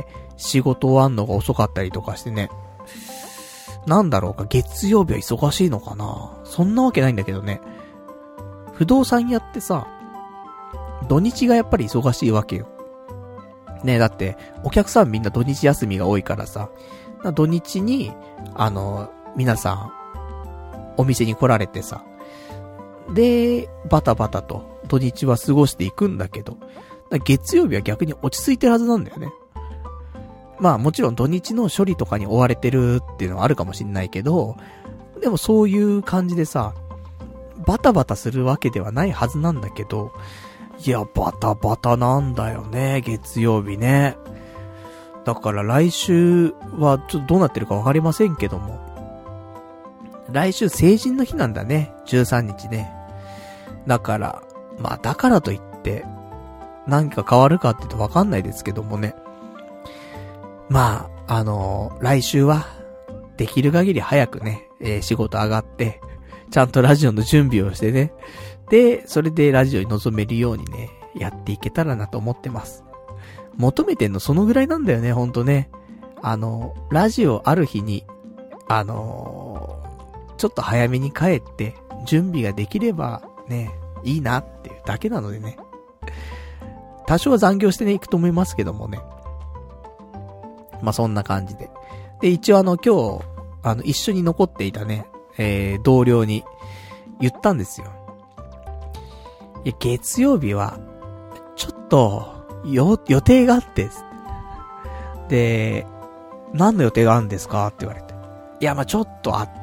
仕事終わんのが遅かったりとかしてね。なんだろうか、月曜日は忙しいのかな？そんなわけないんだけどね。不動産屋ってさ、土日がやっぱり忙しいわけよ。ね、だって、お客さんみんな土日休みが多いからさ、土日に、皆さん、お店に来られてさ、で、バタバタと土日は過ごしていくんだけど、月曜日は逆に落ち着いてるはずなんだよね。まあもちろん土日の処理とかに追われてるっていうのはあるかもしんないけど、でもそういう感じでさ、バタバタするわけではないはずなんだけど、いや、バタバタなんだよね、月曜日ね。だから来週はちょっとどうなってるかわかりませんけども、来週成人の日なんだね、13日ね。だから、まあだからといって、何か変わるかって言うとわかんないですけどもね。まあ、来週は、できる限り早くね、仕事上がって、ちゃんとラジオの準備をしてね。で、それでラジオに臨めるようにね、やっていけたらなと思ってます。求めてんのそのぐらいなんだよね、ほんとね。ラジオある日に、ちょっと早めに帰って、準備ができれば、ね、いいなっていうだけなのでね。多少は残業してね、行くと思いますけどもね。まあ、そんな感じで。で、一応今日、一緒に残っていたね、同僚に言ったんですよ。いや、月曜日は、ちょっと、予定があって、で、何の予定があるんですかって言われて。いや、まあ、ちょっとあって、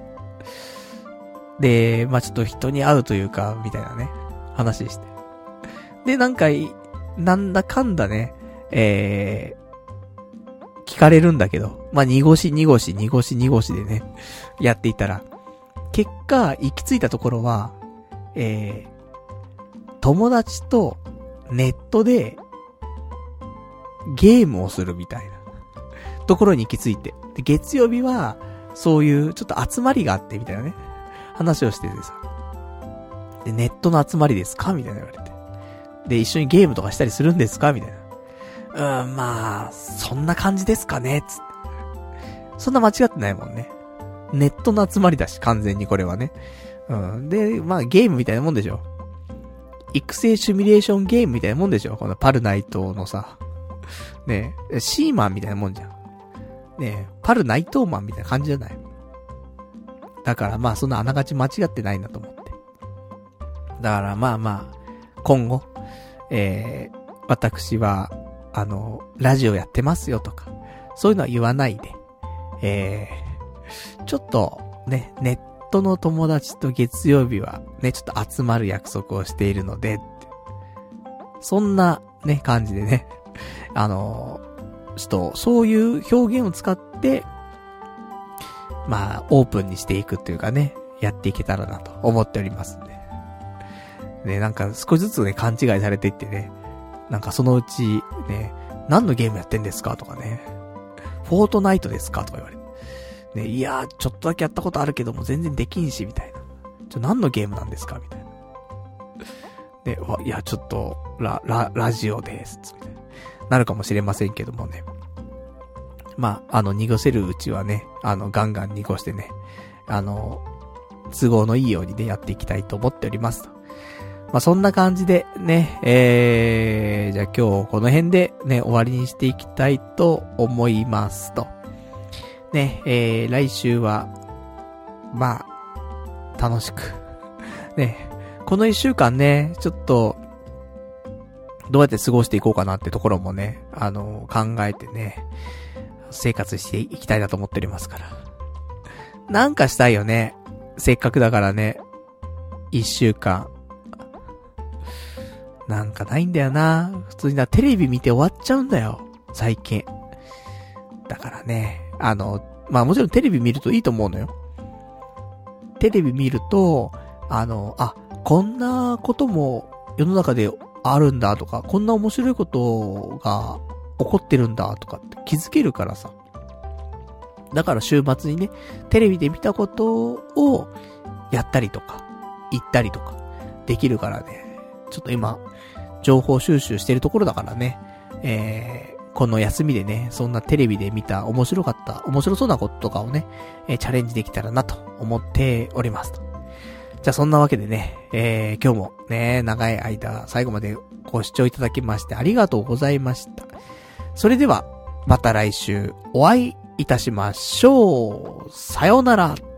で、まあ、ちょっと人に会うというか、みたいなね、話して。で、なんだかんだね、聞かれるんだけど、まあ、濁しでね、やっていたら、結果、行き着いたところは、友達とネットでゲームをするみたいなところに行き着いて、で月曜日は、そういうちょっと集まりがあってみたいなね、話をしててさ、で、ネットの集まりですかみたいな言われて。で、一緒にゲームとかしたりするんですかみたいな。まあ、そんな感じですかねつって。そんな間違ってないもんね。ネットの集まりだし、完全にこれはね。で、まあゲームみたいなもんでしょ。育成シミュレーションゲームみたいなもんでしょ。このパルナイトのさ。ねえ、シーマンみたいなもんじゃん。ねえ、パルナイトーマンみたいな感じじゃない。だからまあそんなあながち間違ってないなと思って。だからまあ、今後、私は、ラジオやってますよとか、そういうのは言わないで、ちょっと、ね、ネッ当の友達と月曜日はね、ちょっと集まる約束をしているので、そんなね、感じでね、ちょっとそういう表現を使って、まあ、オープンにしていくっていうかね、やっていけたらなと思っておりますね。ね、なんか少しずつね、勘違いされていってね、なんかそのうち、ね、何のゲームやってんですかとかね、フォートナイトですかとか言われて。ね、いやー、ちょっとだけやったことあるけども全然できんし、みたいな。何のゲームなんですかみたいな。で、いや、ちょっと、ラジオです。みたいな。なるかもしれませんけどもね。まあ、濁せるうちはね、ガンガン濁してね、都合のいいようにね、やっていきたいと思っておりますと。まあ、そんな感じでね、じゃあ今日この辺でね、終わりにしていきたいと思いますと。ね、来週は、まあ、楽しく。ね、この一週間ね、ちょっと、どうやって過ごしていこうかなってところもね、考えてね、生活していきたいなと思っておりますから。なんかしたいよね。せっかくだからね、一週間。なんかないんだよな。普通にテレビ見て終わっちゃうんだよ。最近。だからね、まあもちろんテレビ見るといいと思うのよ。テレビ見ると、こんなことも世の中であるんだとか、こんな面白いことが起こってるんだとかって気づけるからさ。だから週末にね、テレビで見たことをやったりとか、言ったりとかできるからね。ちょっと今、情報収集してるところだからね。この休みでね、そんなテレビで見た面白そうなこととかをね、チャレンジできたらなと思っておりますと。じゃあそんなわけでね、今日もね、長い間最後までご視聴いただきましてありがとうございました。それでは、また来週お会いいたしましょう。さようなら。